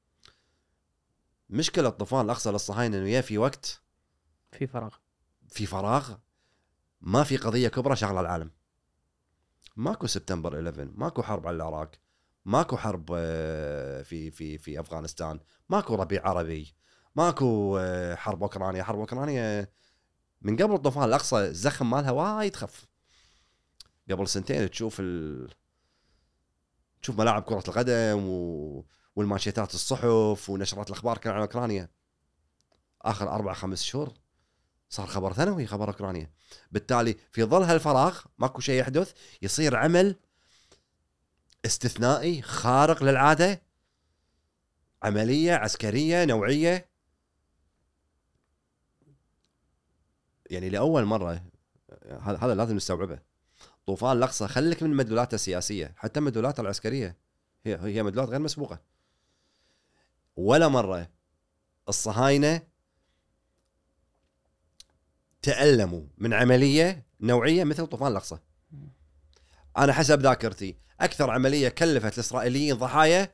مشكلة طوفان الأقصى للصهاينة إنه في وقت في فراغ في فراغ ما في قضية كبرى شغلة العالم. ماكو سبتمبر إحدى عشر، ماكو حرب على العراق، ماكو حرب في في في أفغانستان، ماكو ربيع عربي، ماكو حرب أوكرانيا. حرب أوكرانيا من قبل طوفان الأقصى الزخم مالها وايد خف. قبل سنتين تشوف ال... تشوف ملاعب كرة القدم و... والمانشيتات الصحف ونشرات الأخبار كان عن أوكرانيا. آخر أربع خمس شهور صار خبر ثانوي خبر أوكرانيا. بالتالي في ظل هالفراغ ماكو شيء يحدث، يصير عمل استثنائي خارق للعادة، عملية عسكرية نوعية. يعني لأول مرة هذا هذا لازم نستوعبه. طوفان الأقصى خليك من مدلولاته السياسية، حتى مدلولاته العسكرية هي هي مدلولات غير مسبوقة. ولا مرة الصهاينة تألموا من عملية نوعية مثل طوفان الأقصى. أنا حسب ذاكرتي أكثر عملية كلفت الإسرائيليين ضحايا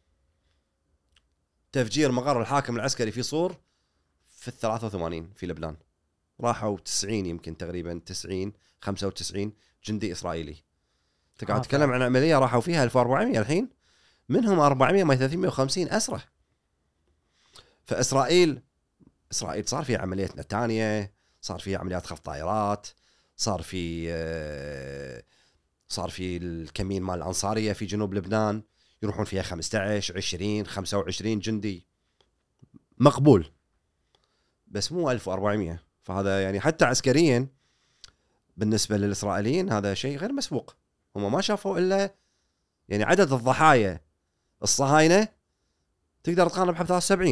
تفجير مقر الحاكم العسكري في صور في الثلاثة وثمانين في لبنان. راحوا تسعين يمكن تقريبا تسعين خمسة وتسعين جندي إسرائيلي. تقعد آه تتكلم عن عملية راحوا فيها ألف وأربعمية الحين، منهم أربعمية ما ثلاثمية وخمسين أسرى. فإسرائيل إسرائيل صار فيها عملية نتانيا، صار فيها عمليات خطف طائرات، صار في صار في الكمين مال الأنصارية في جنوب لبنان يروحون فيها خمسة عشر عشرين خمسة وعشرين جندي، مقبول، بس مو ألف وأربعمية. فهذا يعني حتى عسكريا بالنسبة للإسرائيليين هذا شيء غير مسبوق. هم ما شافوا إلا يعني عدد الضحايا الصهاينة تقدر تقارن بحب ثلاثة وسبعين.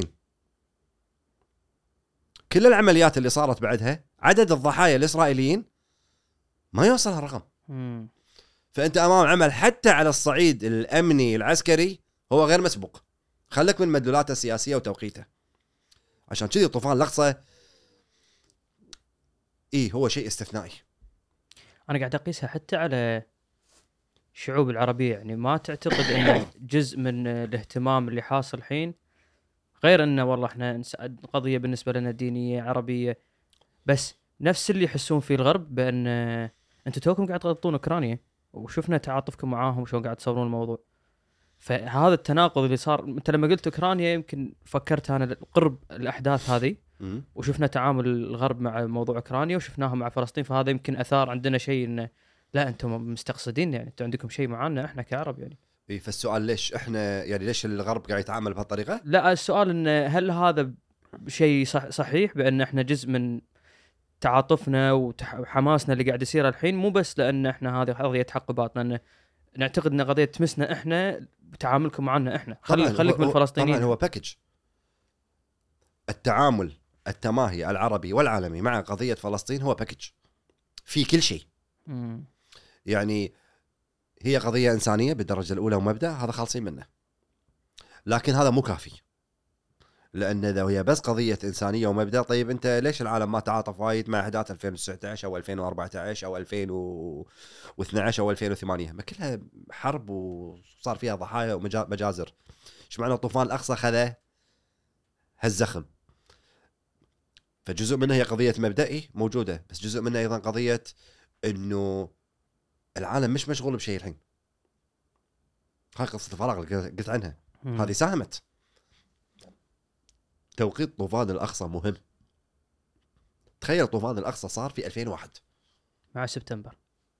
كل العمليات اللي صارت بعدها عدد الضحايا الإسرائيليين ما يوصل هالرقم. مم. فأنت أمام عمل حتى على الصعيد الأمني العسكري هو غير مسبوق. خلك من مدلولاته السياسية وتوقيته. عشان كذي طوفان الأقصى إيه هو شيء استثنائي. انا قاعد اقيسها حتى على الشعوب العربيه، يعني ما تعتقد انه جزء من الاهتمام اللي حاصل الحين، غير انه والله احنا قضيه بالنسبه لنا دينيه عربيه، بس نفس اللي يحسون فيه الغرب بان انتم توكم قاعد تغطون اوكرانيا وشفنا تعاطفكم معاهم وشلون قاعد تصورون الموضوع. فهذا التناقض اللي صار، انت لما قلت اوكرانيا يمكن فكرت انا قرب الاحداث هذه، م- وشفنا تعامل الغرب مع موضوع اوكرانيا وشفناها مع فلسطين، فهذا يمكن اثار عندنا شيء انه لا انتم مستقصدين، يعني انتم عندكم شيء معانا احنا كعرب يعني. إيه فالسؤال ليش إحنا يعني ليش الغرب قاعد يتعامل بهالطريقة؟ لا السؤال انه هل هذا شيء صح صحيح بان احنا جزء من تعاطفنا وحماسنا اللي قاعد يصير الحين، مو بس لان احنا هذه قضيه حق وباطل، لان نعتقد ان قضيه تمسنا احنا بتعاملكم معنا احنا. خلي خليك من الفلسطينيين. طبعا هو باكج. التعامل التماهي العربي والعالمي مع قضية فلسطين هو باكج في كل شيء. مم. يعني هي قضية إنسانية بالدرجة الأولى ومبدأ هذا خالصين منه، لكن هذا مو كافي. لأن إذا هي بس قضية إنسانية ومبدأ، طيب أنت ليش العالم ما تعاطف وايد مع أحداث ألفين وتسعة عشر أو ألفين وأربعة عشر أو ألفين واثني عشر أو ألفين وثمانية؟ ما كلها حرب وصار فيها ضحايا ومجازر. إيش معنى طوفان الأقصى خذ هالزخم؟ فجزء منها هي قضية مبدئي موجودة، بس جزء منها أيضا قضية إنه العالم مش مشغول بشيء الحين. هاي قصة الفراغ اللي قلت عنها، مم. هذه ساهمت. توقيت طوفان الأقصى مهم. تخيل طوفان الأقصى صار في ألفين وواحد مع سبتمبر.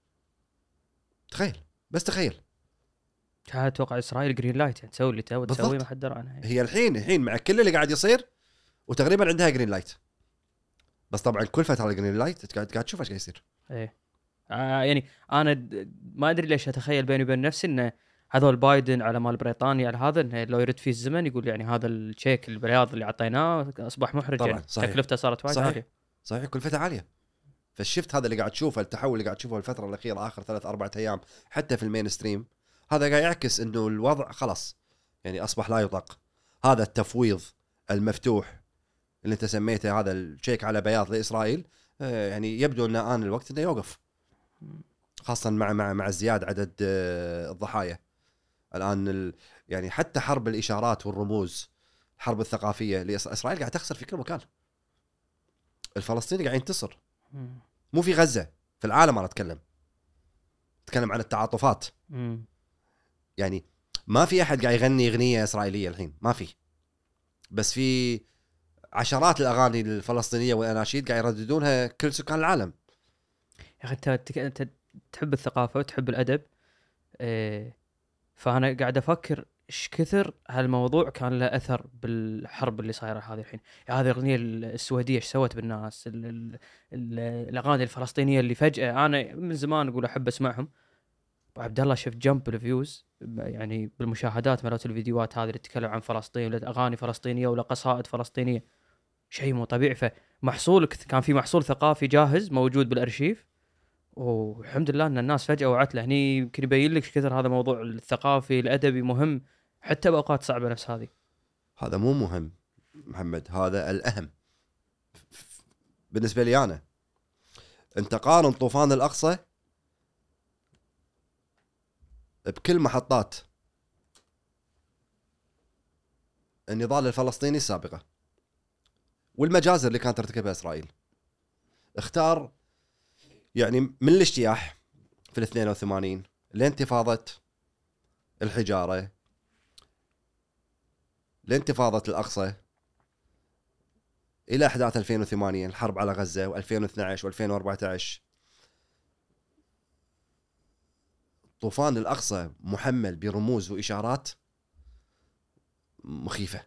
تخيل، بس تخيل. كانت اتوقع اسرائيل جرين لايت، يعني تسوي اللي تبغى تسوي، بالضبط. ما حد درى عنها. هي الحين الحين مع كل اللي قاعد يصير وتقريبا عندها جرين لايت، بس طبعا كل فترة الجرين لايت قاعد قاعد تشوف ايش قاعد يصير. ايه آه يعني انا د- ما ادري ليش اتخيل بيني وبين نفسي انه هذول بايدن على مال بريطانيا على هذا، انه لو يرد فيه الزمن يقول يعني هذا الشيك البياض اللي اعطيناه اصبح محرج، طبعاً، يعني صحيح. تكلفته صارت وايد صحيح. عاليه. صحيح كلفته عالية. فالشفت هذا اللي قاعد تشوفه، التحول اللي قاعد تشوفه الفترة الأخيرة آخر ثلاث أربعة أيام حتى في المين ستريم، هذا قاعد يعكس إنه الوضع خلاص يعني أصبح لا يطاق. هذا التفويض المفتوح اللي أنت سميته هذا الشيك على بياض لإسرائيل، آه يعني يبدو أن آن الوقت إنه يوقف، خاصة مع مع مع ازدياد عدد آه الضحايا الآن. ال يعني حتى حرب الإشارات والرموز، الحرب الثقافية اللي إسرائيل قاعد تخسر في كل مكان. الفلسطيني قاعد ينتصر، مم. مو في غزة، في العالم. أنا أتكلم أتكلم عن التعاطفات. مم. يعني ما في أحد قاعد يغني أغنية إسرائيلية الحين، ما في، بس في عشرات الأغاني الفلسطينية والأناشيد قاعد يرددونها كل سكان العالم. يا اخي انت تك- انت تحب الثقافه وتحب الادب، إيه، فانا قاعد افكر ايش كثر هالموضوع كان له اثر بالحرب اللي صايره هذه الحين. يعني هذه الاغنيه السويديه ايش سوت بالناس، ال ال ال الاغاني الفلسطينيه اللي فجاه انا من زمان اقول احب اسمعهم، وعبد الله شاف جمب بالفيوز، يعني بالمشاهدات مالت الفيديوهات هذه اللي تتكلم عن فلسطين، ولا اغاني فلسطينيه ولا قصائد فلسطينيه، شيء مو طبيعي. فمحصول كان في محصول ثقافي جاهز موجود بالارشيف، والحمد لله ان الناس فجاه وعت له. هني يمكن يبين لك كثر هذا موضوع الثقافي الادبي مهم حتى باوقات صعبه نفس هذه. هذا مو مهم محمد، هذا الاهم بالنسبه لي انا. انت قارن طوفان الاقصى بكل محطات النضال الفلسطيني السابقه والمجازر اللي كانت ترتكبها اسرائيل. اختار يعني من الاجتياح في الاثنين وثمانين لانتفاضه الحجاره، لانتفاضه الاقصى، الى احداث ألفين وثمانية، الحرب على غزه، وألفين واثنعش وألفين وأربعتعش. طوفان الاقصى محمل برموز واشارات مخيفه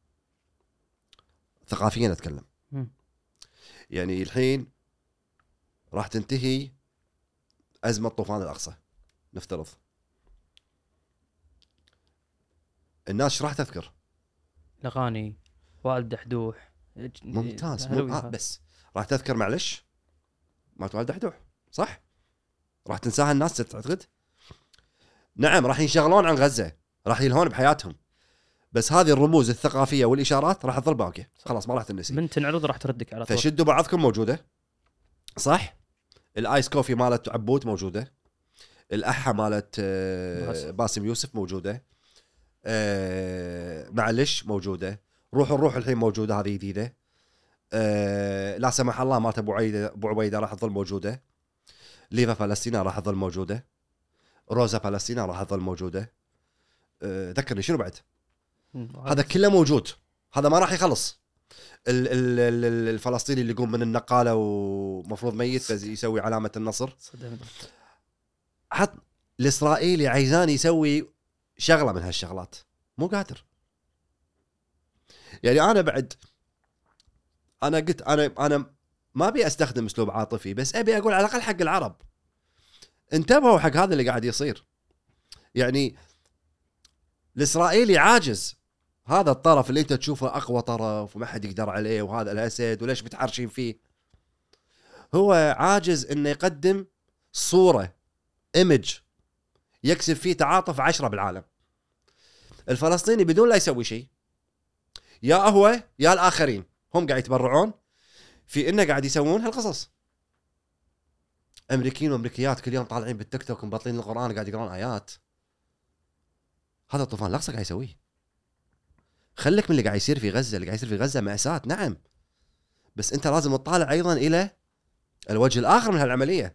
ثقافيا اتكلم. م. يعني الحين راح تنتهي ازمه طوفان الاقصى، نفترض الناس ايش راح تذكر؟ الاغاني، والد دحدوح. ممتاز. مم... آه بس راح تذكر معلش ما والد دحدوح، صح؟ راح تنساها الناس تعتقد؟ نعم راح ينشغلون عن غزه، راح يلهون بحياتهم، بس هذه الرموز الثقافيه والاشارات راح تظل باقيه، خلاص ما راح تنسي. من تنعرض راح تردك على طول. فشدوا بعضكم موجوده، صح؟ الايس كوفي مالت عبود موجوده، الاحا مالت آه باسم يوسف موجوده، آه معلش موجوده، روح الروح الحين موجوده هذه جديده، آه لا سمح الله مالت ابو عبيده ابو عبيده راح تظل موجوده، ليفا فلسطينا راح تظل موجوده، روزا فلسطينا راح تظل موجوده. آه ذكرني شنو بعد؟ هذا كله موجود، هذا ما راح يخلص. ال ال ال الفلسطيني اللي يقوم من النقاله ومفروض ميت بس يسوي علامه النصر. حط الاسرائيلي عايزان يسوي شغله من هالشغلات، مو قادر. يعني انا بعد انا قلت انا انا ما ابي استخدم اسلوب عاطفي، بس ابي اقول على الاقل حق العرب انتبهوا حق هذا اللي قاعد يصير. يعني الاسرائيلي عاجز، هذا الطرف اللي انت تشوفه اقوى طرف وما حد يقدر عليه، وهذا الاسد وليش بتحرشين فيه، هو عاجز انه يقدم صوره ايمج يكسب فيه تعاطف عشرة بالعالم. الفلسطيني بدون لا يسوي شيء، يا هو يا الاخرين هم قاعد يتبرعون في انه قاعد يسوون هالقصص. امريكيين وامريكيات كل يوم طالعين بالتيك توك مبطلين القران قاعد يقرون ايات. هذا طوفان الاقصى قاعد يسويه. خليك من اللي قاعد يصير في غزه، اللي قاعد يصير في غزه مأساة نعم، بس انت لازم تطالع ايضا الى الوجه الاخر من هالعمليه.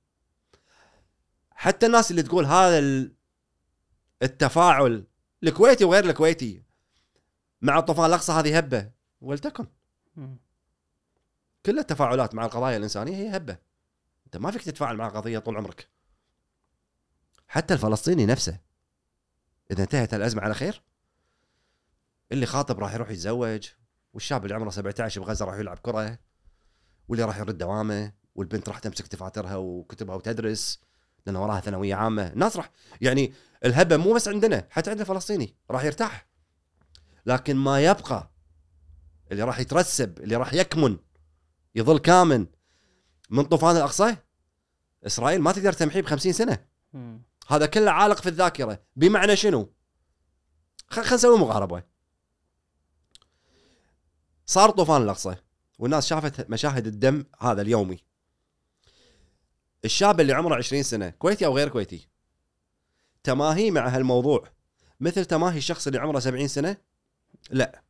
حتى الناس اللي تقول هذا التفاعل الكويتي وغير الكويتي مع طوفان الاقصى هذه هبه، ولتكن كل التفاعلات مع القضايا الانسانيه هي هبه. انت ما فيك تتفاعل مع قضيه طول عمرك. حتى الفلسطيني نفسه اذا انتهت الازمه على خير، اللي خاطب راح يروح يتزوج، والشاب اللي عمره سبعة عشر بغزه راح يلعب كره، واللي راح يرد دوامه، والبنت راح تمسك دفاترها وكتبها وتدرس لان وراها ثانويه عامه. الناس راح يعني الهبه مو بس عندنا، حتى عند الفلسطيني راح يرتاح. لكن ما يبقى اللي راح يترسب، اللي راح يكمن يظل كامن من طوفان الاقصى، اسرائيل ما تقدر تمحيه بخمسين سنه. مم. هذا كله عالق في الذاكره. بمعنى شنو؟ خلينا نسوي مقاربه. صار طوفان الاقصى والناس شافت مشاهد الدم هذا اليومي. الشاب اللي عمره عشرين سنه كويتي او غير كويتي، تماهي مع هالموضوع مثل تماهي الشخص اللي عمره سبعين سنه؟ لا.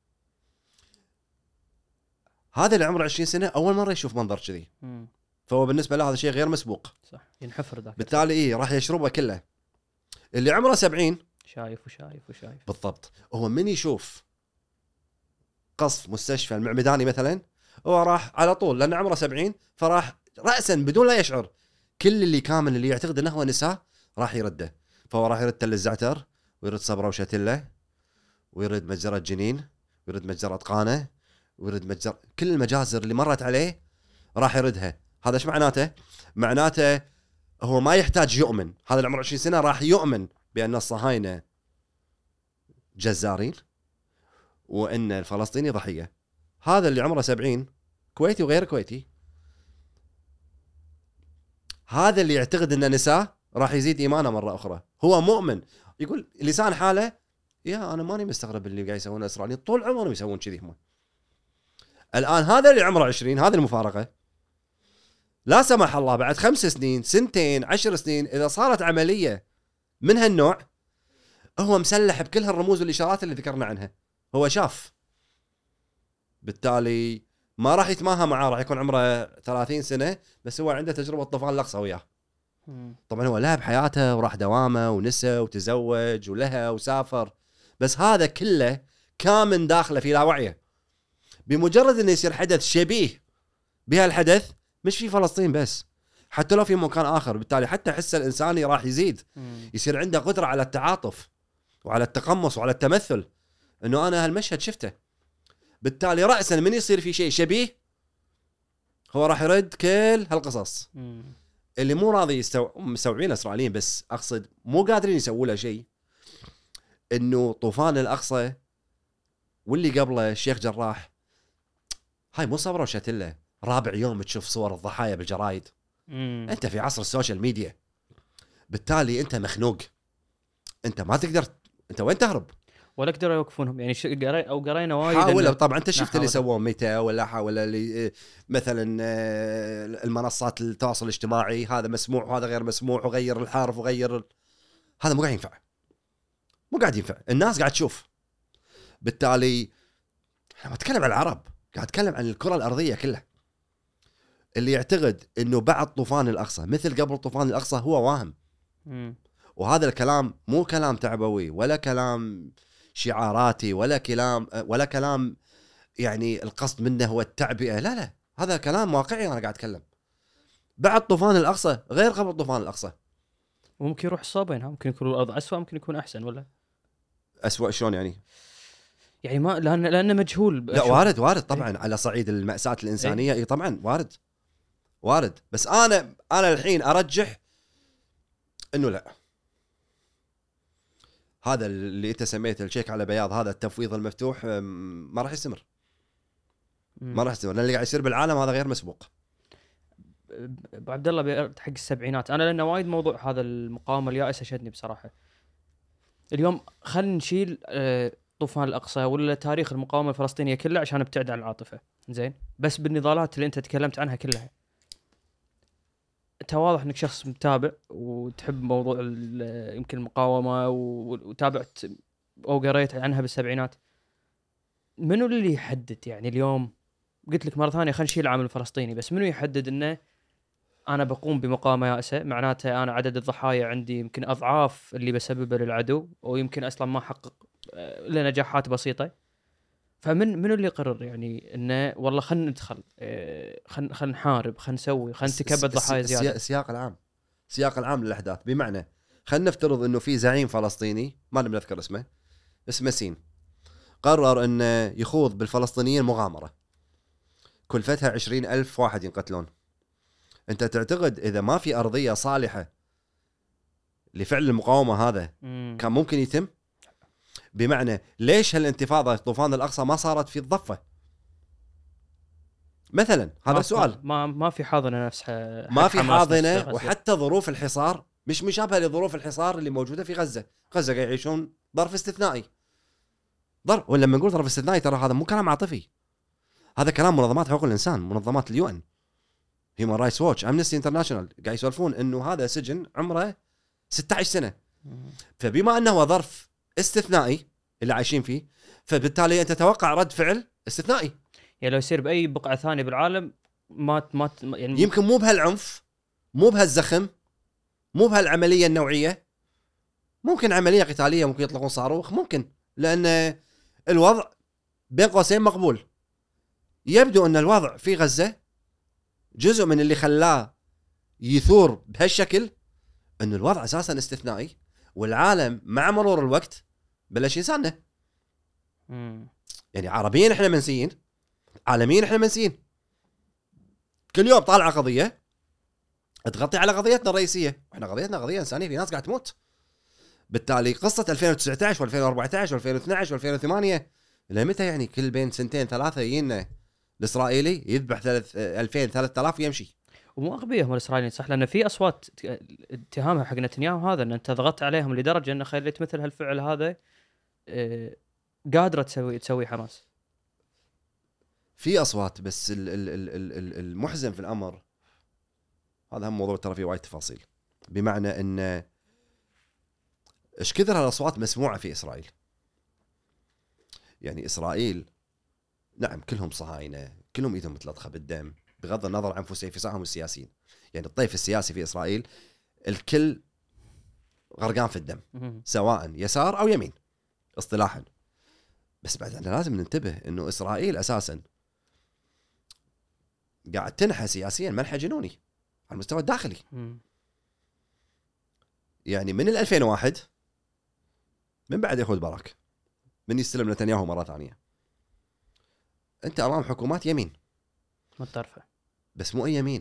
هذا اللي عمره عشرين سنه اول مره يشوف منظر كذي، فهو بالنسبه له هذا شيء غير مسبوق. صح، ينحفر ذاك. بالتالي ايه راح يشربه كله. اللي عمره سبعين شايف وشايف وشايف بالضبط، هو من يشوف قصف مستشفى المعمداني مثلا هو راح على طول، لان عمره سبعين فراح راسا بدون لا يشعر كل اللي كامل اللي يعتقد انه هو نساء راح يرده. فهو راح يرد تل الزعتر، ويرد صبره وشتله، ويرد مجزره جنين، ويرد مجزره قانه، ويرد مجزر كل المجازر اللي مرت عليه راح يردها. هذا ايش معناته؟ معناته هو ما يحتاج يؤمن، هذا العمر عشرين سنة راح يؤمن بأن الصهاينة جزارين وأن الفلسطيني ضحية. هذا اللي عمره سبعين كويتي وغير كويتي، هذا اللي يعتقد أن نساء راح يزيد إيمانه مرة أخرى، هو مؤمن يقول لسان حاله يا أنا ماني مستغرب اللي قاعد يسوون الإسرائيليين طول عمرهم يسوون كذي. هم الآن هذا اللي عمره عشرين، هذه المفارقة، لا سمح الله بعد خمس سنين سنتين عشر سنين إذا صارت عملية من هالنوع هو مسلح بكل هالرموز والإشارات اللي ذكرنا عنها، هو شاف، بالتالي ما راح يتماهى معاه، راح يكون عمره ثلاثين سنة بس هو عنده تجربة طوفان الأقصى وياه. طبعا هو لعب حياته وراح دوامه ونسى وتزوج ولها وسافر، بس هذا كله كامن داخله في لاوعيه. بمجرد انه يصير حدث شبيه بهالحدث، مش في فلسطين بس، حتى لو في مكان آخر، بالتالي حتى حسه الإنساني راح يزيد، يصير عنده قدرة على التعاطف وعلى التقمص وعلى التمثل، انه انا هالمشهد شفته. بالتالي رأسا من يصير في شيء شبيه هو راح يرد كل هالقصص اللي مو راضي يستو... مسوعين الإسرائيليين، بس أقصد مو قادرين يسووا له شيء. إنه طوفان الأقصى واللي قبله الشيخ جراح، هاي مو صبرة وشتلة، رابع يوم تشوف صور الضحايا بالجرايد. مم. أنت في عصر السوشيال ميديا، بالتالي أنت مخنوق، أنت ما تقدر، أنت وين تهرب؟ ولا قدروا يوقفونهم يعني قري او قرينا وايد. حاولوا طبعا، انت شفت اللي سووه متى، ولا حاول اللي مثلا المنصات التواصل الاجتماعي هذا مسموع وهذا غير مسموع، وغير الحرف وغير ال... هذا مو قاعد ينفع، مو قاعد ينفع، الناس قاعد تشوف. بالتالي انا بتكلم عن العرب، قاعد اتكلم عن الكرة الارضية كلها. اللي يعتقد انه بعد طوفان الاقصى مثل قبل طوفان الاقصى هو واهم. م. وهذا الكلام مو كلام تعبوي ولا كلام شعاراتي ولا كلام ولا كلام يعني القصد منه هو التعبئة، لا لا، هذا كلام واقعي. أنا قاعد أتكلم بعد طوفان الأقصى غير قبل طوفان الأقصى. ممكن يروح صوبين، ممكن يكون الأرض أسوأ، ممكن يكون أحسن، ولا أسوأ شلون يعني؟ يعني ما لأن لأنه مجهول. لا وارد وارد طبعا إيه؟ على صعيد المأساة الإنسانية إيه؟ إيه طبعا وارد وارد، بس أنا أنا الحين أرجح إنه لا، هذا اللي انت سميته الشيك على بياض، هذا التفويض المفتوح ما راح يستمر، ما راح يستمر، لان اللي قاعد يصير بالعالم هذا غير مسبوق. ابو عبد الله حق السبعينات، انا لانه وايد موضوع هذا المقاومه اليائسه شدني بصراحه. اليوم خلينا نشيل طوفان الاقصى ولا تاريخ المقاومه الفلسطينيه كله عشان ابتعد عن العاطفه، زين، بس بالنضالات اللي انت تكلمت عنها كلها، انت واضح انك شخص متابع وتحب موضوع يمكن المقاومه وتابعت او قريت عنها بالسبعينات. منو اللي يحدد يعني اليوم؟ قلت لك مره ثانيه خلينا نشيل العامل الفلسطيني، بس منو يحدد انه انا بقوم بمقاومه يائسه، معناته انا عدد الضحايا عندي يمكن اضعاف اللي بسببه للعدو، ويمكن اصلا ما احقق الا نجاحات بسيطه. فمن منو اللي يقرر يعني انه والله خلينا ندخل، خلينا خلينا نحارب، خلينا نسوي، خلينا نتكبد ضحايا زياده؟ السياق العام، السياق العام للاحداث. بمعنى خلينا نفترض انه في زعيم فلسطيني ما نبي نذكر اسمه، اسمه سين، قرر انه يخوض بالفلسطينيين مغامره كلفتها عشرين ألف واحد ينقتلون. انت تعتقد اذا ما في ارضيه صالحه لفعل المقاومه هذا مم. كان ممكن يتم؟ بمعنى ليش هالانتفاضه طوفان الاقصى ما صارت في الضفه مثلا؟ هذا سؤال. ما ما في حاضنه نفسها، ما في حاضنه، وحتى ظروف الحصار مش مشابهه لظروف الحصار اللي موجوده في غزه. غزه قاعد يعيشون ظرف استثنائي، ظرف، ولما نقول ظرف استثنائي ترى هذا مو كلام عاطفي، هذا كلام منظمات حقوق الانسان، منظمات اليو ان، هيومن رايتس ووتش، امنستي انترناشونال، قاعد يسولفون انه هذا سجن عمره ستة عشر سنه. فبما انه هو ظرف استثنائي اللي عايشين فيه، فبالتالي انت تتوقع رد فعل استثنائي. يعني لو يصير باي بقعه ثانيه بالعالم ما ما يعني يمكن مو بهالعنف، مو بهالزخم، مو بهالعمليه النوعيه، ممكن عمليه قتاليه، ممكن يطلقون صاروخ، ممكن، لان الوضع بين قوسين مقبول. يبدو ان الوضع في غزه جزء من اللي خلاه يثور بهالشكل ان الوضع اساسا استثنائي، والعالم مع مرور الوقت بلش ينسانه. يعني عربيين احنا منسيين، عالميين احنا منسيين. كل يوم طالعه قضيه تغطي على قضيتنا الرئيسيه، واحنا قضيتنا قضيه انسانيه، في ناس قاعد تموت. بالتالي قصه ألفين وتسعة عشر و2014 و2012 و2008 لمتى يعني؟ كل بين سنتين ثلاثه يجينا الاسرائيلي يذبح ألفين ثلاثة آلاف ويمشي. ومو اغبياء هم الاسرائيليين صح، لان في اصوات اتهامها حق نتنياهو هذا ان انت ضغطت عليهم لدرجه ان خليت مثل هالفعل هذا اه قادره تسوي تسوي حماس. في اصوات، بس ال ال ال ال المحزن في الامر هذا هم موضوع ترى فيه وايد تفاصيل، بمعنى ان ايش كثر هالاصوات مسموعه في اسرائيل. يعني اسرائيل نعم كلهم صهاينه، كلهم ايدهم متلطخه بالدم بغض النظر عن فسيفسائهم السياسيين. يعني الطيف السياسي في اسرائيل الكل غرقان في الدم، سواء يسار او يمين اصطلاحا. بس بعد احنا لازم ننتبه انه اسرائيل اساسا قاعد تنحى سياسيا منحى جنوني على المستوى الداخلي. يعني من ألفين وواحد، من بعد يهود باراك، من يستلم نتنياهو مره ثانيه، انت امام حكومات يمين متطرفه، بس مو اي يمين.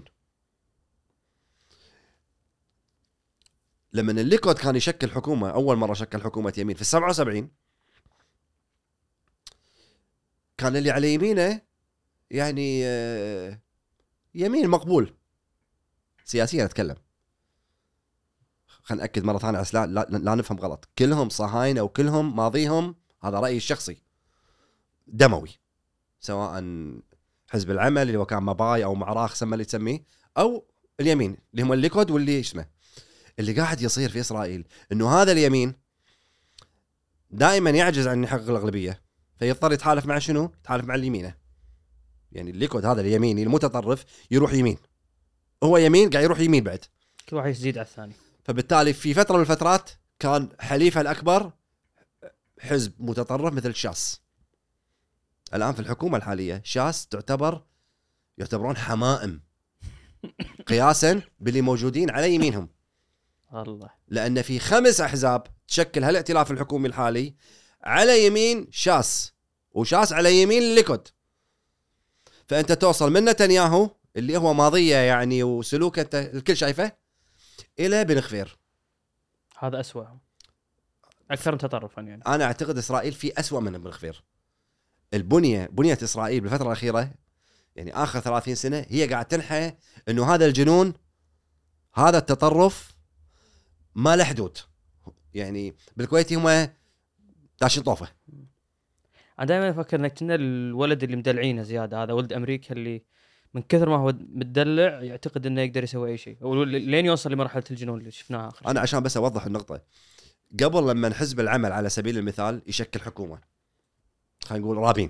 لما الليكود كان يشكل حكومه، اول مره شكل حكومه يمين في السبعة وسبعين، كان اللي على يمينه يعني يمين مقبول سياسيا اتكلم. خلينا نأكد مرة ثانية لا, لا, لا نفهم غلط، كلهم صهاينة وكلهم ماضيهم، هذا رأيي الشخصي، دموي، سواء حزب العمل اللي هو كان مباي أو معراخ سمى اللي تسميه، أو اليمين اللي هم الليكود واللي اسمه. اللي قاعد يصير في إسرائيل إنه هذا اليمين دائما يعجز عن يحقق الأغلبية، فيضطر يتحالف مع شنو؟ يتحالف مع اليمينة. يعني الليكود هذا اليميني المتطرف يروح يمين، هو يمين قاعد يروح يمين بعد، كل واحد يزيد على الثاني. فبالتالي في فترة من الفترات كان حليفها الأكبر حزب متطرف مثل شاس. الآن في الحكومة الحالية شاس تعتبر يعتبرون حمائم قياسا باللي موجودين على يمينهم. الله. لأن في خمس أحزاب تشكل هالائتلاف الحكومي الحالي، على يمين شاس وشاس على يمين الليكود. فأنت توصل من نتنياهو اللي هو ماضية يعني وسلوك أنت الكل شايفه، إلى بن غفير. هذا أسوأ، أكثر تطرفا. يعني أنا أعتقد إسرائيل في أسوأ من بن غفير. البنية بنية إسرائيل بالفترة الأخيرة، يعني آخر ثلاثين سنة، هي قاعد تنحى إنه هذا الجنون، هذا التطرف ما له حدود. يعني بالكويت هم داشين طوفة. أنا دائما أفكر إنك كنا الولد اللي مدلعينه زيادة، هذا ولد أمريكا اللي من كثر ما هو متدلع يعتقد إنه يقدر يسوي أي شيء، لين يوصل لمرحلة الجنون اللي شفناها آخر. أنا عشان بس أوضح النقطة، قبل لما حزب العمل على سبيل المثال يشكل حكومة، خلينا نقول رابين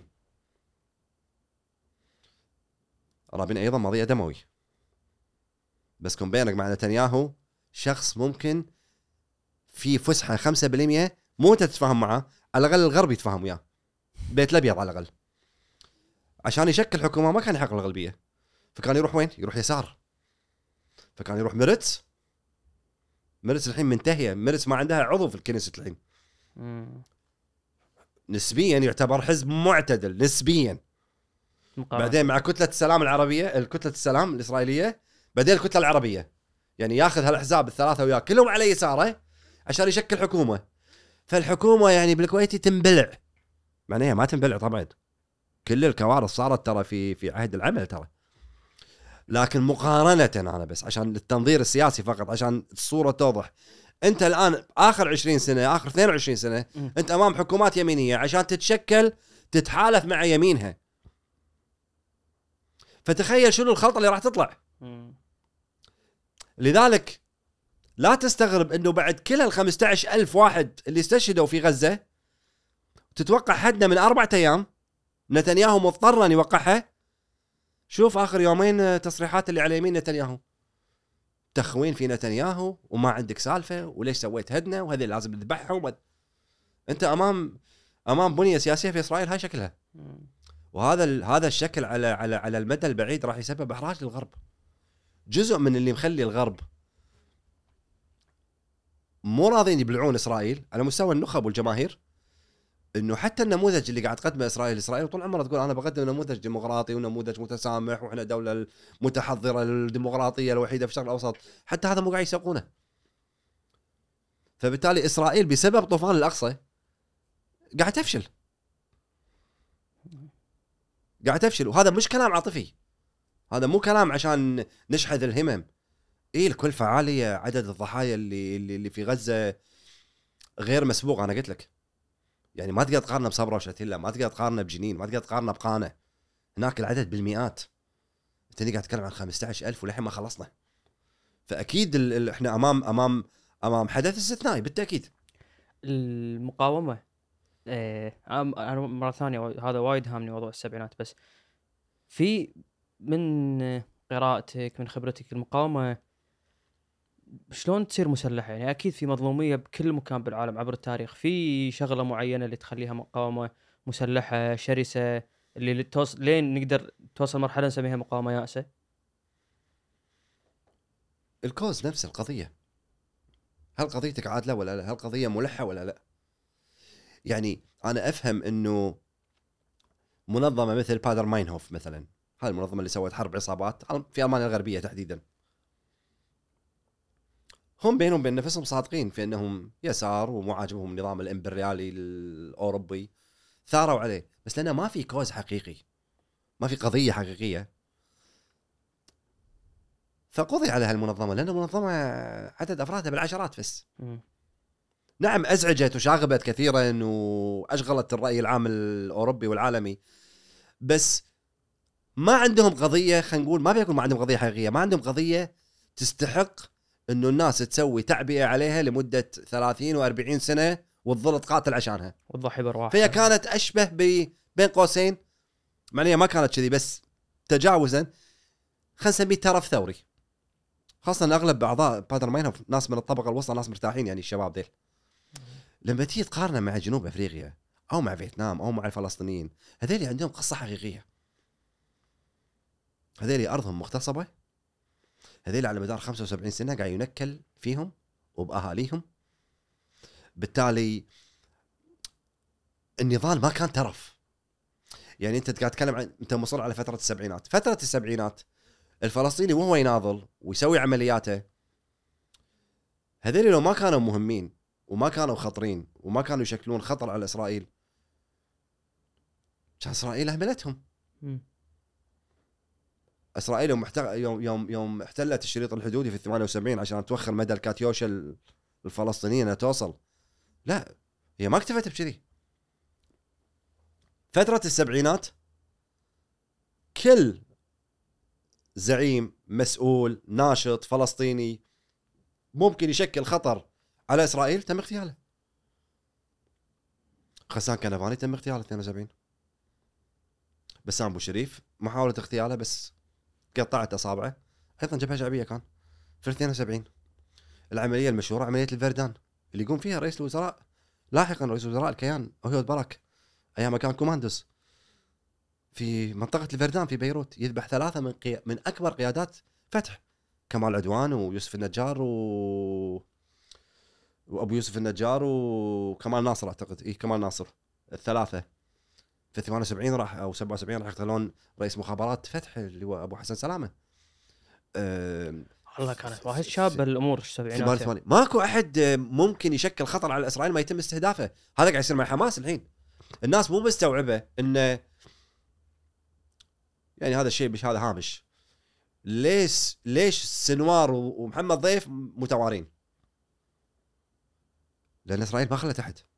رابين أيضا ماضية دموي، بس كن بينك مع نتنياهو شخص ممكن في فسحة خمسة بالمية مو تتفاهم معه، على الأقل الغرب يتفاهم وياه، بيت الأبيض على الأقل. عشان يشكل حكومة ما كان يحقق الأغلبية، فكان يروح وين؟ يروح يسار. فكان يروح مرتس. مرتس الحين منتهية، مرتس ما عندها عضو في الكنيسة الحين. مم. نسبيا يعتبر حزب معتدل نسبيا. مقارنة. بعدين مع كتلة السلام العربية، الكتلة السلام الإسرائيلية، بعدين الكتلة العربية، يعني ياخذ هالأحزاب الثلاثة وياه كلهم على يساره عشان يشكل حكومة. فالحكومة يعني بالكويتي تنبلع، معناها ما تنبلع طبعا، كل الكوارث صارت ترى في في عهد العمل ترى. لكن مقارنة أنا بس عشان التنظير السياسي فقط، عشان الصورة توضح، أنت الآن آخر عشرين سنة، آخر اثنين وعشرين سنة، م. أنت أمام حكومات يمينية عشان تتشكل تتحالف مع يمينها. فتخيل شنو الخلطة اللي راح تطلع. م. لذلك لا تستغرب أنه بعد كل الخمسة عشر ألف واحد اللي استشهدوا في غزة، تتوقع حدنا من أربعة أيام نتنياهو مضطر أن يوقعها. شوف آخر يومين تصريحات اللي على يمين نتنياهو، تخوين في نتنياهو وما عندك سالفة وليش سويت هدنة وهذه لازم نذبحهم و... أنت أمام أمام بنية سياسية في إسرائيل هاي شكلها. وهذا ال... هذا الشكل على على على المدى البعيد راح يسبب إحراج للغرب. جزء من اللي مخلي الغرب مو راضين يبلعون إسرائيل على مستوى النخب والجماهير، انه حتى النموذج اللي قاعد تقدمه اسرائيل اسرائيل طول عمرها تقول انا بقدم نموذج ديمقراطي ونموذج متسامح واحنا دوله المتحضره الديمقراطيه الوحيده في الشرق الاوسط، حتى هذا مو قاعد يسوقونه. فبالتالي اسرائيل بسبب طوفان الاقصى قاعد تفشل قاعد تفشل وهذا مش كلام عاطفي، هذا مو كلام عشان نشحذ الهمم. ايه الكلفه عاليه، عدد الضحايا اللي اللي, اللي في غزه غير مسبوق. انا قلت لك يعني ما تقدر تقارنه بصبرا وشتيلا، ما تقدر تقارنه بجنين، ما تقدر تقارنه بقانه. هناك العدد بالمئات، انت قاعد تتكلم عن خمسة عشر ألف ولحين ما خلصنا. فاكيد ال ال احنا امام امام امام حدث استثنائي بالتاكيد. المقاومه ايه انا مره ثانيه هذا وايد هامني موضوع السبعينات، بس في من قراءتك من خبرتك المقاومه شلون تصير مسلحه؟ يعني اكيد في مظلوميه بكل مكان بالعالم عبر التاريخ، في شغله معينه اللي تخليها مقاومه مسلحه شرسه اللي توصل لين نقدر توصل مرحله نسميها مقاومه يائسه. الكوز نفس القضيه، هل قضيتك عادله ولا لا؟ هل قضيه ملحه ولا لا؟ يعني انا افهم انه منظمه مثل بادر ماينهوف مثلا، هاي المنظمه اللي سوت حرب عصابات في المانيا الغربيه تحديدا، هم بينهم بين نفسهم صادقين في انهم يسار ومو عاجبهم النظام الامبريالي الاوروبي، ثاروا عليه، بس لانه ما في كوز حقيقي، ما في قضيه حقيقيه، فقضي على هالمنظمه لان منظمه عدد افرادها بالعشرات بس. م. نعم ازعجت وشاغبت كثيرا واشغلت الراي العام الاوروبي والعالمي، بس ما عندهم قضيه. خلينا نقول ما بيكون ما عندهم قضيه حقيقيه، ما عندهم قضيه تستحق انه الناس تسوي تعبئه عليها لمده ثلاثين وأربعين سنه وتظل تقاتل عشانها وتضحي برواحها. فهي كانت اشبه بين قوسين، معناها ما كانت كذي بس تجاوزا، خلينا نسميه ترف ثوري، خاصه ان اغلب اعضاء بادر ماينهوف ناس من الطبقه الوسطى، ناس مرتاحين يعني الشباب ديل. لما تيجي تقارنه مع جنوب افريقيا او مع فيتنام او مع الفلسطينيين، هذول عندهم قصه حقيقيه، هذول ارضهم مغتصبه، هذول على مدار خمسة وسبعين سنه قاعد ينكل فيهم وباهاليهم، بالتالي النضال ما كان ترف. يعني انت قاعد تتكلم عن انت مصر على فتره السبعينات، فتره السبعينات الفلسطيني وهو يناضل ويسوي عملياته، هذول لو ما كانوا مهمين وما كانوا خطرين وما كانوا يشكلون خطر على اسرائيل، كان اسرائيل اهملتهم. م. اسرائيل يوم محتق... يوم يوم يوم احتلت الشريط الحدودي في ثمانية وسبعين عشان توخر مدى الكاتيوشا الفلسطينيه انها توصل، لا هي ما اكتفت بكذي. فتره السبعينات كل زعيم مسؤول ناشط فلسطيني ممكن يشكل خطر على اسرائيل تم اغتياله. غسان كنفاني تم اغتياله اثنين وسبعين، بسام ابو شريف محاوله اغتياله بس قطعت اصابعه، ايضا جبهه شعبيه كان في اثنين وسبعين. العمليه المشهوره عمليه الفردان اللي يقوم فيها رئيس الوزراء لاحقا رئيس وزراء الكيان أهود باراك ايام كان كوماندوس في منطقه الفردان في بيروت، يذبح ثلاثه من قي... من اكبر قيادات فتح، كمال عدوان ويوسف النجار و... وابو يوسف النجار وكمال ناصر اعتقد، اي كمال ناصر، الثلاثه في ثمانية وسبعين راح او سبعة وسبعين راح يقتلون رئيس مخابرات فتح اللي هو ابو حسن سلامه. أه... والله كانت واحد شاب الامور السبعينات يعني. ماكو احد ممكن يشكل خطر على اسرائيل ما يتم استهدافه. هذا قاعد يصير مع حماس الحين، الناس مو مستوعبه انه يعني هذا الشيء مش هذا هامش. ليش ليش سنوار ومحمد ضيف متوارين؟ لان اسرائيل ما خلت احد،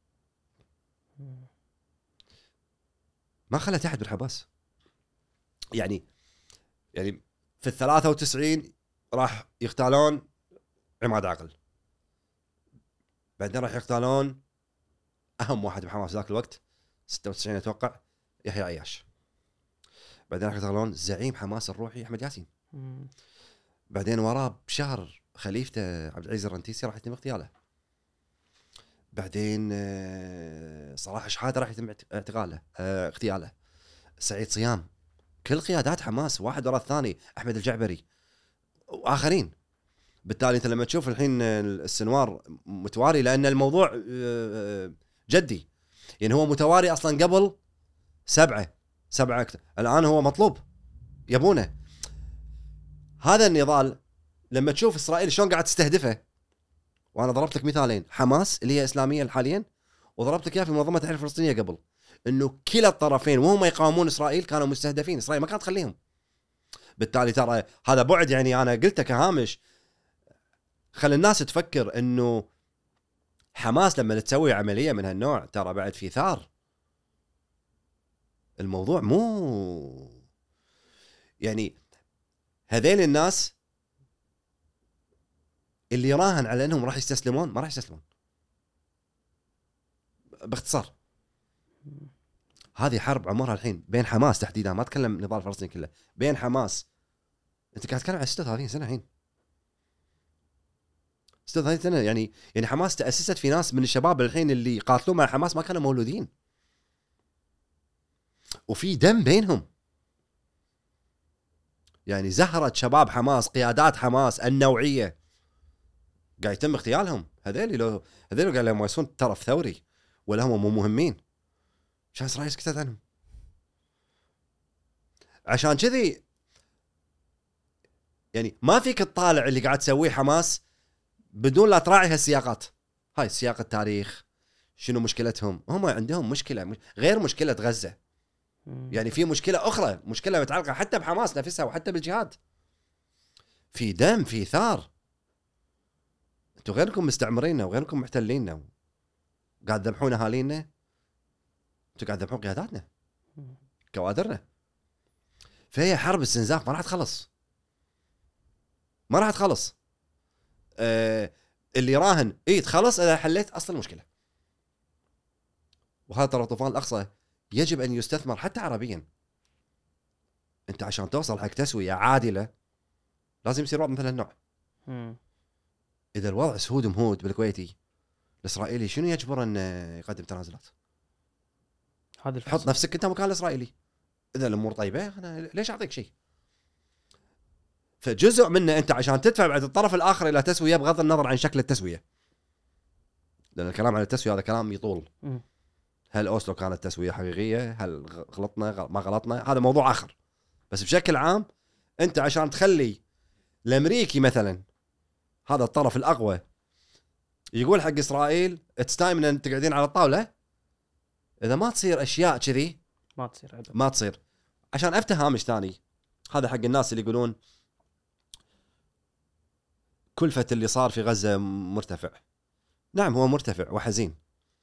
ما خلت احد بالحباس. يعني يعني في الثلاثة وتسعين راح يختالون عماد عقل، بعدين راح يختالون اهم واحد بحماس ذاك الوقت ستة وتسعين اتوقع يحيى عياش، بعدين راح يختالون زعيم حماس الروحي احمد ياسين، بعدين وراه بشهر خليفته عبد العزيز الرنتيسي راح يتم اغتياله، بعدين صلاح شحاده راح يتم اعتقاله اغتياله، سعيد صيام، كل قيادات حماس واحد ورا الثاني، احمد الجعبري واخرين. بالتالي انت لما تشوف الحين السنوار متواري لان الموضوع جدي، يعني هو متواري اصلا قبل سبعه سبعه أكتر. الان هو مطلوب يبونه. هذا النضال لما تشوف اسرائيل شلون قاعد تستهدفه، وانا ضربت لك مثالين، حماس اللي هي اسلاميه حاليا، وضربت لك اياها في منظمه التحرير الفلسطينيه قبل، انه كلا الطرفين وهم يقاومون اسرائيل كانوا مستهدفين. اسرائيل ما كانت تخليهم. بالتالي ترى هذا بعد، يعني انا قلته كهامش، خلي الناس تفكر انه حماس لما تسوي عمليه من هالنوع ترى بعد في ثار. الموضوع مو يعني هذين الناس اللي يراهن على انهم راح يستسلمون، ما راح يستسلمون. باختصار هذه حرب عمرها الحين بين حماس تحديدا، ما اتكلم النضال الفلسطيني كله، بين حماس. انت قاعد تتكلم عن ستة وثلاثين سنه الحين، ستة وثلاثين سنه. يعني يعني حماس تاسست في ناس من الشباب الحين اللي قاتلوا مع حماس ما كانوا مولودين، وفي دم بينهم. يعني زهرة شباب حماس، قيادات حماس النوعيه قاعد يتم اغتيالهم. هذول لو هذول قاعد لهم يسون طرف ثوري ولا هم مو مهمين، عشان اسرائيل سكتت عنهم. عشان كذي يعني ما فيك تطالع اللي قاعد تسويه حماس بدون لا تراعي هالسياقات هاي. سياق التاريخ، شنو مشكلتهم؟ هم عندهم مشكله غير مشكله غزه. يعني في مشكله اخرى، مشكله متعلقه حتى بحماس نفسها وحتى بالجهاد. في دم، في ثار. انتوا غيركم مستعمريننا وغيركم محتليننا قاعد تذبحون اهالينا، انتوا قاعد تذبحون قياداتنا كوادرنا. فهي حرب استنزاف ما راح تخلص، ما راح تخلص. أه اللي راهن اي تخلص اذا حليت اصل المشكله. وهذا ترى طوفان الاقصى يجب ان يستثمر حتى عربيا. انت عشان توصل حق تسويه عادله لازم يصير وضع مثل هالنوع. اذا الوضع سهود مهود بالكويتي، الاسرائيلي شنو يجبر ان يقدم تنازلات؟ هذا حط نفسك انت مكان الاسرائيلي. اذا الامور طيبه انا ليش اعطيك شيء؟ فجزء منه انت عشان تدفع بعد الطرف الاخر الى تسويه بغض النظر عن شكل التسويه، لان الكلام عن التسويه هذا كلام يطول. م. هل اوسلو كانت تسويه حقيقيه؟ هل غلطنا ما غلطنا؟ هذا موضوع اخر. بس بشكل عام انت عشان تخلي الامريكي مثلا هذا الطرف الاقوى يقول حق اسرائيل اتس تايم ان تقعدين على الطاوله، اذا ما تصير اشياء كذي ما تصير عدل. ما تصير. عشان افتح هامش ثاني، هذا حق الناس اللي يقولون كلفة اللي صار في غزة مرتفع. نعم هو مرتفع وحزين،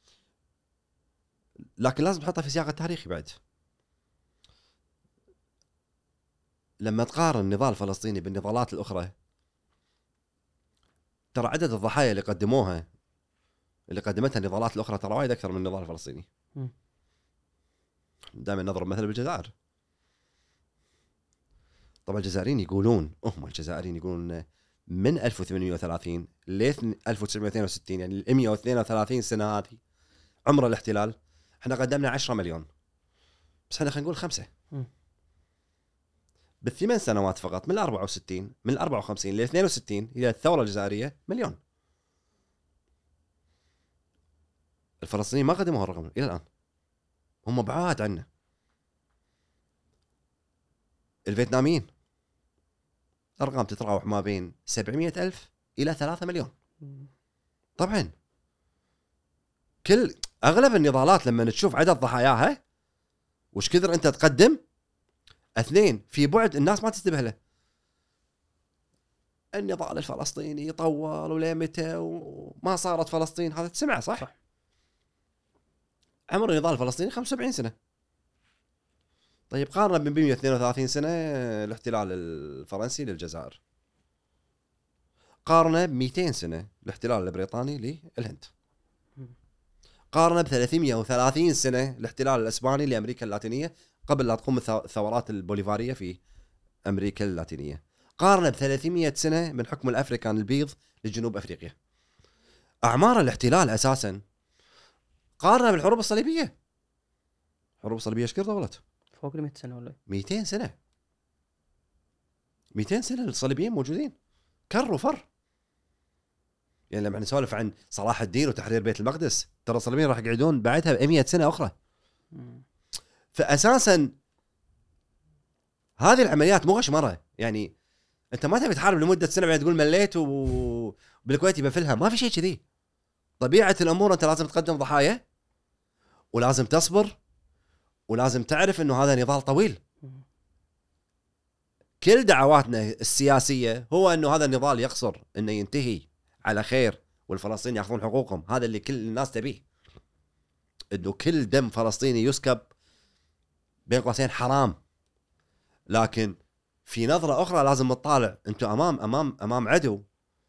لكن لازم تحطه في سياق التاريخي بعد. لما تقارن النضال الفلسطيني بالنضالات الأخرى، ترى عدد الضحايا اللي قدموها اللي قدمتها النضالات الأخرى ترى وايد أكثر من النضال الفلسطيني. دائما نضرب مثل بالجزائر. طبعا الجزائريين يقولون هم الجزائريين يقولون من ألف وثمانمئة وثلاثين ل ألف وتسعمئة واثنين وستين، يعني ال مئة واثنين وثلاثين سنة هذه عمر الاحتلال، احنا قدمنا عشرة مليون. بس احنا خلينا نقول خمسة. م. بالثمان سنوات فقط من أربعة وستين من أربعة وخمسين ل اثنين وستين هي الثورة الجزائرية مليون. الفلسطينيين ما قدموا هالرقم إلى الآن، هم بعاد عنا. الفيتناميين أرقام تتراوح ما بين سبعمئة ألف إلى ثلاثة مليون. طبعا كل أغلب النضالات لما تشوف عدد ضحاياها وش كثر أنت تقدم، اثنين في بعد الناس ما تنتبه له. النضال الفلسطيني طول ولا متى وما صارت فلسطين، هذا تسمع صح؟ صح. عمر النضال الفلسطيني خمسة وسبعين سنة. طيب قارنا ب مئة واثنين وثلاثين سنة الاحتلال الفرنسي للجزائر، قارنا ب مئتين سنة الاحتلال البريطاني للهند، قارنا ب ثلاثمئة وثلاثين سنة الاحتلال الاسباني لامريكا اللاتينية قبل لا تقوم الثورات البوليفارية في امريكا اللاتينية، قارنا ب ثلاثمئة سنة من حكم الافريكان البيض لجنوب افريقيا. اعمار الاحتلال اساسا قارنا بالحروب الصليبية. الحروب الصليبية ايش كثر طولت؟ فوق ال مئة سنة ولا مئتين سنة. مئتين سنة الصليبيين موجودين كر وفر. يعني لما نسولف عن صلاح الدين وتحرير بيت المقدس، ترى الصليبيين راح يقعدون بعدها مئة سنة أخرى. فأساسا هذه العمليات مو غشمرة. يعني أنت ما تبي تحارب لمدة سنة بعدين تقول مليت وبالكويت بفلها، ما في شيء كذي. طبيعة الأمور أنت لازم تقدم ضحايا، ولازم تصبر، ولازم تعرف أنه هذا نضال طويل. كل دعواتنا السياسية هو أنه هذا النضال يقصر، أنه ينتهي على خير والفلسطينيين يأخذون حقوقهم. هذا اللي كل الناس تبيه، أنه كل دم فلسطيني يسكب بين قوسين حرام. لكن في نظرة أخرى لازم نطالع، أنتوا أمام أمام أمام عدو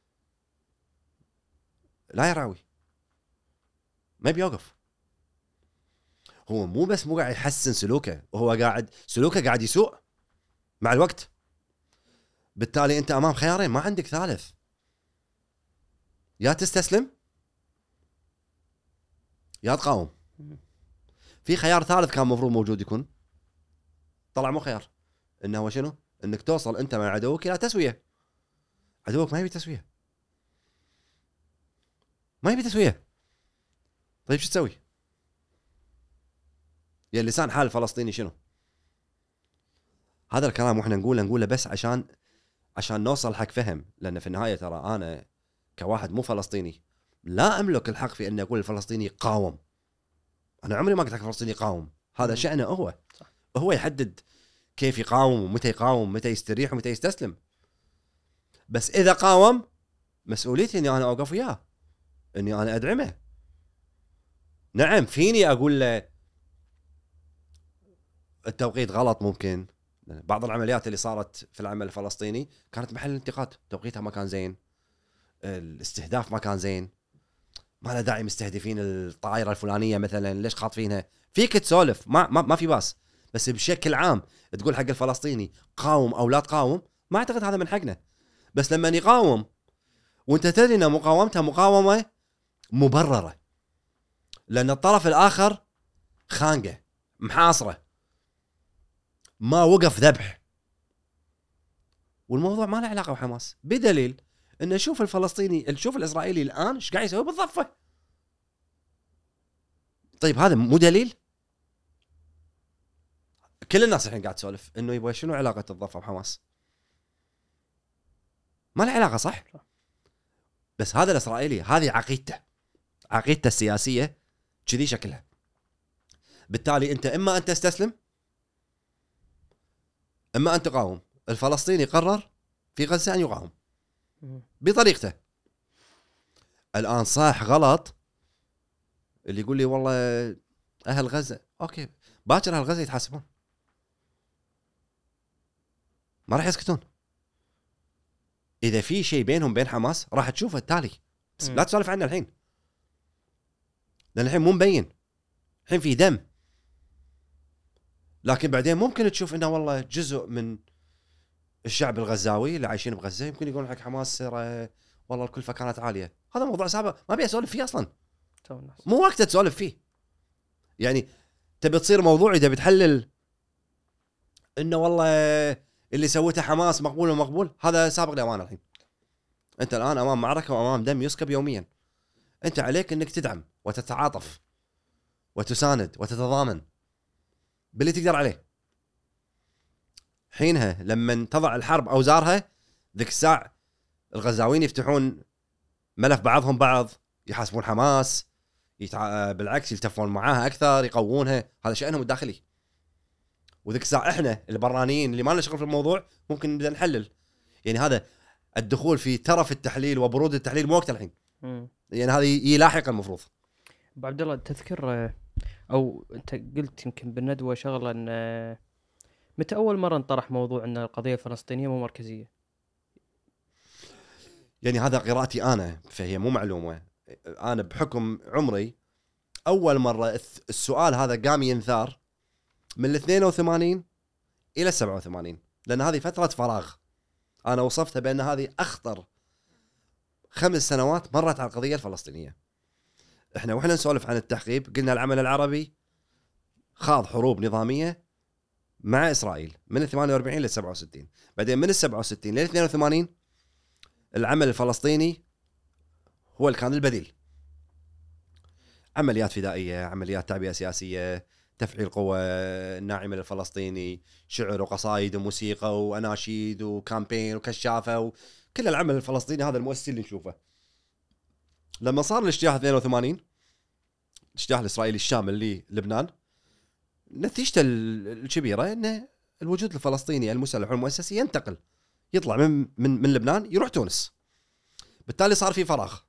لا يراوي، ما بيوقف. هو مو بس مو قاعد يحسن سلوكه، وهو قاعد سلوكه قاعد يسوء مع الوقت. بالتالي أنت أمام خيارين، ما عندك ثالث. يا تستسلم يا تقاوم. في خيار ثالث كان مفروض موجود يكون، طلع مو خيار. إنه هو شنو؟ إنك توصل أنت مع عدوك إلى تسوية. عدوك ما يبي تسوية، ما يبي تسوية. طيب شو تسوي؟ يا لسان حال الفلسطيني شنو؟ هذا الكلام واحنا نقوله نقوله بس عشان عشان نوصل حق فهم. لأن في النهاية ترى أنا كواحد مو فلسطيني لا أملك الحق في أن أقول الفلسطيني قاوم. أنا عمري ما قلت لك الفلسطيني قاوم، هذا شأنه هو. صح. هو يحدد كيف يقاوم ومتى يقاوم، متى يستريح ومتى يستسلم. بس إذا قاوم مسؤوليتي أني أنا أوقف وياه، أني أنا أدعمه. نعم فيني أقول له التوقيت غلط، ممكن بعض العمليات اللي صارت في العمل الفلسطيني كانت محل انتقاد، توقيتها ما كان زين، الاستهداف ما كان زين، ما له داعي مستهدفين الطائرة الفلانية مثلا، ليش خاطفينها؟ فيك تسولف، ما, ما, ما في باس. بس بشكل عام تقول حق الفلسطيني قاوم أو لا تقاوم، ما أعتقد هذا من حقنا. بس لما يقاوم وانت تدري ان مقاومتها مقاومة مبررة، لأن الطرف الآخر خانقة محاصرة، ما وقف ذبح، والموضوع ما له علاقة بحماس، بدليل ان نشوف الفلسطيني نشوف الإسرائيلي الآن ايش قاعد يسوي بالضفة. طيب هذا مو دليل؟ كل الناس الحين قاعد تسولف انه يبغى شنو علاقة الضفة بحماس؟ ما له علاقة، صح؟ بس هذا الإسرائيلي هذه عقيدته، عقيدته السياسية كذي شكلها. بالتالي انت اما انت تستسلم اما ان تقاوم. الفلسطيني قرر في غزة ان يقاوم بطريقته. الان صح غلط اللي يقول لي والله اهل غزة، اوكي باكر اهل غزة يتحاسبون، ما راح يسكتون. اذا في شيء بينهم بين حماس راح تشوفه التالي، بس لا تسولف عنه الحين، لان الحين مو مبين، الحين في دم. لكن بعدين ممكن تشوف انه والله جزء من الشعب الغزاوي اللي عايشين بغزة يمكن يقولون حق حماس والله الكلفة كانت عالية. هذا موضوع سابق ما ابي اسولف فيه اصلا، مو وقت تسولف فيه. يعني تبي تصير موضوعي، تبي تحلل انه والله اللي سوته حماس مقبول ومقبول، هذا سابق لاوان. الحين انت الان امام معركة وامام دم يسكب يوميا، انت عليك انك تدعم وتتعاطف وتساند وتتضامن باللي تقدر عليه. حينها لما تضع الحرب اوزارها، ذيك الساعة الغزاويين يفتحون ملف بعضهم بعض، يحاسبون حماس، يتع... بالعكس يلتفون معاها اكثر، يقوونها، هذا شأنهم الداخلي. وذيك الساعة احنا البرانيين اللي ما لنا شغل في الموضوع ممكن نبدا نحلل. يعني هذا الدخول في ترف التحليل وبرود التحليل مو وقت الحين، يعني هذا يلاحق المفروض. ابو عبد الله تذكر او انت قلت يمكن بالندوه شغله ان متى اول مره انطرح موضوع ان القضيه الفلسطينيه مو مركزيه؟ يعني هذا قراءتي انا، فهي مو معلومه. انا بحكم عمري اول مره السؤال هذا قام ينثار من الاثنين وثمانين الى السبعة وثمانين، لان هذه فتره فراغ انا وصفتها بان هذه اخطر خمس سنوات مرت على القضيه الفلسطينيه. احنا واحنا نسولف عن التحقيب قلنا العمل العربي خاض حروب نظاميه مع اسرائيل من ثمانية وأربعين ل سبعة وستين، بعدين من ال سبعة وستين ل اثنين وثمانين العمل الفلسطيني هو اللي كان البديل. عمليات فدائية، عمليات تعبئة سياسية، تفعيل قوة الناعمة للفلسطيني، شعر وقصائد وموسيقى وأناشيد وكامبين وكشافة وكل العمل الفلسطيني هذا المؤسسي اللي نشوفه. لما صار الاجتياح اثنين وثمانين، الاجتياح الإسرائيلي الشامل للبنان، نتيجته الكبيرة أن الوجود الفلسطيني المسلح والمؤسسي ينتقل، يطلع من من من لبنان يروح تونس، بالتالي صار في فراغ.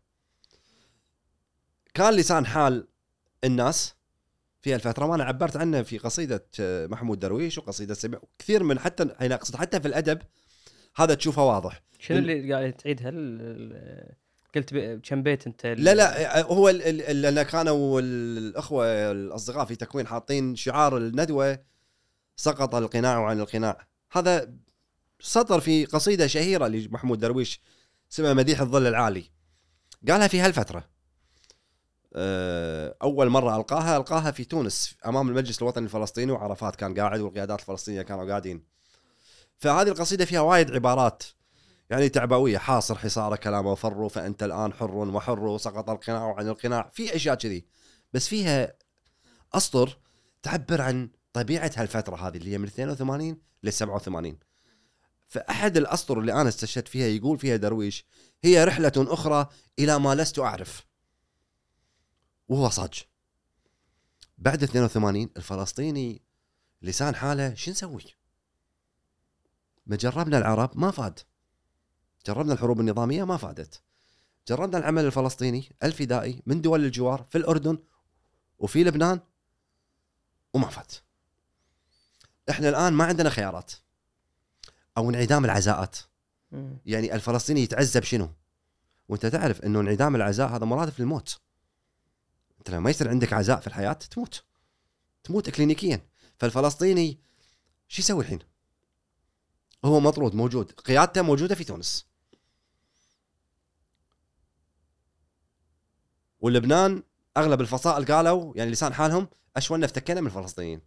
كان لسان حال الناس في الفترة، وانا عبرت عنه في قصيدة محمود درويش وقصيدة سمع كثير من حتى هنا قصد حتى في الأدب هذا تشوفه واضح. شنو اللي قاعد تعيدها؟ قلت كم بيت انت؟ لا لا هو اللي كانوا الأخوة الأصدقاء في تكوين حاطين شعار الندوة سقط القناع عن القناع. هذا سطر في قصيدة شهيرة لمحمود درويش اسمها مديح الظل العالي، قالها في هالفترة. أول مرة ألقاها ألقاها في تونس أمام المجلس الوطني الفلسطيني، وعرفات كان قاعد والقيادات الفلسطينية كانوا قاعدين. فهذه القصيدة فيها وايد عبارات يعني تعبوية، حاصر حصار كلامه وفروا فأنت الآن حر وحر سقط القناع عن القناع، في أشياء كذي، بس فيها أسطر تعبر عن طبيعة هالفترة هذه اللي هي من اثنين وثمانين ل سبعة وثمانين. فأحد الأسطر اللي أنا استشهدت فيها يقول فيها درويش هي رحلة أخرى إلى ما لست أعرف. وهو صاج. بعد اثنين وثمانين الفلسطيني لسان حاله شو نسوي؟ ما جربنا العرب ما فاد، جربنا الحروب النظامية ما فادت، جربنا العمل الفلسطيني الفدائي من دول الجوار في الأردن وفي لبنان وما فات. احنا الآن ما عندنا خيارات، أو انعدام العزاءات. يعني الفلسطيني يتعذب شنو؟ وانت تعرف انه انعدام العزاء هذا مرادف للموت. انت لما يصير عندك عزاء في الحياة تموت، تموت كلينيكيا. فالفلسطيني شو يسوي الحين؟ هو مطرود، موجود قيادته موجودة في تونس، ولبنان اغلب الفصائل قالوا يعني لسان حالهم اشولنا افتكينا من الفلسطينيين.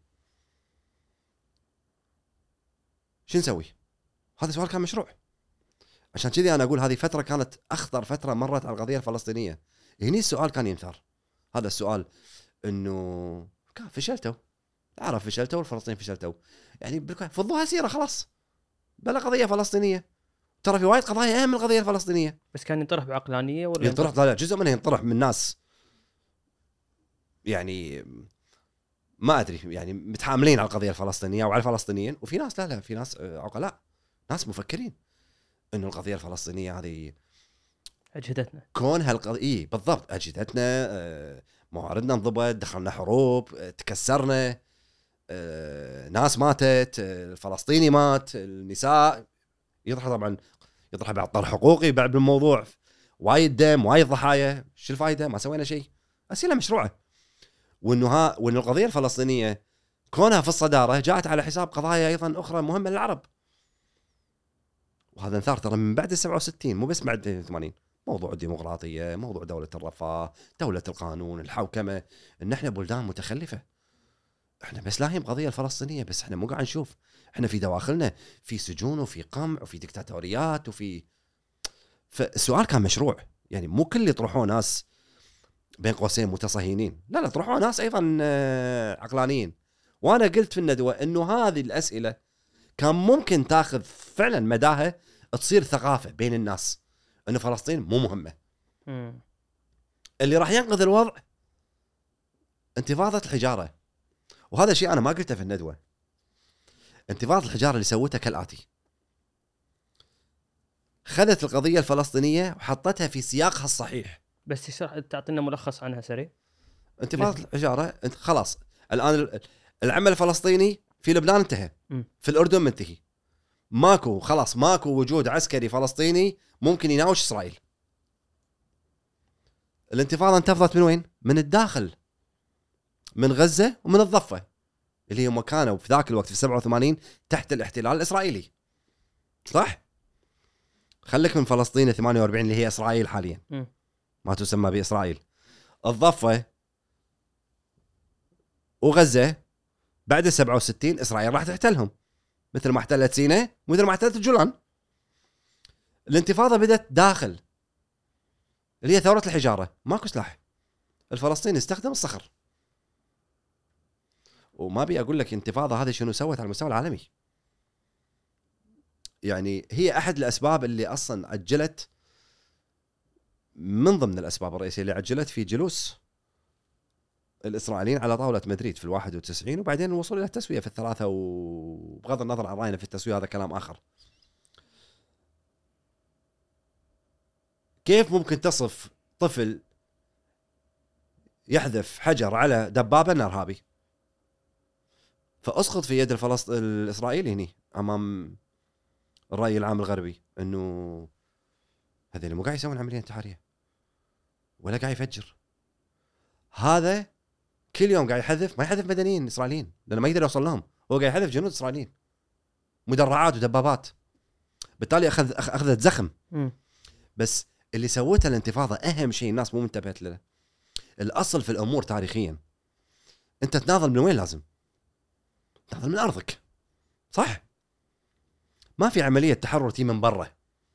شو نسوي؟ هذا سؤال كان مشروع. عشان كذي انا اقول هذه فترة كانت اخطر فترة مرت على القضية الفلسطينية. هني السؤال كان ينثار، هذا السؤال انه كان فشلتوا، العرب فشلتوا والفلسطين فشلتوا، يعني فضوها سيرة خلاص بلا قضية فلسطينية. ترى في وايد قضايا اهم من القضية الفلسطينية، بس كان ينطرح بعقلانية ولا ينطرح؟ لا جزء منه ينطرح من ناس يعني ما ادري يعني متحاملين على القضية الفلسطينية وعلى الفلسطينيين، وفي ناس لا لا في ناس عقلاء، ناس مفكرين انه القضية الفلسطينية هذه اجهدتنا، كون هالقضية بالضبط اجهدتنا، مواردنا انضبط، دخلنا حروب، تكسرنا، ناس ماتت، الفلسطيني مات، النساء يطرح طبعا يطرح بعض طرح حقوقي بعد الموضوع، وايد دم وايد ضحايا، شو الفائدة؟ ما سوينا شيء. أسئلة مشروعة. وإنه ها وإنه القضية الفلسطينية كونها في الصدارة جاءت على حساب قضايا أيضا أخرى مهمة للعرب، وهذا انثار ترى من بعد السبعة وستين مو بس بعد الثمانين. موضوع الديمقراطية، موضوع دولة الرفاه، دولة القانون، الحوكمة، إن إحنا بلدان متخلفة. إحنا بس لاهين قضية الفلسطينية، بس إحنا مو قاعد نشوف إحنا في دواخلنا في سجون وفي قمع وفي ديكتاتوريات وفي. فالسؤال كان مشروع، يعني مو كل يطرحون ناس بين قوسين متصهينين، لا لا طرحوا ناس أيضا عقلانيين. وأنا قلت في الندوة إنه هذه الأسئلة كان ممكن تاخذ فعلا مداها، تصير ثقافة بين الناس إنه فلسطين مو مهمة. م. اللي راح ينقذ الوضع انتفاضة الحجارة، وهذا شيء أنا ما قلته في الندوة. انتفاضة الحجارة اللي سوتها كالآتي: خذت القضية الفلسطينية وحطتها في سياقها الصحيح. بس يصح تعطينا ملخص عنها سريع؟ انتفاضة الحجارة انت خلاص الآن العمل الفلسطيني في لبنان انتهى، م. في الأردن منتهي، ماكو خلاص ماكو وجود عسكري فلسطيني ممكن يناوش إسرائيل. الانتفاضة انتفضت من وين؟ من الداخل، من غزة ومن الضفة اللي هم كانوا في ذاك الوقت في سبعة وثمانين تحت الاحتلال الإسرائيلي، صح؟ خليك من فلسطين ثمانية وأربعين اللي هي إسرائيل حاليا، م. ما تسمى بإسرائيل. الضفة وغزة بعد سبعة وستين إسرائيل راح تحتلهم، مثل ما احتلت سيناء مثل ما احتلت الجولان. الانتفاضة بدأت داخل اللي هي ثوره الحجاره. ماكو سلاح، الفلسطيني استخدم الصخر. وما بي اقول لك انتفاضه هذه شنو سوت على المستوى العالمي. يعني هي احد الاسباب اللي اصلا عجلت، من ضمن الاسباب الرئيسيه اللي عجلت في جلوس الاسرائيليين على طاوله مدريد في الواحد وتسعين، وبعدين الوصول الى التسويه في الثلاثه، وبغض النظر عن راينا في التسويه هذا كلام اخر. كيف ممكن تصف طفل يحذف حجر على دبابه انه ارهابي؟ فاسقط في يد الفلسط... الاسرائيلي هني امام الراي العام الغربي انه هذا اللي مو قاعد يسوون عمليه انتحاريه ولا قاعد يفجر، هذا كل يوم قاعد يحذف، ما يحذف مدنيين اسرائيليين لانه ما يقدر يوصل لهم، هو قاعد يحذف جنود اسرائيليين مدرعات ودبابات، بالتالي اخذ اخذت زخم. م. بس اللي سوته الانتفاضه اهم شيء الناس مو منتبهت له، الاصل في الامور تاريخيا انت تناضل من وين؟ لازم تناضل من ارضك، صح؟ ما في عمليه تحرر تي من برا،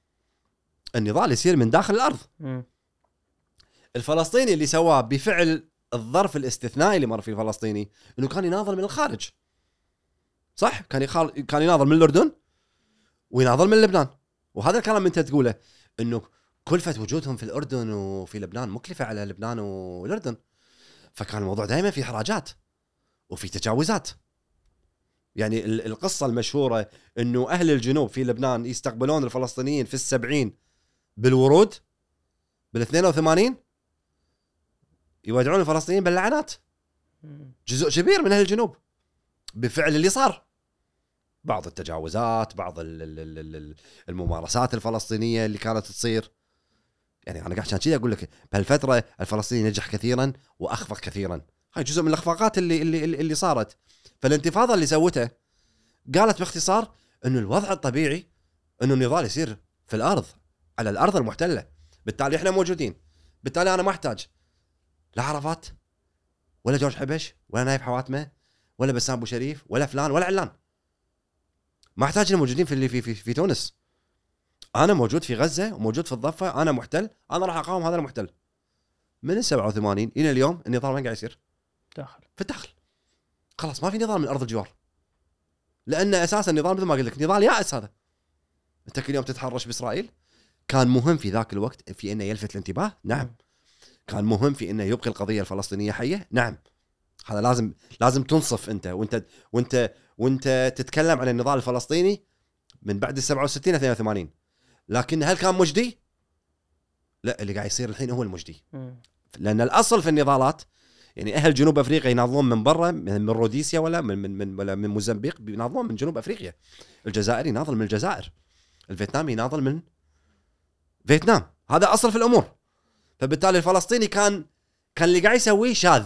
النضال يصير من داخل الارض. م. الفلسطيني اللي سواه بفعل الظرف الاستثنائي اللي مر فيه الفلسطيني انه كان يناضل من الخارج، صح؟ كان يخال... كان يناضل من الاردن ويناضل من لبنان، وهذا الكلام انت تقوله انه كلفة وجودهم في الاردن وفي لبنان مكلفة على لبنان والاردن، فكان الموضوع دائما في حراجات وفي تجاوزات. يعني القصة المشهورة انه اهل الجنوب في لبنان يستقبلون الفلسطينيين في السبعين بالورود، بالاثنين وثمانين يودعون الفلسطينيين باللعنات. جزء كبير من اهل الجنوب بفعل اللي صار، بعض التجاوزات، بعض الممارسات الفلسطينية اللي كانت تصير. يعني انا قاعد عشان كذا اقول لك بهالفترة الفلسطيني نجح كثيرا واخفق كثيرا، هاي جزء من الاخفاقات اللي اللي اللي صارت. فالانتفاضة اللي سوتها قالت باختصار انه الوضع الطبيعي انه النضال يصير في الارض، على الارض المحتلة، بالتالي احنا موجودين، بالتالي انا ما احتاج لا عرفات ولا جورج حبش ولا نايف حواتمه ولا بسام ابو شريف ولا فلان ولا علان، ما احتاج الموجودين في اللي في في, في تونس. انا موجود في غزة وموجود في الضفة، انا محتل، انا راح اقاوم هذا المحتل. من السبعة وثمانين الى اليوم النضال وين قاعد يصير؟ داخل، في الداخل. خلاص ما في نضال من ارض الجوار، لان اساسا النضال مثل ما قلت لك نضال يائس. هذا انت كل يوم تتحرش باسرائيل. كان مهم في ذاك الوقت في انه يلفت الانتباه، نعم. كان مهم في انه يبقي القضيه الفلسطينيه حيه، نعم. هذا لازم لازم تنصف انت وانت وانت وانت تتكلم عن النضال الفلسطيني من بعد السبعة وستين اثنين وثمانين. لكن هل كان مجدي؟ لا، اللي قاعد يصير الحين هو المجدي. لان الاصل في النضالات يعني اهل جنوب افريقيا يناضلون من برا، من روديسيا ولا من من من ولا من موزمبيق، بيناضلون من جنوب افريقيا. الجزائري يناضل من الجزائر، الفيتنامي يناضل من فيتنام، هذا اصل في الامور. فبالتالي الفلسطيني كان كان اللي قاعد يسويه شاذ،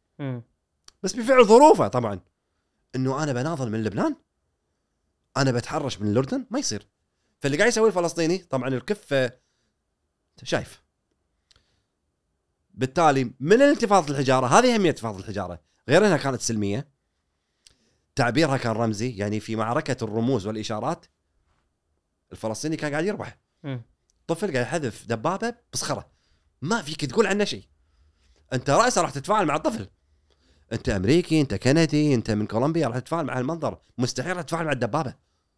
بس بفعل ظروفه طبعا، انه انا بناضل من لبنان، انا بتحرش من الاردن، ما يصير. فاللي قاعد يسويه الفلسطيني طبعا الكفه شايف. بالتالي من انتفاضه الحجاره، هذه اهميه انتفاضه الحجاره، غير انها كانت سلميه، تعبيرها كان رمزي. يعني في معركه الرموز والاشارات الفلسطيني كان قاعد يربح. طفل قاعد يحذف دبابه بصخره، ما فيك تقول عنه شيء. انت رأسا راح تتفاعل مع الطفل، انت امريكي، انت كندي، انت من كولومبيا، راح تتفاعل مع المنظر، مستحيل راح تتفاعل مع الدبابه.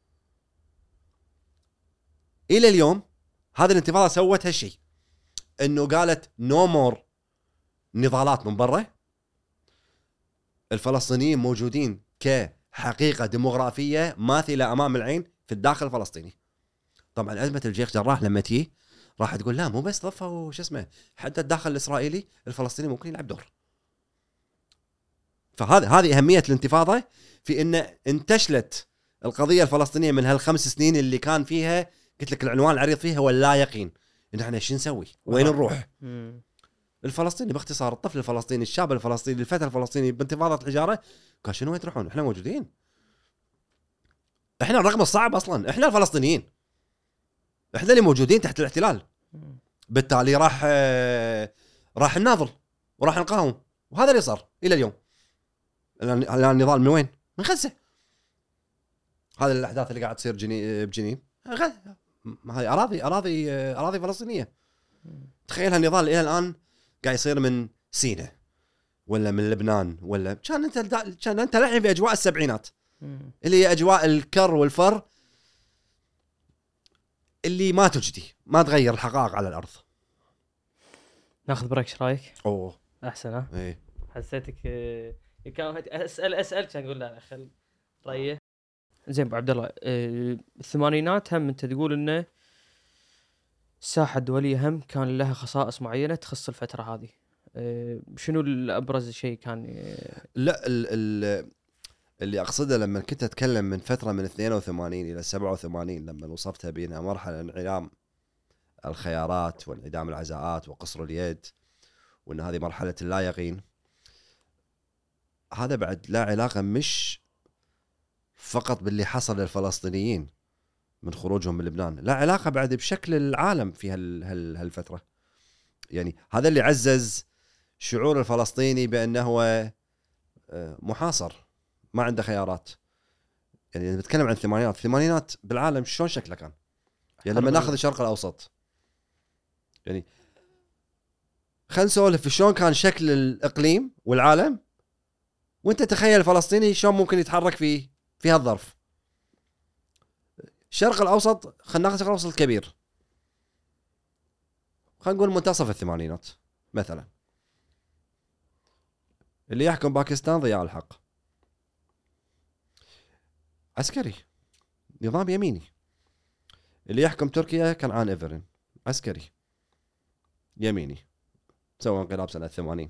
الى اليوم هذه الانتفاضه سوت هالشيء، انه قالت نو مور نضالات من برا، الفلسطينيين موجودين كحقيقه ديموغرافيه ماثله امام العين في الداخل الفلسطيني. طبعا ازمه الشيخ جراح لما تجي راح تقول لا مو بس ضفه وش اسمه، حتى الداخل الاسرائيلي الفلسطيني ممكن يلعب دور. فهذه هذه اهميه الانتفاضه، في ان انتشلت القضيه الفلسطينيه من هالخمس سنين اللي كان فيها، قلت لك العنوان العريض فيها هو اللا يقين، ان احنا ايش نسوي، وين نروح. الفلسطيني باختصار، الطفل الفلسطيني، الشاب الفلسطيني، الفتى الفلسطيني بانتفاضه الحجاره، قال شنو وين تروحون، احنا موجودين، احنا الرقم الصعب اصلا، احنا الفلسطينيين، احنا اللي موجودين تحت الاحتلال. بالتالي راح راح نناضل وراح نقاوم، وهذا اللي صار الى اليوم. الان النضال من وين؟ من غزه. هذه الاحداث اللي قاعد تصير جني بجنين، هاي اراضي اراضي اراضي فلسطينيه. تخيل هالنضال الى الان قاعد يصير من سيناء ولا من لبنان ولا كان انت كان انت الحين في اجواء السبعينات اللي هي اجواء الكر والفر اللي ما تجدي ما تغير الحقائق على الارض. ناخذ بريك ايش رايك؟ اوه احسن ها؟ ايه حسيتك آه، كان اسال اسال كان اقول لا خل ريه. زين ابو عبد الله، آه، الثمانينات هم انت تقول انه الساحه الدوليه هم كان لها خصائص معينه تخص الفتره هذه. آه، شنو الابرز شيء كان؟ آه، لا ال ال اللي اقصده لما كنت اتكلم من فتره من اثنين وثمانين الى سبعة وثمانين لما وصفتها بينها مرحله انعدام الخيارات وانعدام العزاءات وقصر اليد وان هذه مرحله اللا يقين، هذا بعد لا علاقه مش فقط باللي حصل للفلسطينيين من خروجهم من لبنان، لا علاقه بعد بشكل العالم في هال هال هالفتره. يعني هذا اللي عزز شعور الفلسطيني بانه هو محاصر ما عنده خيارات. يعني نتكلم عن الثمانينات، الثمانينات بالعالم شلون شكله كان؟ يعني لما ناخذ الشرق الاوسط، يعني خلينا نسولف شلون كان شكل الاقليم والعالم، وانت تخيل الفلسطيني شلون ممكن يتحرك في في هالظرف. الشرق الاوسط خلينا ناخذ الشرق الاوسط الكبير، خلينا نقول منتصف الثمانينات مثلا، اللي يحكم باكستان ضياء الحق، عسكري نظام يميني. اللي يحكم تركيا كنعان إيفرين، عسكري يميني، سوى انقلاب سنة ثمانين.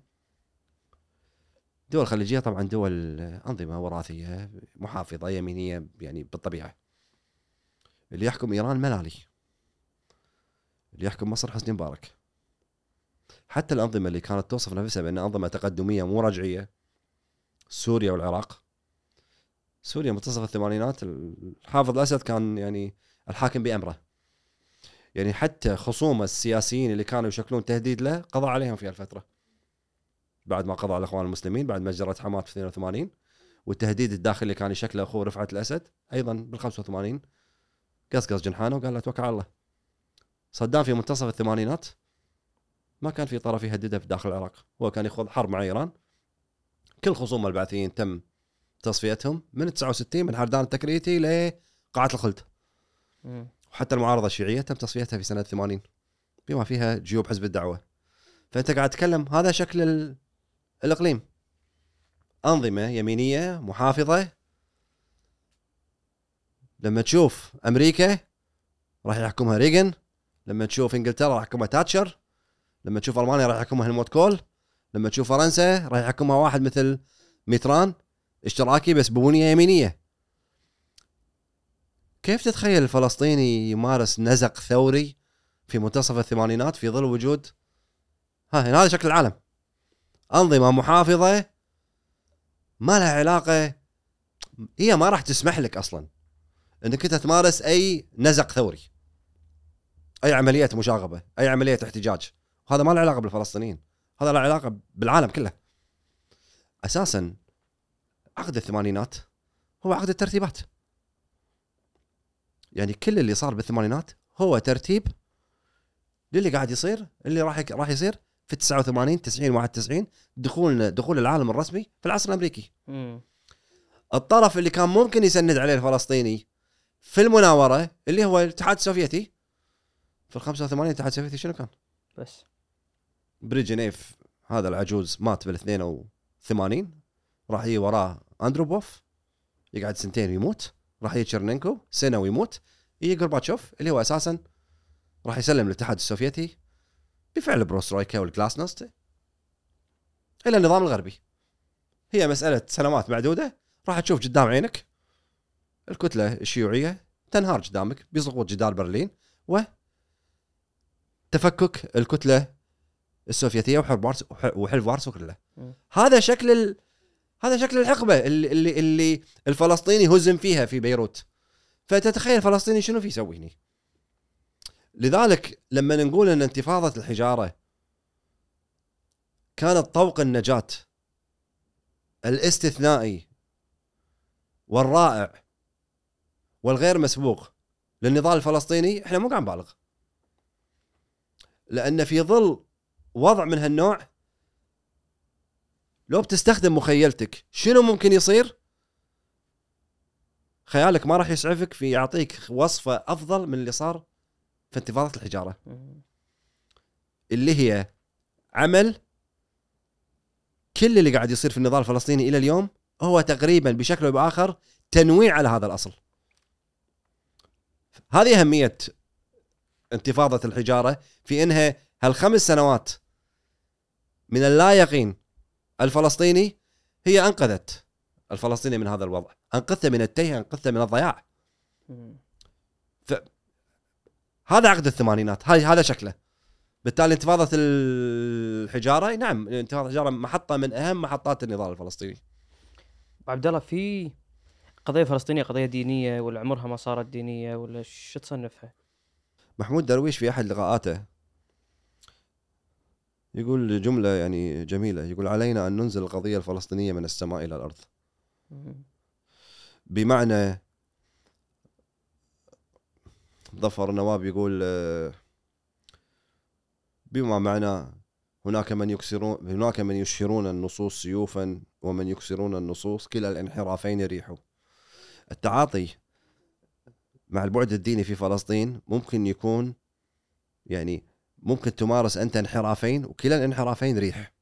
دول خليجية طبعا دول أنظمة وراثية محافظة يمينية يعني بالطبيعة. اللي يحكم إيران ملالي، اللي يحكم مصر حسني مبارك. حتى الأنظمة اللي كانت توصف نفسها بأنها أنظمة تقدمية مو رجعية، سوريا والعراق. سوريا منتصف الثمانينات الحافظ الأسد كان يعني الحاكم بأمره، يعني حتى خصوم السياسيين اللي كانوا يشكلون تهديد له قضى عليهم في الفترة بعد ما قضى على الإخوان المسلمين بعد مجزرة حماة في اثنين وثمانين، والتهديد الداخلي اللي كان يشكله أخوه رفعت الأسد أيضا بالخمسة وثمانين قصقص جنحانه وقال له توكل على الله. صدام في منتصف الثمانينات ما كان في طرف يهدده في داخل العراق، هو كان يخوض حرب مع إيران. كل خصوم البعثيين تم تصفيتهم من تسعة وستين من حردان التكريتي لقاعة الخلد. م. وحتى المعارضة الشيعية تم تصفيتها في سنة ثمانين بما فيها جيوب حزب الدعوة. فأنت قاعد تتكلم هذا شكل الإقليم، أنظمة يمينية محافظة. لما تشوف أمريكا راح يحكمها ريغن، لما تشوف إنجلترا راح يحكمها تاتشر، لما تشوف ألمانيا راح يحكمها هلموت كول، لما تشوف فرنسا راح يحكمها واحد مثل ميتران اشتراكي بس ببنية يمينية. كيف تتخيل الفلسطيني يمارس نزق ثوري في منتصف الثمانينات في ظل وجود ها هذا شكل العالم؟ أنظمة محافظة ما لها علاقة، هي ما راح تسمح لك أصلا أنك أنت تمارس أي نزق ثوري، أي عملية مشاغبة، أي عملية احتجاج. هذا ما له علاقة بالفلسطينيين، هذا له علاقة بالعالم كله. أساسا عقد الثمانينات هو عقد الترتيبات، يعني كل اللي صار بالثمانينات هو ترتيب للي قاعد يصير، اللي راح راح يصير في تسعة وثمانين تسعين واحد وتسعين دخول دخول العالم الرسمي في العصر الامريكي. م. الطرف اللي كان ممكن يسند عليه الفلسطيني في المناوره اللي هو الاتحاد السوفيتي. في ال خمسة وثمانين الاتحاد السوفيتي شنو كان؟ بس بريجنيف هذا العجوز مات بال اثنين وثمانين، راح يجي وراه اندروبوف يقعد سنتين ويموت، راح يجي تشيرنينكو سنه ويموت، يجي غورباتشوف اللي هو اساسا راح يسلم الاتحاد السوفيتي بفعل بروسترويكا والغلاسnost الى النظام الغربي. هي مساله سنوات معدوده راح تشوف قدام عينك الكتله الشيوعيه تنهار قدامك بسقوط جدار برلين وتفكك الكتله السوفيتيه وحلف وارسو كله. هذا شكل ال... هذا شكل الحقبه اللي اللي, اللي الفلسطيني هزم فيها في بيروت. فتتخيل الفلسطيني شنو في يسوي هنا. لذلك لما نقول ان انتفاضه الحجاره كانت طوق النجاه الاستثنائي والرائع والغير مسبوق للنضال الفلسطيني، احنا مو قاعد نبالغ. لأن في ظل وضع من هالنوع لو بتستخدم مخيلتك شنو ممكن يصير، خيالك ما راح يسعفك في يعطيك وصفة أفضل من اللي صار في انتفاضة الحجارة، اللي هي عمل كل اللي قاعد يصير في النضال الفلسطيني إلى اليوم هو تقريبا بشكل أو بآخر تنويع على هذا الأصل. هذه أهمية انتفاضة الحجارة، في إنها هالخمس سنوات من اللا يقين الفلسطيني هي أنقذت الفلسطيني من هذا الوضع، أنقذته من التيه، أنقذته من الضياع. هذا عقد الثمانينات، هاي هذا شكله. بالتالي انتفاضة الحجارة نعم، انتفاضة الحجارة محطة من أهم محطات النضال الفلسطيني. عبد الله، في قضية فلسطينية قضية دينية ولا عمرها ما صارت دينية ولا شو تصنفها؟ محمود درويش في أحد لقاءاته يقول جملة يعني جميلة، يقول علينا أن ننزل القضية الفلسطينية من السماء إلى الأرض. بمعنى ظفر النواب يقول بما معنى هناك من يكسرون هناك من يشهرون النصوص سيوفا ومن يكسرون النصوص، كلا الانحرافين ريحه. التعاطي مع البعد الديني في فلسطين ممكن يكون يعني ممكن تمارس أنت انحرافين وكلا الانحرافين ريح.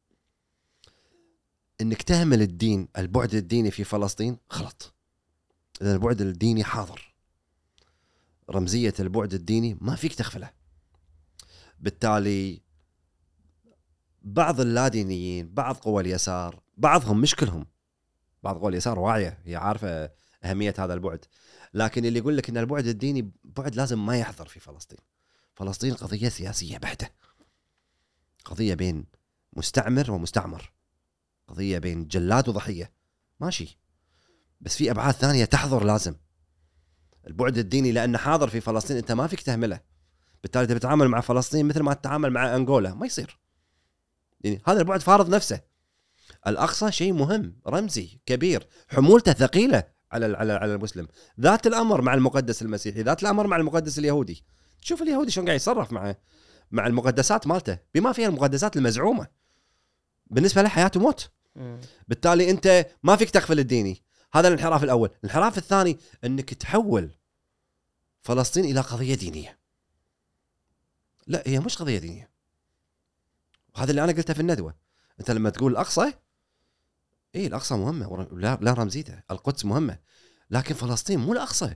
إنك تهمل الدين، البعد الديني في فلسطين غلط، لأن البعد الديني حاضر، رمزية البعد الديني ما فيك تغفله. بالتالي بعض اللادينيين، بعض قوى اليسار، بعضهم مش كلهم، بعض قوى اليسار واعية، هي عارفة أهمية هذا البعد، لكن اللي يقول لك إن البعد الديني بعد لازم ما يحضر في فلسطين. فلسطين قضية سياسية بحتة، قضية بين مستعمر ومستعمر، قضية بين جلاد وضحية، ماشي، بس في أبعاد ثانية تحضر. لازم البعد الديني لأنه حاضر في فلسطين أنت ما فيك تهمله. بالتالي أنت بتتعامل مع فلسطين مثل ما تتعامل مع أنغولا، ما يصير. يعني هذا البعد فارض نفسه. الأقصى شيء مهم، رمزي كبير، حمولته ثقيلة على على على المسلم. ذات الأمر مع المقدس المسيحي، ذات الأمر مع المقدس اليهودي. تشوف اليهودي شلون قاعد يتصرف مع مع المقدسات مالته، بما فيها المقدسات المزعومة بالنسبة له حياة وموت. بالتالي أنت ما فيك تغفل الديني. هذا الانحراف الأول. الانحراف الثاني أنك تحول فلسطين إلى قضية دينية. لا، هي مش قضية دينية، وهذا اللي أنا قلته في الندوة. أنت لما تقول الأقصى، إيه الأقصى مهمة، لا, لا رمزيته، القدس مهمة، لكن فلسطين مو الأقصى.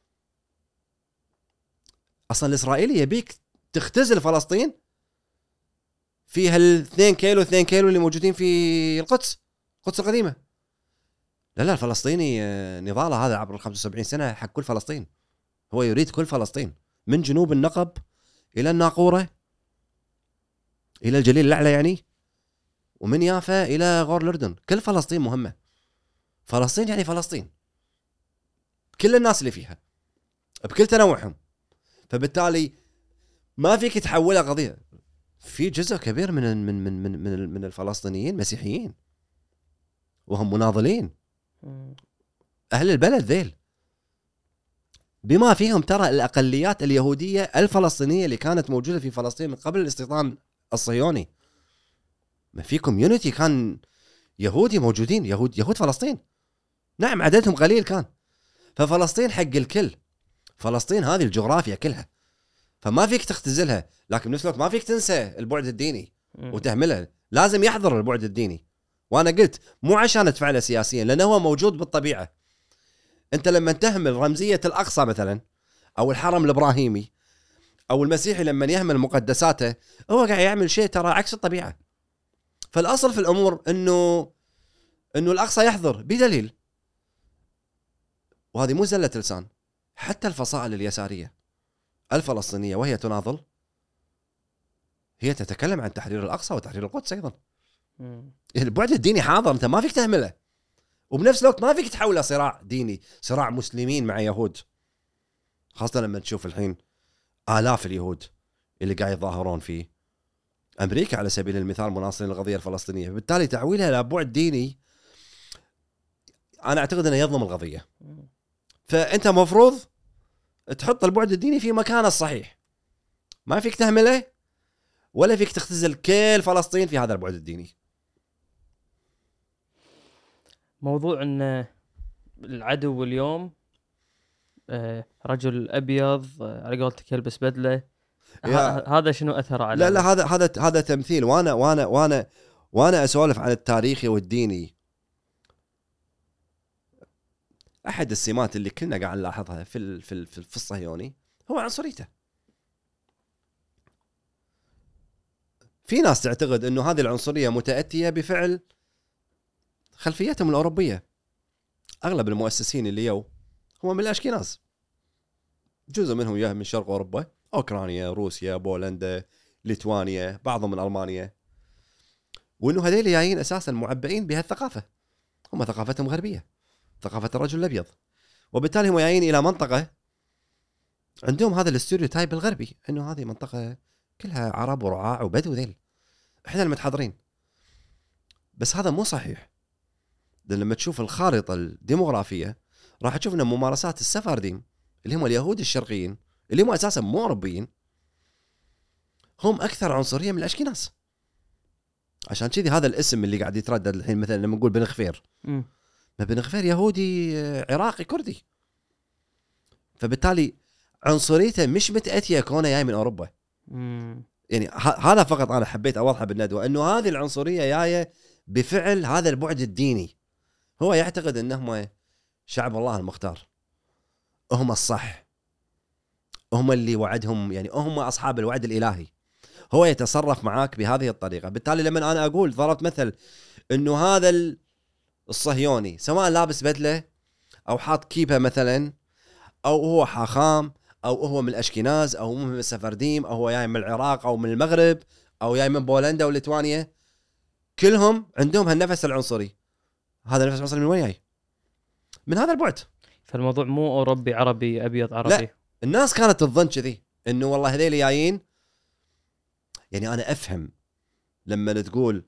أصلا الإسرائيلي يبيك تختزل فلسطين في هالاثنين كيلو اثنين كيلو اللي موجودين في القدس، القدس القديمة. لا لا، الفلسطيني نضاله هذا عبر الخمسة وسبعين سنة حق كل فلسطين. هو يريد كل فلسطين، من جنوب النقب إلى الناقورة إلى الجليل الأعلى يعني، ومن يافا إلى غور الأردن. كل فلسطين مهمة. فلسطين يعني فلسطين، كل الناس اللي فيها بكل تنوعهم. فبالتالي ما فيك تحولها قضية. في جزء كبير من من من من من, من الفلسطينيين مسيحيين وهم مناضلين، أهل البلد ذيل، بما فيهم ترى الأقليات اليهودية الفلسطينية اللي كانت موجودة في فلسطين من قبل الاستيطان الصهيوني. ما في كوميونيتي كان يهودي موجودين، يهود يهود فلسطين، نعم عددهم قليل كان. ففلسطين حق الكل، فلسطين هذه الجغرافيا كلها، فما فيك تختزلها، لكن بنفس الوقت ما فيك تنسى البعد الديني وتهملها. لازم يحضر البعد الديني. وانا قلت مو عشان تفعله سياسيا، لانه هو موجود بالطبيعة. انت لما تهمل رمزية الاقصى مثلا، او الحرم الابراهيمي، او المسيحي لما يهمل مقدساته، هو قاعد يعمل شيء ترى عكس الطبيعة. فالاصل في الامور انه انه الاقصى يحضر بدليل، وهذه مو زلة لسان. حتى الفصائل اليسارية الفلسطينية وهي تناضل، هي تتكلم عن تحرير الأقصى وتحرير القدس أيضا. البعد الديني حاضر، أنت ما فيك تهمله، وبنفس الوقت ما فيك تحوله صراع ديني، صراع مسلمين مع يهود، خاصة لما تشوف الحين آلاف اليهود اللي قاعد يظاهرون في أمريكا على سبيل المثال مناصرين للقضية الفلسطينية. بالتالي تعويلها إلى بعد ديني أنا أعتقد أنه يظلم القضية. فأنت مفروض تحط البعد الديني في مكانه الصحيح، ما فيك تهمله، ولا فيك تختزل كل فلسطين في هذا البعد الديني. موضوع ان العدو اليوم آه، رجل ابيض آه، على قولتك يلبس بدله، يا- ه- هذا شنو اثره على لا لا هذا هذا هذا تمثيل. وانا وانا وانا وانا اسولف عن التاريخي والديني. احد السمات اللي كنا قاعد نلاحظها في ال- في ال- في في الصهيوني هو عنصريته. في ناس تعتقد انه هذه العنصريه متاتيه بفعل خلفيتهم الاوروبيه. اغلب المؤسسين اللي يو هم من الاشكناز، جزء منهم يا من شرق اوروبا، اوكرانيا، روسيا، بولندا، ليتوانيا، بعضهم من المانيا، وانه هذول جايين اساسا معبئين بهالثقافه. هم ثقافتهم غربيه، ثقافه الرجل الابيض، وبالتالي هم جايين الى منطقه عندهم هذا الاستيريوتايب الغربي انه هذه منطقه كلها عرب ورعاع وبدو ذيل، احنا المتحضرين. بس هذا مو صحيح، لأن لما تشوف الخارطه الديموغرافيه راح تشوف ان ممارسات السفارديم اللي هم اليهود الشرقيين اللي هم اساسا مو اوروبيين هم اكثر عنصريه من الاشكناز. عشان كذي هذا الاسم اللي قاعد يتردد الحين، مثلا لما نقول بن غفير، مم. ما بن غفير يهودي عراقي كردي، فبالتالي عنصريته مش متأتية كونه جاي من اوروبا. مم. يعني ه- هذا فقط انا حبيت اوضحه بالندوه، انه هذه العنصريه جايه بفعل هذا البعد الديني. هو يعتقد انهم شعب الله المختار، هم الصح، هم اللي وعدهم، يعني هم اصحاب الوعد الالهي. هو يتصرف معاك بهذه الطريقه. بالتالي لما انا اقول ضربت مثل انه هذا الصهيوني سواء لابس بدله او حاط كيبه مثلا، او هو حاخام، او هو من الاشكناز، او هو من السفرديم، او هو جاي من العراق او من المغرب، او جاي من بولندا وليتوانيا، كلهم عندهم هالنفس العنصري. هذا النفس العنصري من وين جاي؟ من هذا البعد. فالموضوع مو اوروبي عربي ابيض عربي. لا، الناس كانت تظن كذي انه والله هذيل جايين. يعني انا افهم لما تقول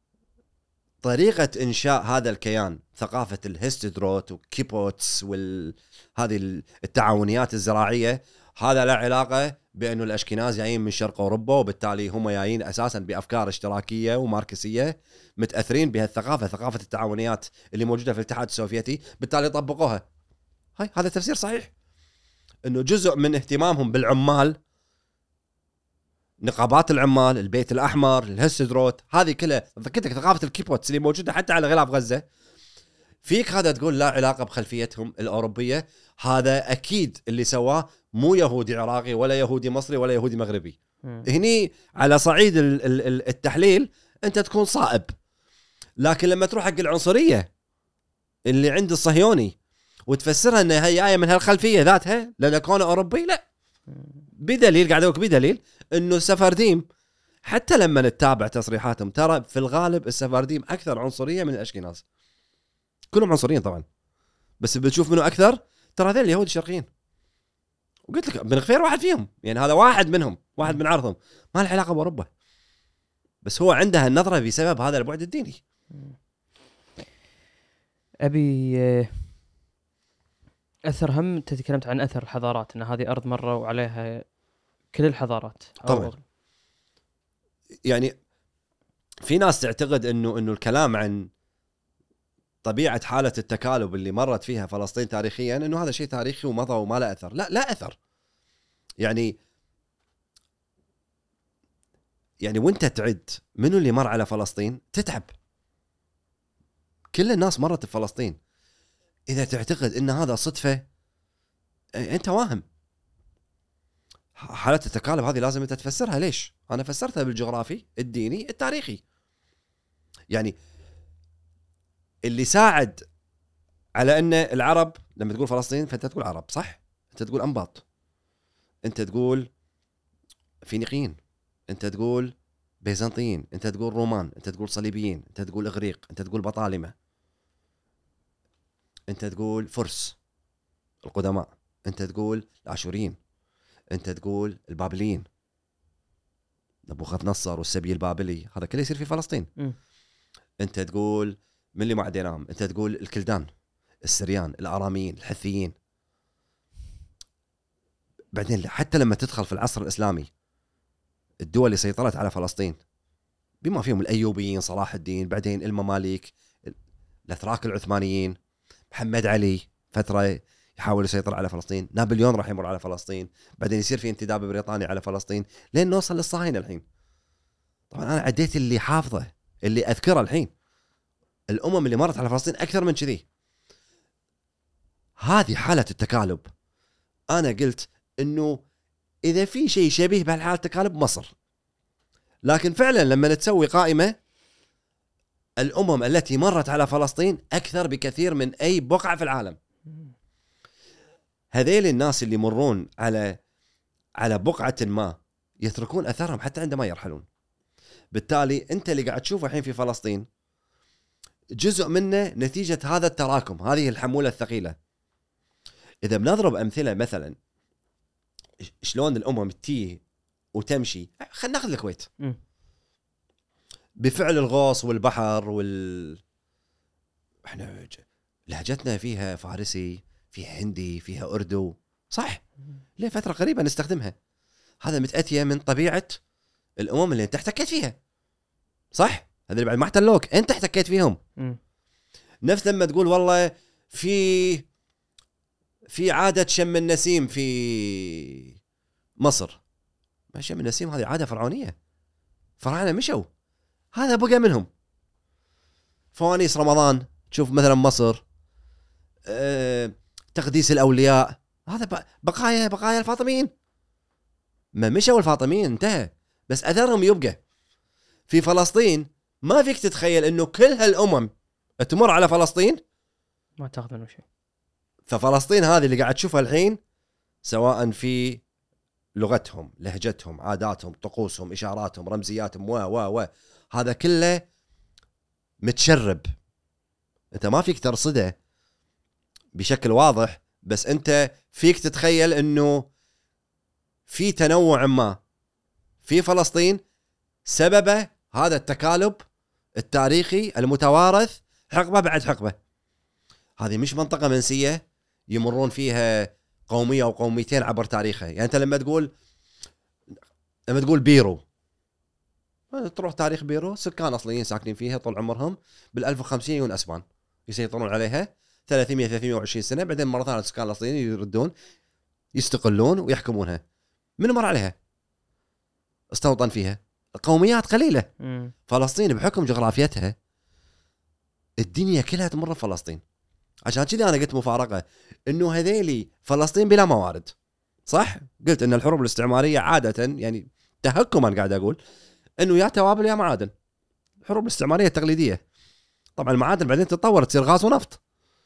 طريقة إنشاء هذا الكيان، ثقافة الهستدروت وكيبوتس وهذه التعاونيات الزراعية، هذا لا علاقة بأنه الأشكناز جايين من شرق أوروبا وبالتالي هم جايين أساسا بأفكار اشتراكية وماركسية، متأثرين بهالثقافة، ثقافة التعاونيات اللي موجودة في الاتحاد السوفيتي، بالتالي طبقوها. هاي هذا تفسير صحيح، أنه جزء من اهتمامهم بالعمال، نقابات العمال، البيت الأحمر، الهستدروت، هذه كلها ذكرتك ثقافة الكيبوتس اللي موجودة حتى على غلاف غزة. فيك هذا تقول لا علاقة بخلفيتهم الأوروبية. هذا أكيد اللي سواه مو يهودي عراقي ولا يهودي مصري ولا يهودي مغربي. مم. هني على صعيد التحليل أنت تكون صائب، لكن لما تروح حق العنصرية اللي عند الصهيوني وتفسرها أنها هي آية من هالخلفية ذاتها لأن كونه أوروبي، لا، بدليل قاعد أقولك بدليل انه السفارديم حتى لما نتابع تصريحاتهم ترى في الغالب السفارديم اكثر عنصريه من الاشكناز. كلهم عنصريين طبعا، بس بتشوف منه اكثر ترى هذول اليهود الشرقيين. وقلت لك بن غفير واحد فيهم، يعني هذا واحد منهم، واحد من عرضهم، ما له علاقه باوروبا، بس هو عنده النظره بسبب هذا البعد الديني. ابي آه، اثر هم. انت تكلمت عن اثر الحضارات، ان هذه ارض مروا عليها كل الحضارات. أو طبعا. يعني في ناس تعتقد انه انه الكلام عن طبيعه حاله التكالب اللي مرت فيها فلسطين تاريخيا انه هذا شيء تاريخي ومضى وما له اثر. لا، لا اثر. يعني يعني وانت تعد منو اللي مر على فلسطين تتعب. كل الناس مرت بفلسطين. اذا تعتقد ان هذا صدفه انت واهم. حالة التكالب هذه لازم انت تفسرها. ليش؟ انا فسرتها بالجغرافي، الديني، التاريخي. يعني اللي ساعد على ان العرب لما تقول فلسطين فانت تقول عرب، صح؟ انت تقول انباط، انت تقول فينيقيين، انت تقول بيزنطيين، انت تقول رومان، انت تقول صليبيين، انت تقول اغريق، انت تقول بطالمه، انت تقول فرس القدماء، انت تقول الاشوريين، انت تقول البابليين، نبوخذ نصر والسبي البابلي، هذا كله يصير في فلسطين. م. انت تقول من اللي ما عديناهم، انت تقول الكلدان، السريان، الاراميين، الحثيين. بعدين حتى لما تدخل في العصر الاسلامي الدول اللي سيطرت على فلسطين بما فيهم الأيوبيين، صلاح الدين، بعدين المماليك، الأتراك العثمانيين، محمد علي فترة يحاول يسيطر على فلسطين، نابليون راح يمر على فلسطين، بعدين يصير في انتداب بريطاني على فلسطين لين نوصل للصهاينة الحين. طبعا أنا عديت اللي حافظه اللي أذكره الحين، الأمم اللي مرت على فلسطين أكثر من كذي. هذه حالة التكالب. أنا قلت إنه إذا في شيء شبيه بهالحالة التكالب مصر، لكن فعلا لما تسوي قائمة الأمم التي مرت على فلسطين أكثر بكثير من أي بقعة في العالم. هذيل الناس اللي يمرون على على بقعة ما يتركون أثرهم حتى عندما يرحلون. بالتالي أنت اللي قاعد تشوفه الحين في فلسطين جزء منه نتيجة هذا التراكم، هذه الحمولة الثقيلة. إذا بنضرب أمثلة مثلا شلون الأمم تي وتمشي، خلينا ناخذ الكويت م. بفعل الغوص والبحر وال احنا لهجتنا فيها فارسي، فيها هندي، فيها أردو، صح؟ ليه فترة قريبة نستخدمها. هذا متأتية من طبيعة الأمم اللي انت احتكيت فيها، صح؟ هذا اللي بعد ما احتلوك انت احتكيت فيهم. م. نفس لما تقول والله في في عادة شم النسيم في مصر، ما شم النسيم هذه عادة فرعونية، فراعنة مشوا، هذا بقى منهم. فوانيس رمضان تشوف مثلا مصر، أه، تقديس الأولياء، هذا بقايا بقايا الفاطميين، ما مشوا الفاطميين انتهى، بس أثرهم يبقى. في فلسطين ما فيك تتخيل إنه كل هالأمم تمر على فلسطين ما تاخذ منه شيء. ففلسطين هذه اللي قاعد تشوفها الحين سواء في لغتهم، لهجتهم، عاداتهم، طقوسهم، إشاراتهم، رمزياتهم و و و هذا كله متشرب، انت ما فيك ترصده بشكل واضح، بس انت فيك تتخيل انه في تنوع ما في فلسطين سببه هذا التكالب التاريخي المتوارث حقبة بعد حقبة. هذه مش منطقة منسية يمرون فيها قومية أو قوميتين عبر تاريخها. يعني أنت لما تقول لما تقول بيرو، تروح تاريخ بيرو سكان أصليين ساكنين فيها طول عمرهم، بالألف وخمسين يجون أسبان يسيطرون عليها ثلاثمية ثلاثمية وعشرين سنة، بعدين مرة ثانية السكان الأصليين يردون يستقلون ويحكمونها. من مر عليها استوطن فيها قوميات قليلة. م. فلسطين بحكم جغرافيتها الدنيا كلها تمر في فلسطين. عشان كذا أنا قلت مفارقة إنه هذيلي فلسطين بلا موارد، صح؟ قلت إن الحروب الاستعمارية عادة يعني تهكما قاعد أقول إنه يا توابل يا معادن. الحروب الاستعمارية التقليدية طبعا المعادن بعدين تتطور تصير غاز ونفط.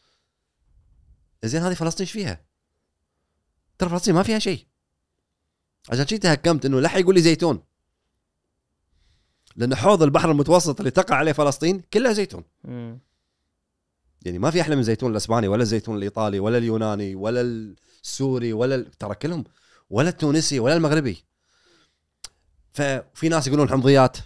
زين هذه فلسطين ايش فيها؟ ترى فلسطين ما فيها شيء. عشان كذا تهكمت إنه لا يقول لي زيتون، لأن حوض البحر المتوسط اللي تقع عليه فلسطين كله زيتون. م. يعني ما في أحلى من زيتون الأسباني ولا الزيتون الإيطالي ولا اليوناني ولا السوري ولا ال... ترى كلهم، ولا التونسي ولا المغربي. ففي ناس يقولون حمضيات،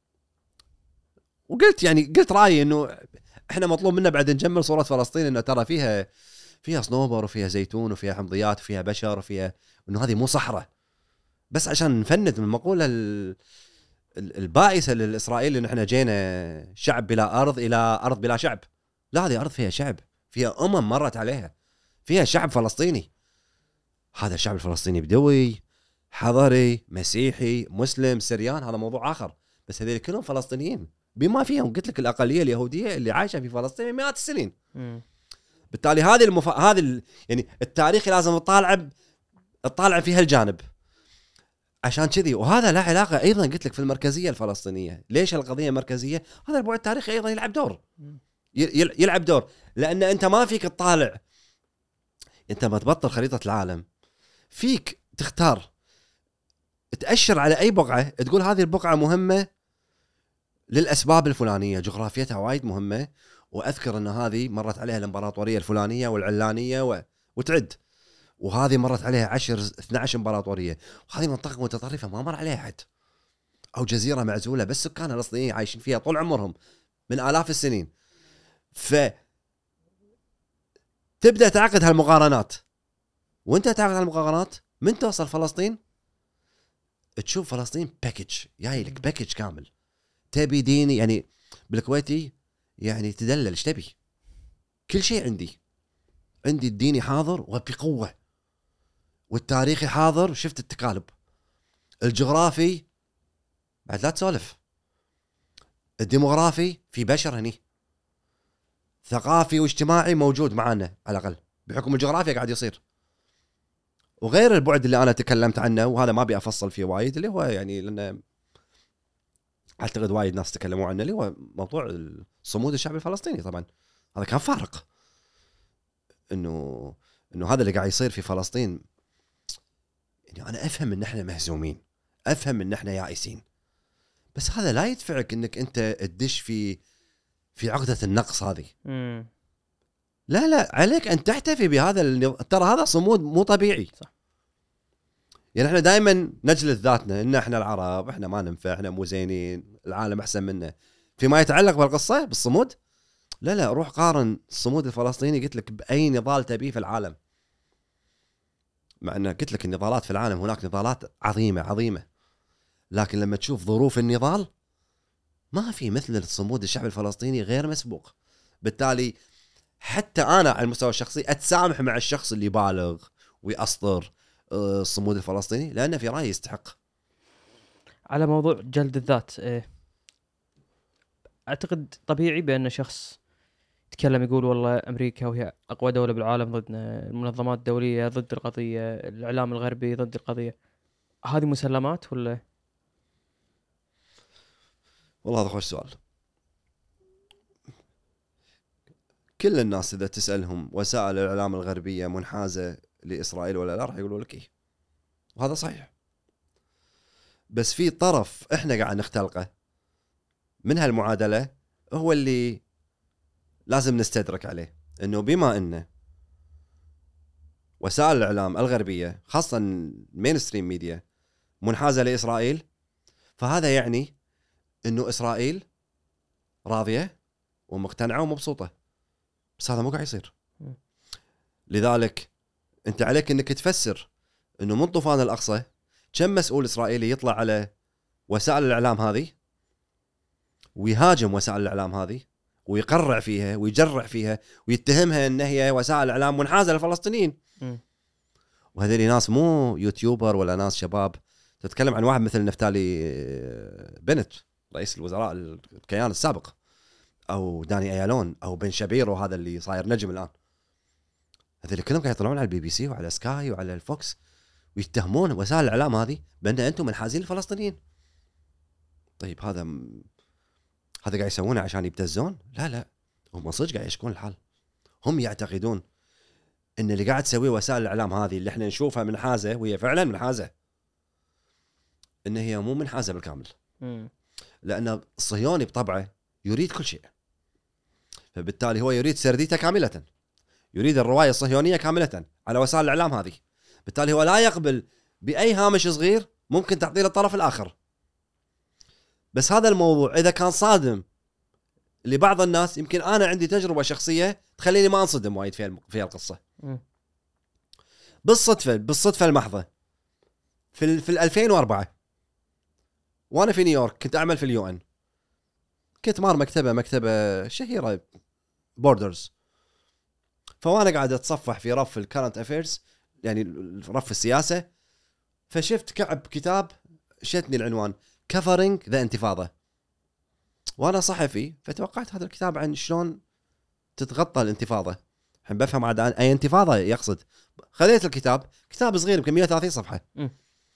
وقلت يعني قلت رأيي إنه إحنا مطلوب منا بعد نجمل صورة فلسطين إنه ترى فيها فيها صنوبر وفيها زيتون وفيها حمضيات وفيها بشر وفيها، إنه هذه مو صحراء، بس عشان نفند من المقولة ال... البائسة للإسرائيل إنه إحنا جينا شعب بلا أرض إلى أرض بلا شعب. لا، هذه أرض فيها شعب، فيها أمم مرت عليها، فيها شعب فلسطيني. هذا الشعب الفلسطيني بدوي، حضري، مسيحي، مسلم، سريان، هذا موضوع آخر، بس هذول كلهم فلسطينيين بما فيهم قلت لك الأقلية اليهودية اللي عايشة في فلسطين من مئات السنين. م. بالتالي هذه المف... هذه ال... يعني التاريخ لازم تطالع تطالع في هالجانب. عشان كذي وهذا لا علاقة أيضا قلت لك في المركزية الفلسطينية. ليش القضية مركزية؟ هذا البعد التاريخي أيضا يلعب دور يلعب دور لأن أنت ما فيك تطالع، أنت ما تبطل خريطة العالم فيك تختار تأشر على أي بقعة تقول هذه البقعة مهمة للأسباب الفلانية، جغرافيتها وايد مهمة، وأذكر أن هذه مرت عليها الإمبراطورية الفلانية والعلانية و... وتعد، وهذه مرت عليها عشر اثنى عشر إمبراطورية، وهذه منطقة متطرفة ما مر عليها حد، أو جزيرة معزولة بس سكانها الأصليين عايشين فيها طول عمرهم من آلاف السنين. فتبدأ تعقد هالمقارنات، وانت تعقد هالمقارنات من توصل فلسطين تشوف فلسطين باكج جاي لك باكج كامل. تبي ديني يعني بالكويتي يعني تدلل ايش تبي؟ كل شيء عندي عندي الديني حاضر وبقوة، والتاريخي حاضر، شفت التقالب، الجغرافي بعد لا تسولف، الديموغرافي في بشر هني، ثقافي واجتماعي موجود معنا على الأقل بحكم الجغرافيا قاعد يصير. وغير البعد اللي أنا تكلمت عنه وهذا ما أبي أفصل فيه وايد، اللي هو يعني لأن أعتقد وايد ناس تكلموا عنه، اللي هو موضوع صمود الشعب الفلسطيني. طبعا هذا كان فارق، إنه إنه هذا اللي قاعد يصير في فلسطين. يعني أنا أفهم إن إحنا مهزومين، أفهم إن إحنا يائسين، بس هذا لا يدفعك إنك أنت تدش في في عقدة النقص هذه. مم. لا لا عليك أن تحتفي بهذا النظ... ترى هذا صمود مو طبيعي. صح. يعني إحنا دائما نجلد ذاتنا إن إحنا العرب إحنا ما ننفع، إحنا مو زينين، العالم أحسن منا فيما يتعلق بالقصة بالصمود. لا لا روح قارن الصمود الفلسطيني قلت لك بأي نضال تبيه في العالم، مع أن قلت لك النضالات في العالم هناك نضالات عظيمة عظيمة، لكن لما تشوف ظروف النضال ما في مثل الصمود الشعب الفلسطيني غير مسبوق. بالتالي حتى أنا على المستوى الشخصي أتسامح مع الشخص اللي بالغ ويأسطر الصمود الفلسطيني، لأنه في رأيي يستحق. على موضوع جلد الذات، إيه أعتقد طبيعي بأن شخص يتكلم يقول والله أمريكا وهي أقوى دولة بالعالم ضدنا، المنظمات الدولية ضد القضية، الإعلام الغربي ضد القضية، هذه مسلمات ولا؟ والله هذا خوش سؤال. كل الناس إذا تسألهم وسائل الإعلام الغربية منحازة لإسرائيل ولا لا راح يقولوا لك إيه، وهذا صحيح. بس في طرف إحنا قاعد نختلقه من هالمعادلة هو اللي لازم نستدرك عليه، إنه بما إنه وسائل الإعلام الغربية خاصة المينستريم ميديا منحازة لإسرائيل، فهذا يعني إنه إسرائيل راضية ومقتنعة ومبسوطة، بس هذا مو قاعد يصير. لذلك أنت عليك إنك تفسر إنه من طوفان الأقصى كم مسؤول إسرائيلي يطلع على وسائل الإعلام هذه ويهاجم وسائل الإعلام هذه ويقرع فيها ويجرع فيها ويتهمها إن هي وسائل الإعلام منحازة للفلسطينيين. وهذول ناس مو يوتيوبر ولا ناس شباب. تتكلم عن واحد مثل نفتالي بنت رئيس الوزراء الكيان السابق، أو داني أيالون، أو بن شبيرو هذا اللي صاير نجم الآن. هذول كلهم قاعد يطلعون على البي بي سي وعلى سكاي وعلى الفوكس ويتهمون وسائل الإعلام هذه بأن أنتم منحازين للفلسطينيين. طيب هذا م... هذا قاعد يسوونه عشان يبتزون؟ لا لا، هم صدق قاعد يشكون الحال. هم يعتقدون ان اللي قاعد تسويه وسائل الاعلام هذه اللي احنا نشوفها منحازه، وهي فعلا منحازه، ان هي مو منحازه بالكامل. م. لان الصهيوني بطبعه يريد كل شيء، فبالتالي هو يريد سرديته كامله، يريد الروايه الصهيونيه كامله على وسائل الاعلام هذه. بالتالي هو لا يقبل باي هامش صغير ممكن تعطيه للطرف الاخر. بس هذا الموضوع اذا كان صادم لبعض الناس، يمكن انا عندي تجربه شخصيه تخليني ما انصدم وايد في في القصه. م. بالصدفه بالصدفه المحضه في في ألفين وأربعة وانا في نيويورك كنت اعمل في اليو ان، كنت مار مكتبه مكتبه شهيره بوردرز، فوانا قاعد اتصفح في رف الكرنت افيرز يعني رف السياسه، فشفت كعب كتاب شتني العنوان كفرنج ذا انتفاضه، وانا صحفي فتوقعت هذا الكتاب عن شلون تتغطى الانتفاضه، الحين بفهم عاد اي انتفاضه يقصد. خذيت الكتاب، كتاب صغير يمكن مئة وثلاثين صفحه، م.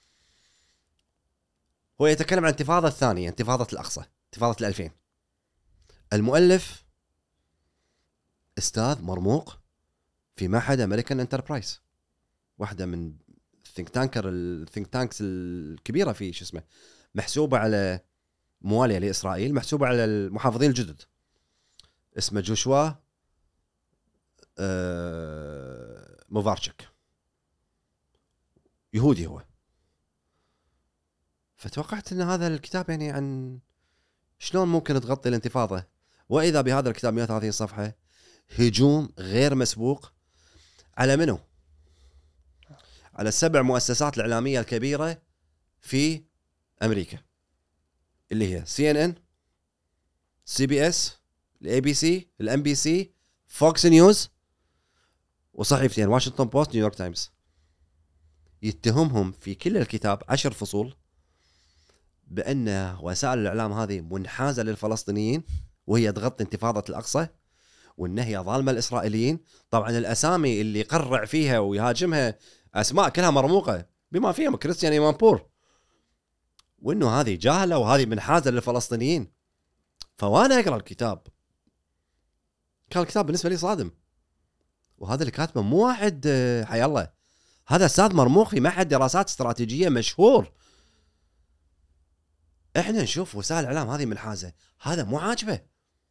هو يتكلم عن الانتفاضه الثانيه، انتفاضه الاقصى، انتفاضه الألفين. المؤلف استاذ مرموق في معهد امريكان انتربرايز، واحده من الثينك تانكر الثينك تانكس الكبيره في شو اسمه، محسوبه على مواليه لاسرائيل، محسوبه على المحافظين الجدد، اسمه جوشوا أه موفارتشك، يهودي هو. فتوقعت ان هذا الكتاب يعني عن شلون ممكن تغطي الانتفاضه، واذا بهذا الكتاب مئة وثلاثين صفحه هجوم غير مسبوق على منو؟ على السبع مؤسسات الإعلامية الكبيرة في امريكا اللي هي سي ان ان، سي بي اس، الاي بي سي، الام بي سي، فوكس نيوز، وصحيفتين واشنطن بوست، نيويورك تايمز. يتهمهم في كل الكتاب عشر فصول بأن وسائل الإعلام هذه منحازة للفلسطينيين وهي تغطي انتفاضة الأقصى، وأن هي ظالمة الإسرائيليين. طبعا الأسامي اللي يقرع فيها ويهاجمها أسماء كلها مرموقة بما فيهم كريستيان إيمانبور، وأنه هذه جاهلة وهذه منحازة للفلسطينيين. فوانا أقرأ الكتاب كان الكتاب بالنسبة لي صادم. وهذا اللي كاتبه مو واحد حي الله، هذا أستاذ مرموق في معهد دراسات استراتيجية مشهور. احنا نشوف وسائل الاعلام هذه منحازه، هذا مو عاجبه.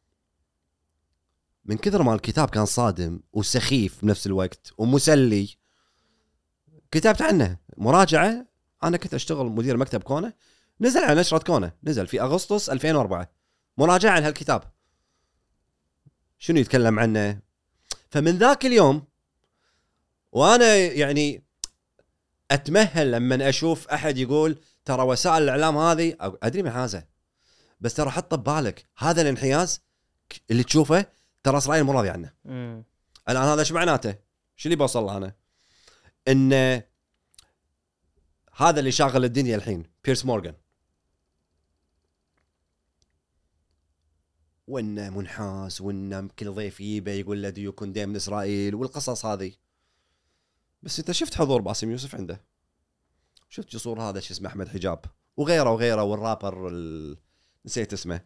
من كثر ما الكتاب كان صادم وسخيف بنفس الوقت ومسلي، كتبت عنه مراجعه. انا كنت اشتغل مدير مكتب كونه، نزل على نشره كونه، نزل في اغسطس ألفين وأربعة مراجعه عن هالكتاب شنو يتكلم عنه. فمن ذاك اليوم وانا يعني اتمهل لما اشوف احد يقول ترى وسائل الاعلام هذه، ادري منحازه، بس ترى حط ببالك هذا الانحياز اللي تشوفه ترى اسرائيل مو راضي عنه. مم. الان هذا ايش معناته؟ شو اللي بوصل له انا؟ ان هذا اللي شاغل الدنيا الحين بيرس مورغان، وانه منحاز، وانه كل ضيف يجيبه يقول له ديو كونديم من اسرائيل والقصص هذه. بس انت شفت حضور باسم يوسف عنده، شفت جسور هذا شو اسمه احمد حجاب وغيره وغيره، والرابر ال... نسيت اسمه.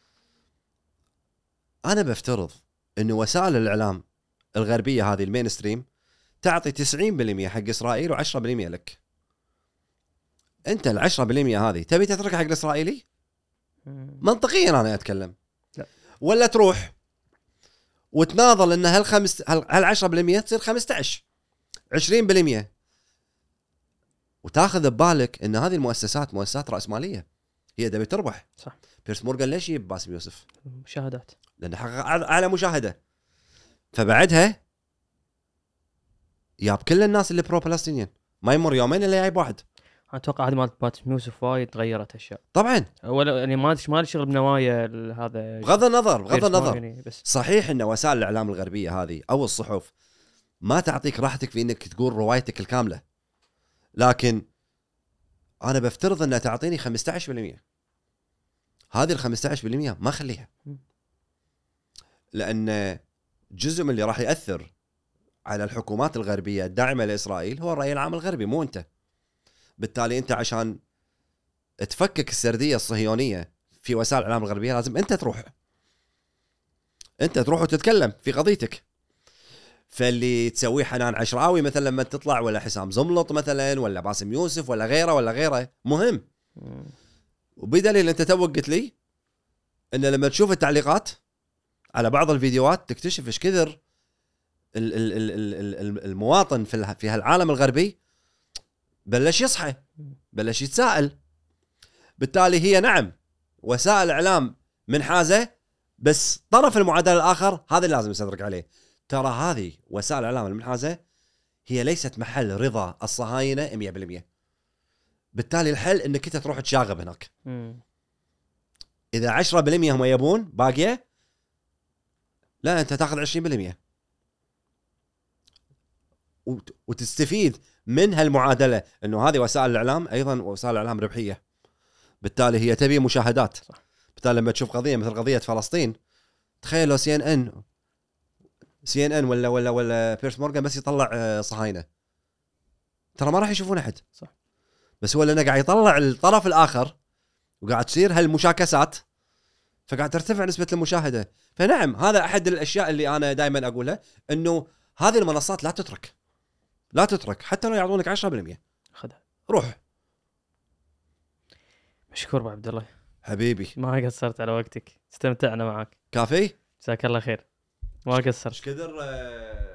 انا بفترض انه وسائل الاعلام الغربيه هذه المين ستريم تعطي تسعين بالمئة حق اسرائيل وعشرة بالمئة لك. انت العشرة بالمئة هذه تبي تتركها حق الاسرائيلي؟ منطقيا انا اتكلم. لا. ولا تروح وتناظر ان هالخمس هالعشرة بالمئة تصير خمسة عشر عشرين بالمئة، وتاخذ ببالك ان هذه المؤسسات مؤسسات رأسمالية، هي تبي تربح. صح. بيرس مورغان ليش يجيب باسم يوسف؟ مشاهدات، لأنه حقق أعلى مشاهدة. فبعدها ياب كل الناس اللي برو فلسطينيين، ما يمر يومين إلا جايب واحد. اتوقع هذه مالت باسم يوسف وايد تغيرت اشياء طبعا ولا يعني ما ما لي شغل بنوايا هذا. بغض النظر بغض بيرس النظر مورغان بس. صحيح ان وسائل الاعلام الغربيه هذه او الصحف ما تعطيك راحتك في انك تقول روايتك الكامله، لكن انا بفترض انها تعطيني خمسة عشر بالمئة. هذه ال خمسة عشر بالمئة ما اخليها، لان جزء من اللي راح ياثر على الحكومات الغربيه الداعمه لاسرائيل هو الراي العام الغربي مو انت. بالتالي انت عشان تفكك السرديه الصهيونيه في وسائل الاعلام الغربيه لازم انت تروح انت تروح وتتكلم في قضيتك. فاللي تسويه حنان عشراوي مثلا لما تطلع، ولا حسام زملط مثلا، ولا باسم يوسف، ولا غيره ولا غيره مهم. وبدليل انت توق قلت لي ان لما تشوف التعليقات على بعض الفيديوهات تكتشف ايش كثر المواطن في في هالعالم الغربي بلش يصحى، بلش يتساءل. بالتالي هي نعم وسائل اعلام منحازه، بس طرف المعادله الاخر هذا اللي لازم نستدرك عليه. ترى هذه وسائل الاعلام المنحازه هي ليست محل رضا الصهاينه مئة بالمئة. بالتالي الحل انك انت تروح تشاغب هناك. مم. اذا عشرة بالمئة هم يبون باقيه، لا انت تاخذ عشرين بالمئة وتستفيد من هالمعادله، انه هذه وسائل الاعلام ايضا وسائل الاعلام ربحيه. بالتالي هي تبي مشاهدات. صح. بالتالي لما تشوف قضيه مثل قضيه فلسطين، تخيل لو سي ان ان سي ان ان ولا ولا ولا بيرس مورغان بس يطلع صهاينه، ترى ما راح يشوفون احد. صح. بس هو لانه قاعد يطلع الطرف الاخر وقاعد تصير هالمشاكسات، فقاعد ترتفع نسبه المشاهده. فنعم هذا احد الاشياء اللي انا دائما اقولها، انه هذه المنصات لا تترك لا تترك حتى لو يعطونك عشرة بالمئة خذها روح. مشكور ابو عبد الله حبيبي، ما قصرت على وقتك، استمتعنا معك. كافي، جزاك الله خير، ما قصرت. ايش كثر